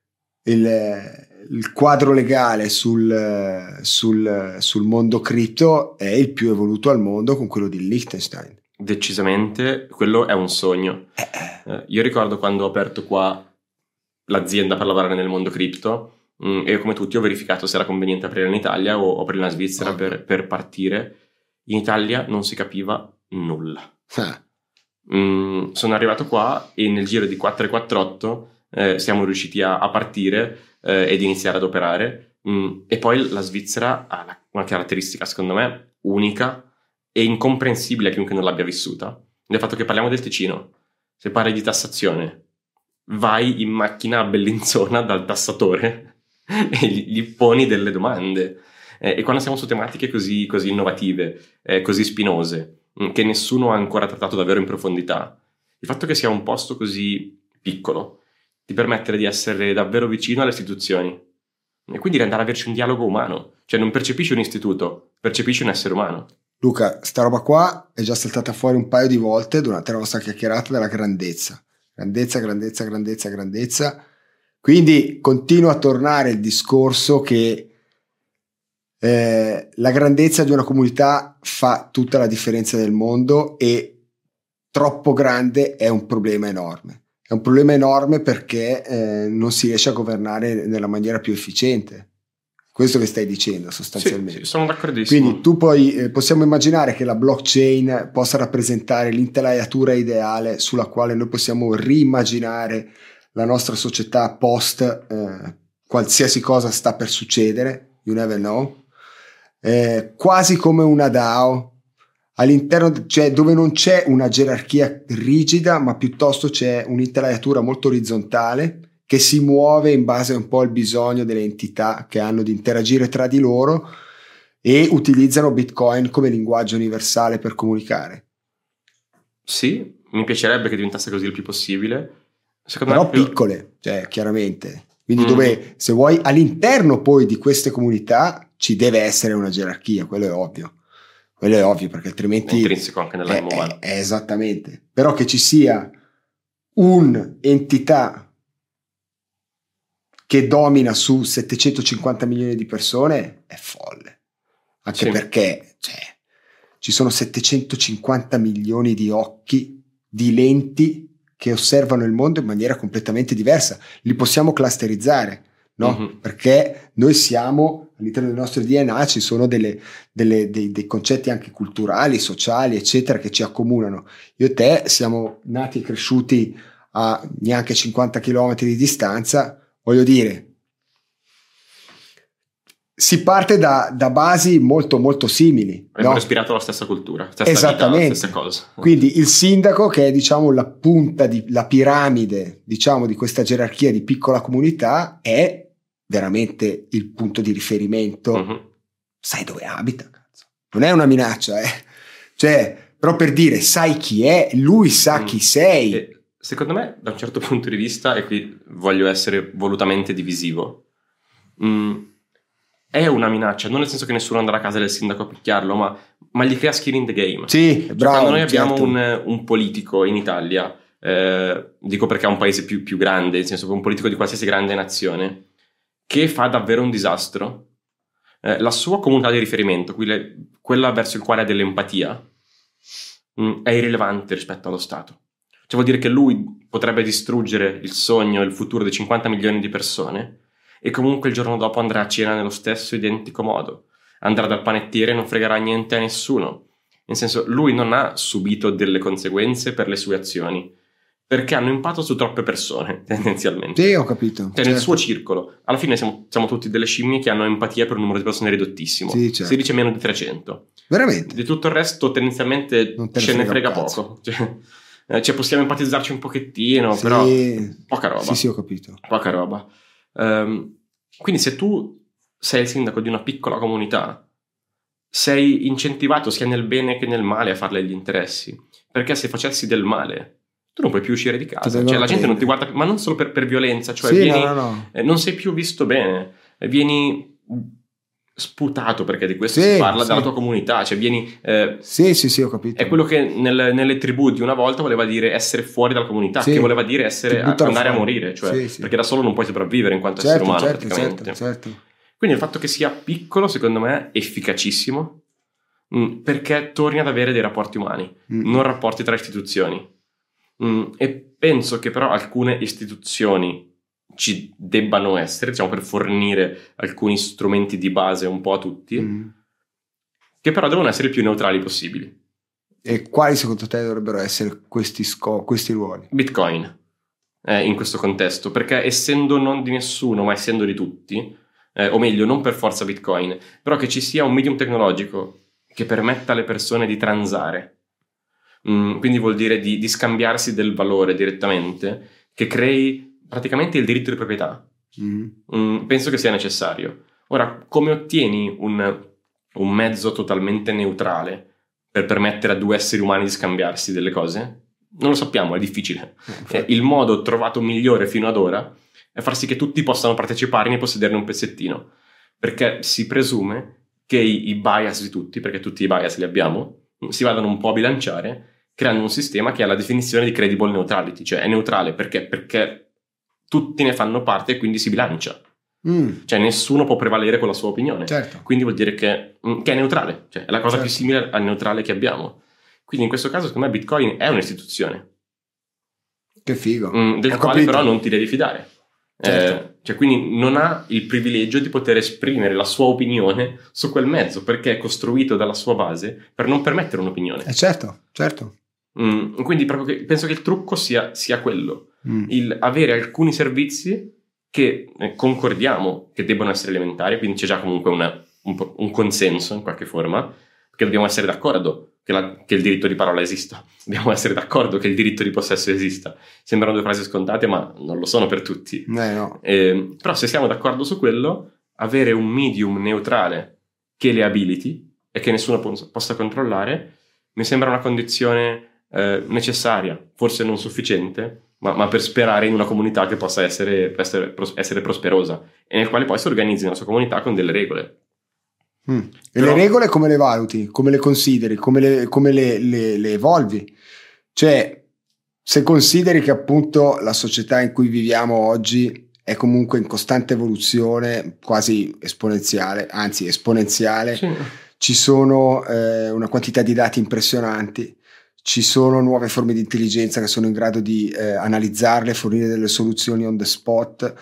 il, il quadro legale sul, sul, sul mondo cripto è il più evoluto al mondo con quello di Liechtenstein. Decisamente, quello è un sogno. Eh. Eh, io ricordo quando ho aperto qua l'azienda per lavorare nel mondo cripto, mh, e come tutti ho verificato se era conveniente aprire in Italia o, o aprire in Svizzera oh. per, per partire. In Italia non si capiva nulla. Ah. Mm, sono arrivato qua e nel giro di quattro e quarantotto eh, siamo riusciti a, a partire eh, ed iniziare ad operare. Mm, e poi la Svizzera ha la, una caratteristica secondo me unica e incomprensibile a chiunque non l'abbia vissuta, del fatto che parliamo del Ticino. Se parli di tassazione, vai in macchina a Bellinzona dal tassatore e gli, gli poni delle domande. Eh, e quando siamo su tematiche così, così innovative, eh, così spinose, mh, che nessuno ha ancora trattato davvero in profondità, il fatto che sia un posto così piccolo ti permette di essere davvero vicino alle istituzioni e quindi di andare ad averci un dialogo umano. Cioè non percepisci un istituto, percepisci un essere umano. Luca, sta roba qua è già saltata fuori un paio di volte durante la nostra chiacchierata della grandezza. Grandezza, grandezza, grandezza, grandezza. Quindi continua a tornare il discorso che eh, la grandezza di una comunità fa tutta la differenza del mondo e troppo grande è un problema enorme. È un problema enorme perché eh, non si riesce a governare nella maniera più efficiente. Questo che stai dicendo sostanzialmente. Sì, sì, sono d'accordissimo. Quindi tu poi eh, possiamo immaginare che la blockchain possa rappresentare l'intelaiatura ideale sulla quale noi possiamo riimmaginare la nostra società post eh, qualsiasi cosa sta per succedere, you never know, eh, quasi come una DAO all'interno, cioè dove non c'è una gerarchia rigida ma piuttosto c'è un'intelaiatura molto orizzontale che si muove in base un po' al bisogno delle entità che hanno di interagire tra di loro e utilizzano Bitcoin come linguaggio universale per comunicare. Sì, mi piacerebbe che diventasse così il più possibile. Secondo Però me più... piccole, cioè chiaramente. Quindi mm. dove, se vuoi, all'interno poi di queste comunità ci deve essere una gerarchia, quello è ovvio. Quello è ovvio perché altrimenti... È intrinseco anche nell'animo è, umano. È, è esattamente. Però che ci sia un'entità che domina su settecentocinquanta milioni di persone è folle. Anche sì. perché cioè, ci sono settecentocinquanta milioni di occhi, di lenti che osservano il mondo in maniera completamente diversa. Li possiamo clusterizzare, no? Mm-hmm. Perché noi siamo, all'interno del nostro D N A ci sono delle, delle, dei, dei concetti anche culturali, sociali, eccetera, che ci accomunano. Io e te siamo nati e cresciuti a neanche cinquanta chilometri di distanza. Voglio dire, si parte da, da basi molto molto simili. Abbiamo no? respirato la stessa cultura, stessa esattamente. Vita, la stessa cosa. Quindi il sindaco, che è diciamo la punta di la piramide, diciamo, di questa gerarchia di piccola comunità, è veramente il punto di riferimento. Mm-hmm. Sai dove abita, cazzo. Non è una minaccia, eh. Cioè, però per dire, sai chi è, lui sa mm. chi sei. E secondo me, da un certo punto di vista, e qui voglio essere volutamente divisivo, mh, è una minaccia, non nel senso che nessuno andrà a casa del sindaco a picchiarlo, ma, ma gli crea skin in the game. Sì, cioè, bravo. Quando noi abbiamo certo. un, un politico in Italia, eh, dico perché è un paese più, più grande, nel senso che un politico di qualsiasi grande nazione, che fa davvero un disastro, eh, la sua comunità di riferimento, quelle, quella verso il quale ha dell'empatia, mh, è irrilevante rispetto allo Stato. Cioè vuol dire che lui potrebbe distruggere il sogno e il futuro di cinquanta milioni di persone e comunque il giorno dopo andrà a cena nello stesso identico modo. Andrà dal panettiere e non fregherà niente a nessuno. Nel senso, lui non ha subito delle conseguenze per le sue azioni, perché hanno impatto su troppe persone, tendenzialmente. Sì, ho capito. Cioè certo. nel suo circolo. Alla fine siamo, siamo tutti delle scimmie che hanno empatia per un numero di persone ridottissimo. Sì, certo. Si dice meno di trecento. Veramente? Di tutto il resto tendenzialmente non te ce ne frega, frega poco. Cioè, cioè possiamo empatizzarci un pochettino, sì, però poca roba. Sì, sì, ho capito. Poca roba. Um, quindi se tu sei il sindaco di una piccola comunità, sei incentivato sia nel bene che nel male a farle gli interessi, perché se facessi del male tu non puoi più uscire di casa, cioè la gente non ti guarda più, ma non solo per, per violenza, cioè sì, vieni, no, no, no. Eh, non sei più visto bene, eh, vieni sputato, perché di questo sì, si parla, sì. dalla tua comunità, cioè vieni eh, sì sì sì ho capito, è quello che nel, nelle tribù di una volta voleva dire essere fuori dalla comunità, sì. che voleva dire essere a, andare fuori. a morire, cioè sì, sì. perché da solo non puoi sopravvivere in quanto certo, essere umano, certo, praticamente. certo, certo. Quindi il fatto che sia piccolo secondo me è efficacissimo, mh, perché torni ad avere dei rapporti umani, mm. non rapporti tra istituzioni. Mm, e penso che però alcune istituzioni ci debbano essere, diciamo, per fornire alcuni strumenti di base un po' a tutti, mm. che però devono essere il più neutrali possibili. E quali secondo te dovrebbero essere questi, sco- questi ruoli? Bitcoin, eh, in questo contesto, perché essendo non di nessuno ma essendo di tutti, eh, o meglio non per forza Bitcoin, però che ci sia un medium tecnologico che permetta alle persone di transare. Mm, quindi vuol dire di, di scambiarsi del valore direttamente, che crei praticamente il diritto di proprietà. Mm. Mm, penso che sia necessario. Ora, come ottieni un, un mezzo totalmente neutrale per permettere a due esseri umani di scambiarsi delle cose? Non lo sappiamo, è difficile. Eh, il modo trovato migliore fino ad ora è far sì che tutti possano parteciparne e possederne un pezzettino, perché si presume che i, i bias di tutti, perché tutti i bias li abbiamo, si vadano un po' a bilanciare, creando un sistema che ha la definizione di credible neutrality, cioè è neutrale perché, perché tutti ne fanno parte e quindi si bilancia. Mm. Cioè nessuno può prevalere con la sua opinione. Certo. Quindi vuol dire che, che è neutrale, cioè è la cosa certo. più simile al neutrale che abbiamo. Quindi in questo caso secondo me Bitcoin è un'istituzione. Che figo. Mm, del Ho quale capito. però non ti devi fidare. Certo. Eh, cioè quindi non ha il privilegio di poter esprimere la sua opinione su quel mezzo, perché è costruito dalla sua base per non permettere un'opinione. Eh certo, certo. Mm, quindi proprio che, penso che il trucco sia, sia quello, mm. il avere alcuni servizi che eh, concordiamo che debbano essere elementari, quindi c'è già comunque una, un, un consenso in qualche forma, che dobbiamo essere d'accordo che, la, che il diritto di parola esista, dobbiamo essere d'accordo che il diritto di possesso esista. Sembrano due frasi scontate, ma non lo sono per tutti. Eh, no. eh, però se siamo d'accordo su quello, avere un medium neutrale che le abiliti e che nessuno po- possa controllare mi sembra una condizione Eh, necessaria, forse non sufficiente, ma, ma per sperare in una comunità che possa essere, essere, essere prosperosa e nel quale poi si organizzi la sua comunità con delle regole. Mm. E Però, le regole come le valuti? Come le consideri? Come le, come le, le, le evolvi? Cioè, se consideri che appunto la società in cui viviamo oggi è comunque in costante evoluzione, quasi esponenziale, anzi esponenziale, sì. Ci sono eh, una quantità di dati impressionanti. Ci sono nuove forme di intelligenza che sono in grado di eh, analizzarle, fornire delle soluzioni on the spot.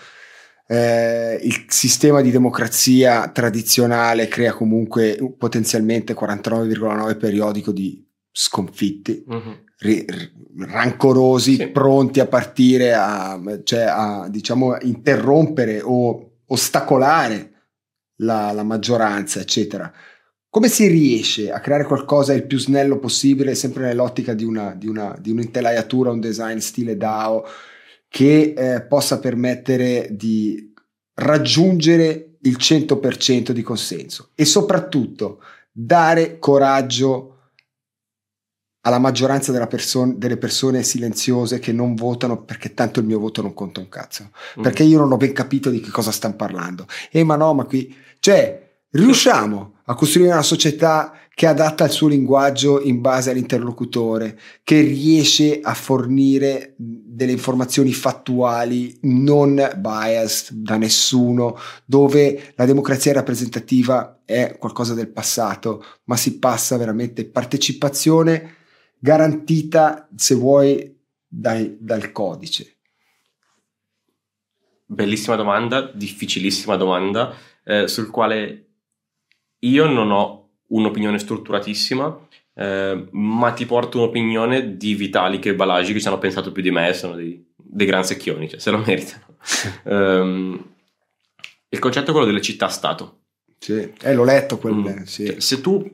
Eh, il sistema di democrazia tradizionale crea comunque potenzialmente quarantanove virgola nove periodico di sconfitti, uh-huh. ri- rancorosi, sì. Pronti a partire a, cioè a diciamo interrompere o ostacolare la, la maggioranza, eccetera. Come si riesce a creare qualcosa il più snello possibile, sempre nell'ottica di una di una di un'intelaiatura, un design stile DAO che eh, possa permettere di raggiungere il cento per cento di consenso e soprattutto dare coraggio alla maggioranza della perso- delle persone silenziose che non votano perché tanto il mio voto non conta un cazzo, mm. perché io non ho ben capito di che cosa stanno parlando. E ma no, ma qui cioè riusciamo a costruire una società che adatta il suo linguaggio in base all'interlocutore, che riesce a fornire delle informazioni fattuali non biased da nessuno, dove la democrazia rappresentativa è qualcosa del passato, ma si passa veramente partecipazione garantita, se vuoi, dai, dal codice. Bellissima domanda, difficilissima domanda, eh, sul quale io non ho un'opinione strutturatissima, eh, ma ti porto un'opinione di Vitalik e Balaji che ci hanno pensato più di me, sono dei, dei gran secchioni, cioè se lo meritano. um, il concetto è quello delle città-stato. Sì, eh, l'ho letto quelle, mm. sì. Cioè, se tu,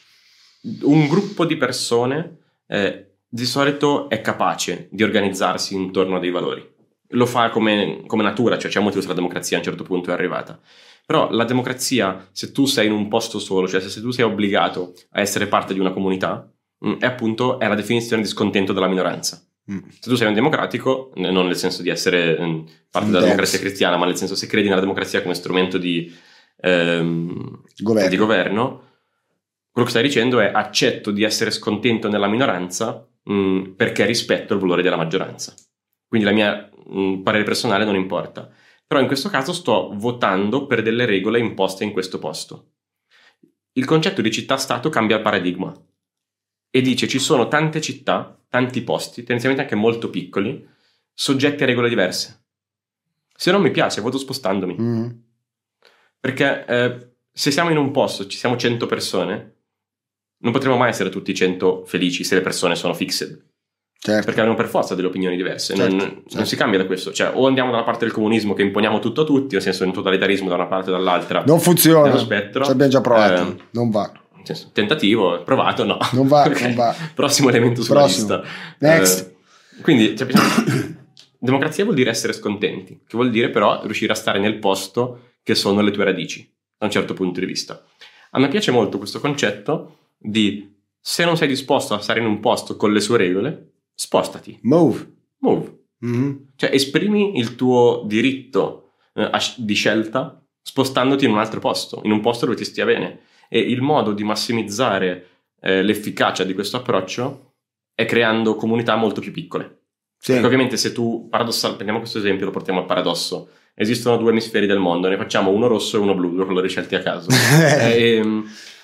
un gruppo di persone eh, di solito è capace di organizzarsi intorno a dei valori, lo fa come, come natura, cioè c'è un motivo se la democrazia a un certo punto è arrivata. Però la democrazia, se tu sei in un posto solo, cioè se tu sei obbligato a essere parte di una comunità, è appunto è la definizione di scontento della minoranza. Mm. Se tu sei un democratico, non nel senso di essere parte della democrazia cristiana, ma nel senso se credi nella democrazia come strumento di, ehm, governo. di governo, quello che stai dicendo è accetto di essere scontento nella minoranza mh, perché rispetto il valore della maggioranza. Quindi la mia mh, parere personale non importa. Però in questo caso sto votando per delle regole imposte in questo posto. Il concetto di città-stato cambia il paradigma e dice ci sono tante città, tanti posti, tendenzialmente anche molto piccoli, soggetti a regole diverse. Se non mi piace, voto spostandomi. Mm. Perché eh, se siamo in un posto, ci siamo cento persone, non potremo mai essere tutti cento felici se le persone sono fixed. Certo. Perché hanno per forza delle opinioni diverse. Certo, non, certo. non si cambia da questo. Cioè, o andiamo dalla parte del comunismo che imponiamo tutto a tutti, nel senso un totalitarismo da una parte o dall'altra. Non funziona. Nello spettro. Ci abbiamo già provato. Eh, non va. Senso, tentativo, provato, no. Non va, okay. non va. Prossimo elemento sulla Prossimo. lista. Next. Eh, quindi, cioè, democrazia vuol dire essere scontenti, che vuol dire però riuscire a stare nel posto che sono le tue radici, da un certo punto di vista. A me piace molto questo concetto di se non sei disposto a stare in un posto con le sue regole, spostati. Move. Move. Mm-hmm. Cioè esprimi il tuo diritto eh, di scelta spostandoti in un altro posto, in un posto dove ti stia bene. E il modo di massimizzare eh, l'efficacia di questo approccio è creando comunità molto più piccole. Sì. Perché ovviamente se tu, paradossal, prendiamo questo esempio, lo portiamo al paradosso, esistono due emisferi del mondo, ne facciamo uno rosso e uno blu, due colori scelti a caso. e,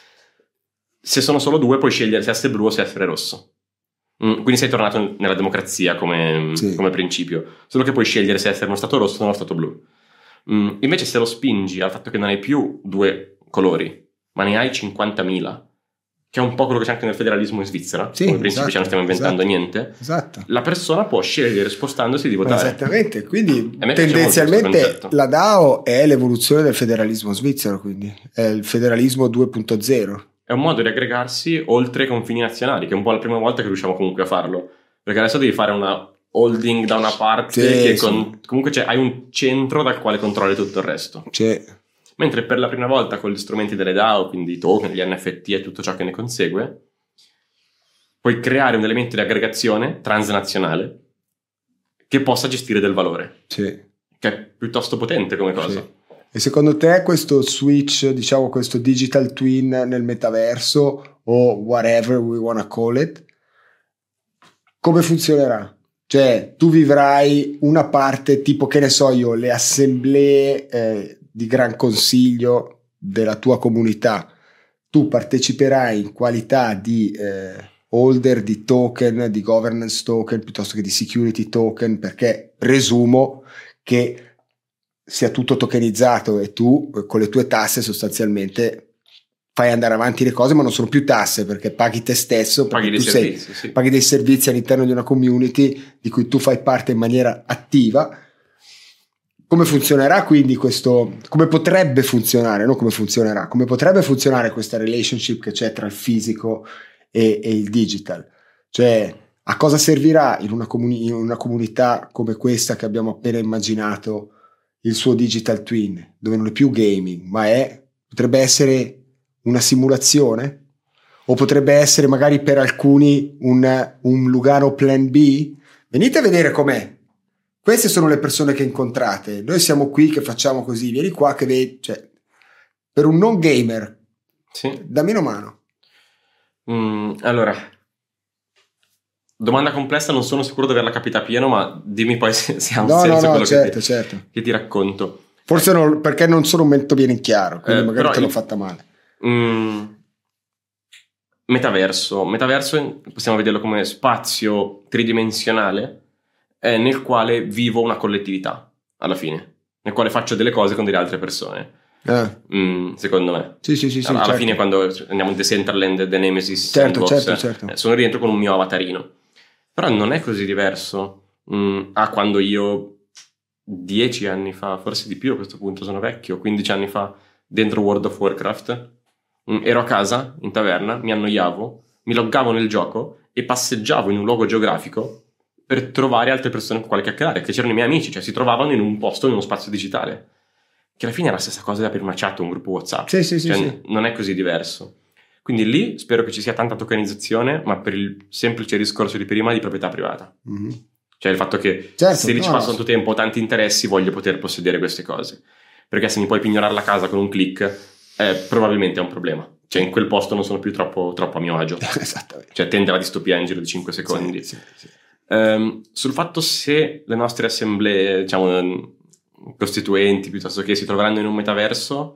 se sono solo due puoi scegliere se essere blu o se essere rosso. Quindi sei tornato nella democrazia come, sì. come principio, solo che puoi scegliere se essere uno stato rosso o uno stato blu. Invece se lo spingi al fatto che non hai più due colori, ma ne hai cinquantamila, che è un po' quello che c'è anche nel federalismo in Svizzera, sì, come principio, esatto, non stiamo inventando esatto, niente, esatto. La persona può scegliere spostandosi di votare. Esattamente, quindi tendenzialmente la DAO è l'evoluzione del federalismo svizzero, quindi è il federalismo due punto zero. È un modo di aggregarsi oltre i confini nazionali, che è un po' la prima volta che riusciamo comunque a farlo, perché adesso devi fare una holding da una parte, sì, che sì. Con, comunque c'è, hai un centro dal quale controlli tutto il resto. Sì. Mentre per la prima volta con gli strumenti delle DAO, quindi i token, gli N F T e tutto ciò che ne consegue, puoi creare un elemento di aggregazione transnazionale che possa gestire del valore, sì. che è piuttosto potente come cosa. Sì. E secondo te questo switch, diciamo questo digital twin nel metaverso o whatever we wanna call it, come funzionerà? Cioè tu vivrai una parte tipo, che ne so io, le assemblee eh, di gran consiglio della tua comunità, tu parteciperai in qualità di eh, holder di token, di governance token piuttosto che di security token, perché presumo che sia tutto tokenizzato e tu con le tue tasse sostanzialmente fai andare avanti le cose, ma non sono più tasse perché paghi te stesso, perché paghi tu dei sei, servizi, sì. paghi dei servizi all'interno di una community di cui tu fai parte in maniera attiva. Come funzionerà quindi questo, come potrebbe funzionare, non come funzionerà, come potrebbe funzionare questa relationship che c'è tra il fisico e, e il digital? Cioè, a cosa servirà in una, comuni- in una comunità come questa che abbiamo appena immaginato il suo digital twin, dove non è più gaming, ma è, potrebbe essere una simulazione? O potrebbe essere magari per alcuni un, un Lugano Plan B? Venite a vedere com'è. Queste sono le persone che incontrate, noi siamo qui che facciamo così, vieni qua che vedi, cioè, per un non gamer, sì. dammi una mano. Mm, allora, domanda complessa, non sono sicuro di averla capita pieno, ma dimmi poi se, se ha un no, senso no, no, quello certo, che, ti, certo. che ti racconto. Forse non, perché non sono un momento bene chiaro, quindi eh, magari te l'ho il, fatta male. Mm, metaverso. Metaverso possiamo vederlo come spazio tridimensionale eh, nel quale vivo una collettività, alla fine, nel quale faccio delle cose con delle altre persone. Eh. Mm, secondo me. Sì, sì, sì, sì, alla certo. fine quando andiamo in The Centerland, The Nemesis, certo, Sandbox, certo, certo. Eh, sono rientro con un mio avatarino. Però non è così diverso mm, a quando io dieci anni fa, forse di più a questo punto, sono vecchio, quindici anni fa, dentro World of Warcraft, mm, ero a casa, in taverna, mi annoiavo, mi loggavo nel gioco e passeggiavo in un luogo geografico per trovare altre persone con quali chiacchierare, che c'erano i miei amici, cioè si trovavano in un posto, in uno spazio digitale, che alla fine è la stessa cosa da aprire una chat o un gruppo WhatsApp. Sì, sì, cioè, sì, sì. non è così diverso. Quindi lì spero che ci sia tanta tokenizzazione, ma per il semplice discorso di prima di proprietà privata. Mm-hmm. Cioè il fatto che certo, se lì no, ci passo tanto tempo, tanti interessi, voglio poter possedere queste cose. Perché se mi puoi pignorare la casa con un click, eh, probabilmente è un problema. Cioè in quel posto non sono più troppo, troppo a mio agio. Esattamente. Cioè tende alla distopia in giro di cinque secondi. Sì, sì, sì. Um, sul fatto se le nostre assemblee, diciamo, costituenti, piuttosto che si troveranno in un metaverso,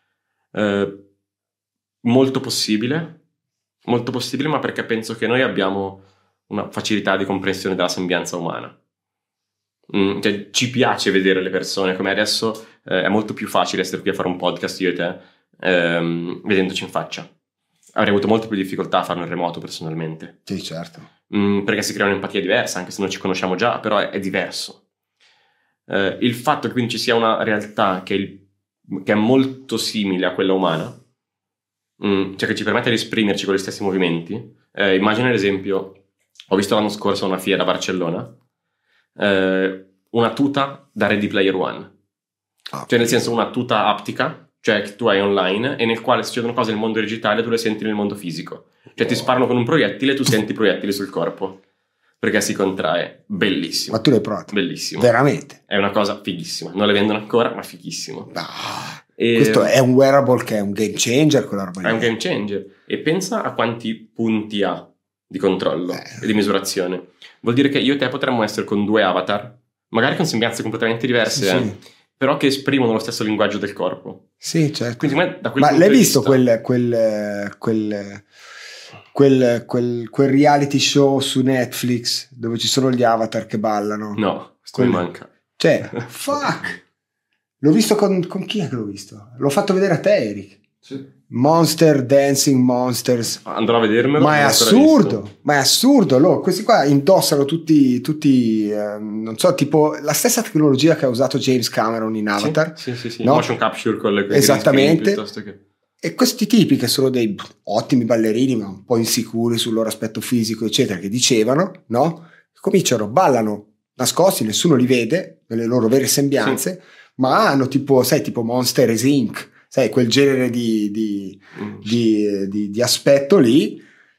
eh, molto possibile, molto possibile, ma perché penso che noi abbiamo una facilità di comprensione della sembianza umana. Mm, cioè, ci piace vedere le persone, come adesso eh, è molto più facile essere qui a fare un podcast io e te, ehm, vedendoci in faccia. Avrei avuto molte più difficoltà a farlo in remoto personalmente. Sì, certo. Mm, perché si crea un'empatia diversa, anche se non ci conosciamo già, però è, è diverso. Eh, il fatto che quindi ci sia una realtà che è, il, che è molto simile a quella umana, mm, cioè che ci permette di esprimerci con gli stessi movimenti. Eh, immagina ad esempio, ho visto l'anno scorso a una fiera a Barcellona, eh, una tuta da Ready Player One. Ah, cioè nel senso una tuta aptica, cioè che tu hai online e nel quale succedono cose nel mondo digitale, tu le senti nel mondo fisico. Cioè ti sparano con un proiettile e tu senti i proiettili sul corpo perché si contrae. Bellissimo. ma tu l'hai provato? Bellissimo. Veramente? È una cosa fighissima. Non le vendono ancora, ma fighissimo. Ah, e... questo è un wearable che è un game changer, quella roba lì. È un game changer. E pensa a quanti punti ha di controllo eh. e di misurazione. Vuol dire che io e te potremmo essere con due avatar, magari con sembianze completamente diverse, sì, eh, sì. però che esprimono lo stesso linguaggio del corpo. Sì, certo. Quindi da quel ma punto l'hai di visto vista... quel, quel, quel, quel, quel, quel reality show su Netflix dove ci sono gli avatar che ballano? No, questo quel... mi manca. Cioè, fuck! L'ho visto con, con chi è che l'ho visto? L'ho fatto vedere a te, Eric. Sì. Monster Dancing Monsters. Andrò a vedermelo. Ma è assurdo, ma è assurdo. Loro, questi qua indossano tutti, tutti eh, non so, tipo la stessa tecnologia che ha usato James Cameron in Avatar. Sì, sì, sì, sì. No? Motion capture con le esattamente. Che... E questi tipi che sono dei ottimi ballerini, ma un po' insicuri sul loro aspetto fisico, eccetera, che dicevano, no? Cominciano, ballano nascosti, nessuno li vede nelle loro vere sembianze, sì. Ma hanno tipo, sai, tipo Monster Incorporated, sai, quel genere di, di, mm. di, di, di aspetto lì,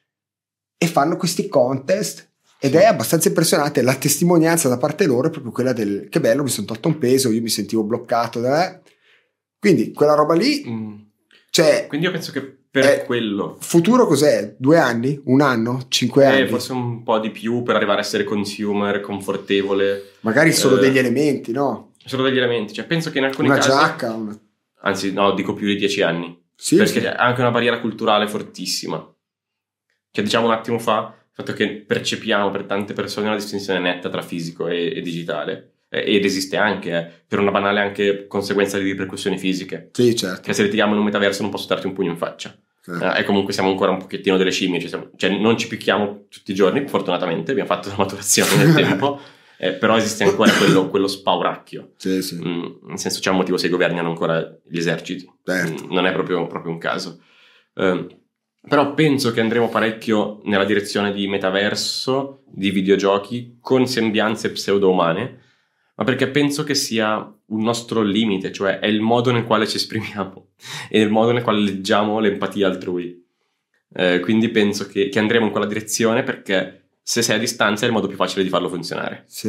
e fanno questi contest ed sì. È abbastanza impressionante. La testimonianza da parte loro è proprio quella del che bello, mi sono tolto un peso, io mi sentivo bloccato da... quindi quella roba lì mm. cioè, quindi io penso che per quello futuro cos'è? Due anni? Un anno? Cinque eh, anni? Forse un po' di più per arrivare a essere consumer, confortevole, magari solo eh, degli elementi, no? Solo degli elementi, cioè penso che in alcuni una casi giacca una... anzi no, dico più di dieci anni, sì, perché sì. È anche una barriera culturale fortissima. Cioè diciamo un attimo fa il fatto che percepiamo per tante persone una distinzione netta tra fisico e, e digitale, eh, ed esiste anche eh, per una banale anche conseguenza di ripercussioni fisiche. Sì, certo. Che se litighiamo in un metaverso non posso darti un pugno in faccia. Eh, e comunque siamo ancora un pochettino delle scimmie, cioè, siamo, cioè non ci picchiamo tutti i giorni, fortunatamente abbiamo fatto la maturazione nel tempo. Eh, però esiste ancora quello, quello spauracchio. Sì, sì. Mm, nel senso c'è un motivo se i governi hanno ancora gli eserciti. Certo. Mm, non è proprio, proprio un caso. Eh, però penso che andremo parecchio nella direzione di metaverso, di videogiochi con sembianze pseudo-umane, ma perché penso che sia un nostro limite, cioè è il modo nel quale ci esprimiamo e il modo nel quale leggiamo l'empatia altrui. Eh, quindi penso che, che andremo in quella direzione perché se sei a distanza è il modo più facile di farlo funzionare. Sì.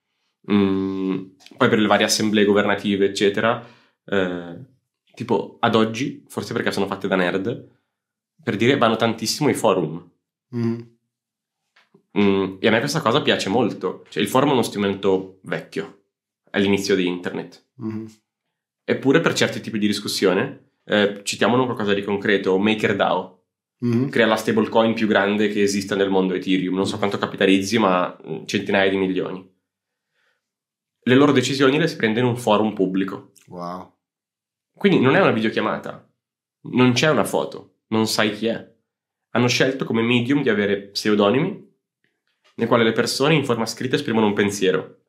Mm, poi per le varie assemblee governative eccetera, eh, tipo ad oggi, forse perché sono fatte da nerd, per dire vanno tantissimo i forum. Mm. Mm, e a me questa cosa piace molto. Cioè il forum è uno strumento vecchio all'inizio di internet, mm. eppure per certi tipi di discussione eh, citiamo qualcosa di concreto. MakerDAO Mm-hmm. crea la stablecoin più grande che esista nel mondo Ethereum, non so quanto capitalizzi, ma centinaia di milioni. Le loro decisioni le si prende in un forum pubblico. Wow. Quindi non è una videochiamata, non c'è una foto, non sai chi è. Hanno scelto come medium di avere pseudonimi nel quale le persone in forma scritta esprimono un pensiero.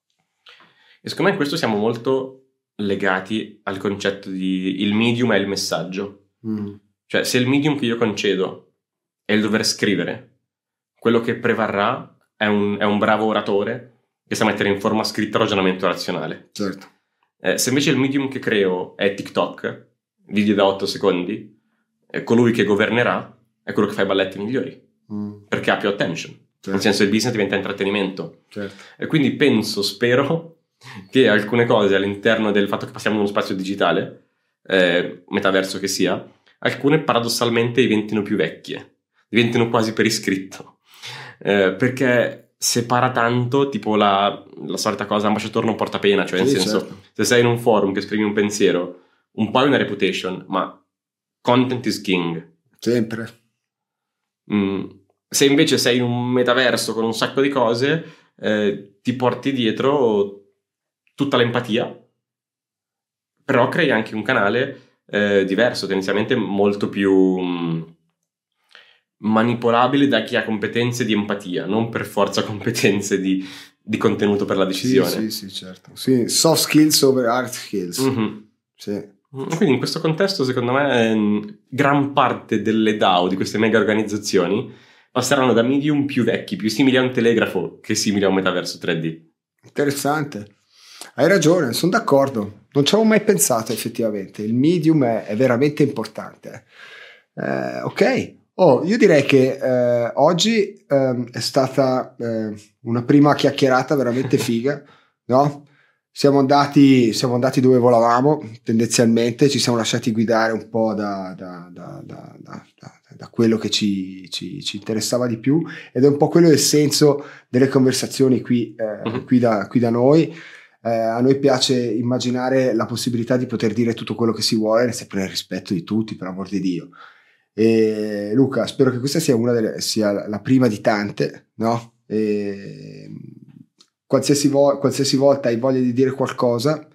E secondo me in questo siamo molto legati al concetto di il medium è il messaggio. Mm. Cioè, se il medium che io concedo è il dover scrivere, quello che prevarrà è un, è un bravo oratore che sa mettere in forma scritta ragionamento razionale. Certo. Eh, se invece il medium che creo è TikTok, video da otto secondi, eh, colui che governerà è quello che fa i balletti migliori, mm. perché ha più attention. Certo. Nel senso, il business diventa intrattenimento. Certo. E quindi penso, spero, che alcune cose all'interno del fatto che passiamo in uno spazio digitale, eh, metaverso che sia, alcune paradossalmente diventino più vecchie, diventino quasi per iscritto, eh, perché separa tanto, tipo la, la solita cosa ambasciatore non porta pena, cioè nel sì, senso, certo. se sei in un forum che esprimi un pensiero, un po' è una reputation, ma content is king. Sempre. Mm. Se invece sei in un metaverso con un sacco di cose, eh, ti porti dietro tutta l'empatia, però crei anche un canale eh, diverso, tendenzialmente molto più mh, manipolabile da chi ha competenze di empatia, non per forza competenze di, di contenuto per la decisione. Sì, sì, sì, certo. Sì, soft skills over hard skills. Mm-hmm. Sì. Quindi in questo contesto, secondo me, gran parte delle D A O di queste mega organizzazioni passeranno da medium più vecchi, più simili a un telegrafo che simili a un metaverso tre D. Interessante. Hai ragione, sono d'accordo. Non ci avevo mai pensato effettivamente. Il medium è, è veramente importante. Eh, ok. Oh, io direi che eh, oggi eh, è stata eh, una prima chiacchierata veramente figa, no? Siamo andati, siamo andati dove volavamo, tendenzialmente, ci siamo lasciati guidare un po' da, da, da, da, da, da, da quello che ci, ci, ci interessava di più, ed è un po' quello il senso delle conversazioni qui, eh, uh-huh. qui, da, qui da noi. Eh, a noi piace immaginare la possibilità di poter dire tutto quello che si vuole, sempre nel rispetto di tutti, per amor di Dio. E Luca, spero che questa sia una delle, sia la prima di tante, no? E qualsiasi, vo- qualsiasi volta hai voglia di dire qualcosa,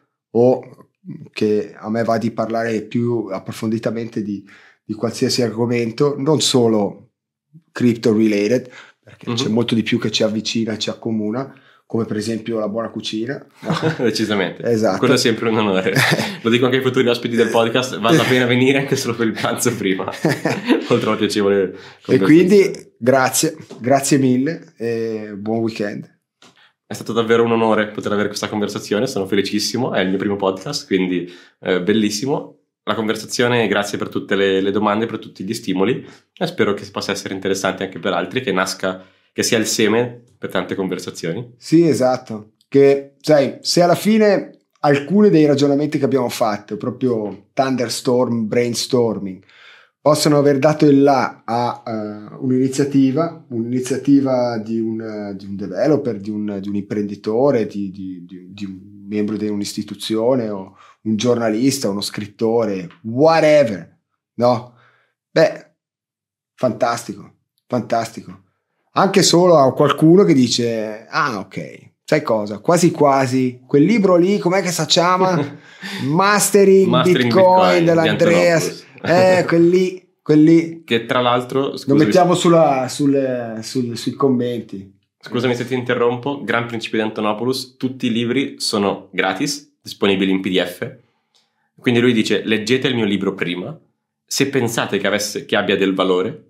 o che a me va di parlare più approfonditamente di, di qualsiasi argomento, non solo crypto related, perché mm-hmm. c'è molto di più che ci avvicina e ci accomuna, come per esempio la buona cucina. Decisamente, esatto. Quello è sempre un onore. Lo dico anche ai futuri ospiti del podcast, vale la pena venire anche solo per il pranzo prima, oltre alla piacevole e quindi grazie, grazie mille e buon weekend. È stato davvero un onore poter avere questa conversazione, sono felicissimo, è il mio primo podcast, quindi eh, bellissimo. La conversazione, grazie per tutte le, le domande, per tutti gli stimoli, e spero che possa essere interessante anche per altri, che nasca, che sia il seme per tante conversazioni. Sì, esatto, che sai, se alla fine alcuni dei ragionamenti che abbiamo fatto, proprio thunderstorm, brainstorming, possono aver dato il là a uh, un'iniziativa, un'iniziativa di un, di un developer, di un, di un imprenditore, di, di, di, di un membro di un'istituzione, o un giornalista, uno scrittore, whatever, no? Beh, fantastico, fantastico. Anche solo a qualcuno che dice, ah ok, sai cosa, quasi quasi, quel libro lì, com'è che si chiama? Mastering, Mastering Bitcoin, Bitcoin dell'Andreas, eh, quelli, quelli. Che tra l'altro, scusami, lo mettiamo sulla, sulle, sul, sui commenti. Scusami se ti interrompo, Gran Principio di Antonopoulos, tutti i libri sono gratis, disponibili in P D F, quindi lui dice, leggete il mio libro prima, se pensate che, avesse, che abbia del valore,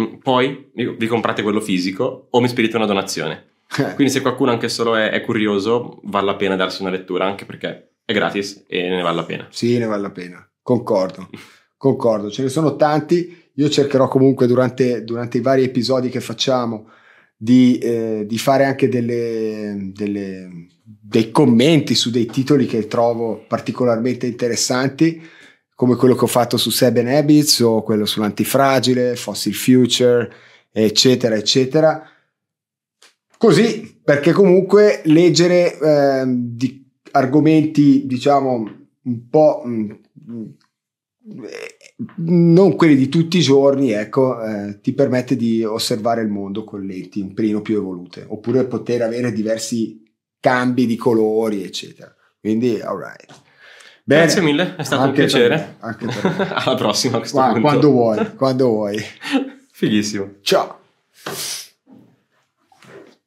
poi vi comprate quello fisico o mi spedite una donazione. Quindi se qualcuno anche solo è, è curioso, vale la pena darsi una lettura, anche perché è gratis e ne vale la pena. Sì, ne vale la pena, concordo, concordo, ce ne sono tanti. Io cercherò comunque durante, durante i vari episodi che facciamo di, eh, di fare anche delle, delle, dei commenti su dei titoli che trovo particolarmente interessanti, come quello che ho fatto su Seven Habits o quello sull'antifragile, Fossil Future, eccetera, eccetera. Così, perché comunque leggere eh, di argomenti, diciamo, un po' mh, non quelli di tutti i giorni, ecco, eh, ti permette di osservare il mondo con lenti un pelino più evolute, oppure poter avere diversi cambi di colori, eccetera. Quindi, all right. Bene. Grazie mille, è stato anche un piacere. Per anche per me. Alla prossima a questo Qua, punto. Quando vuoi, quando vuoi. Fighissimo. Ciao.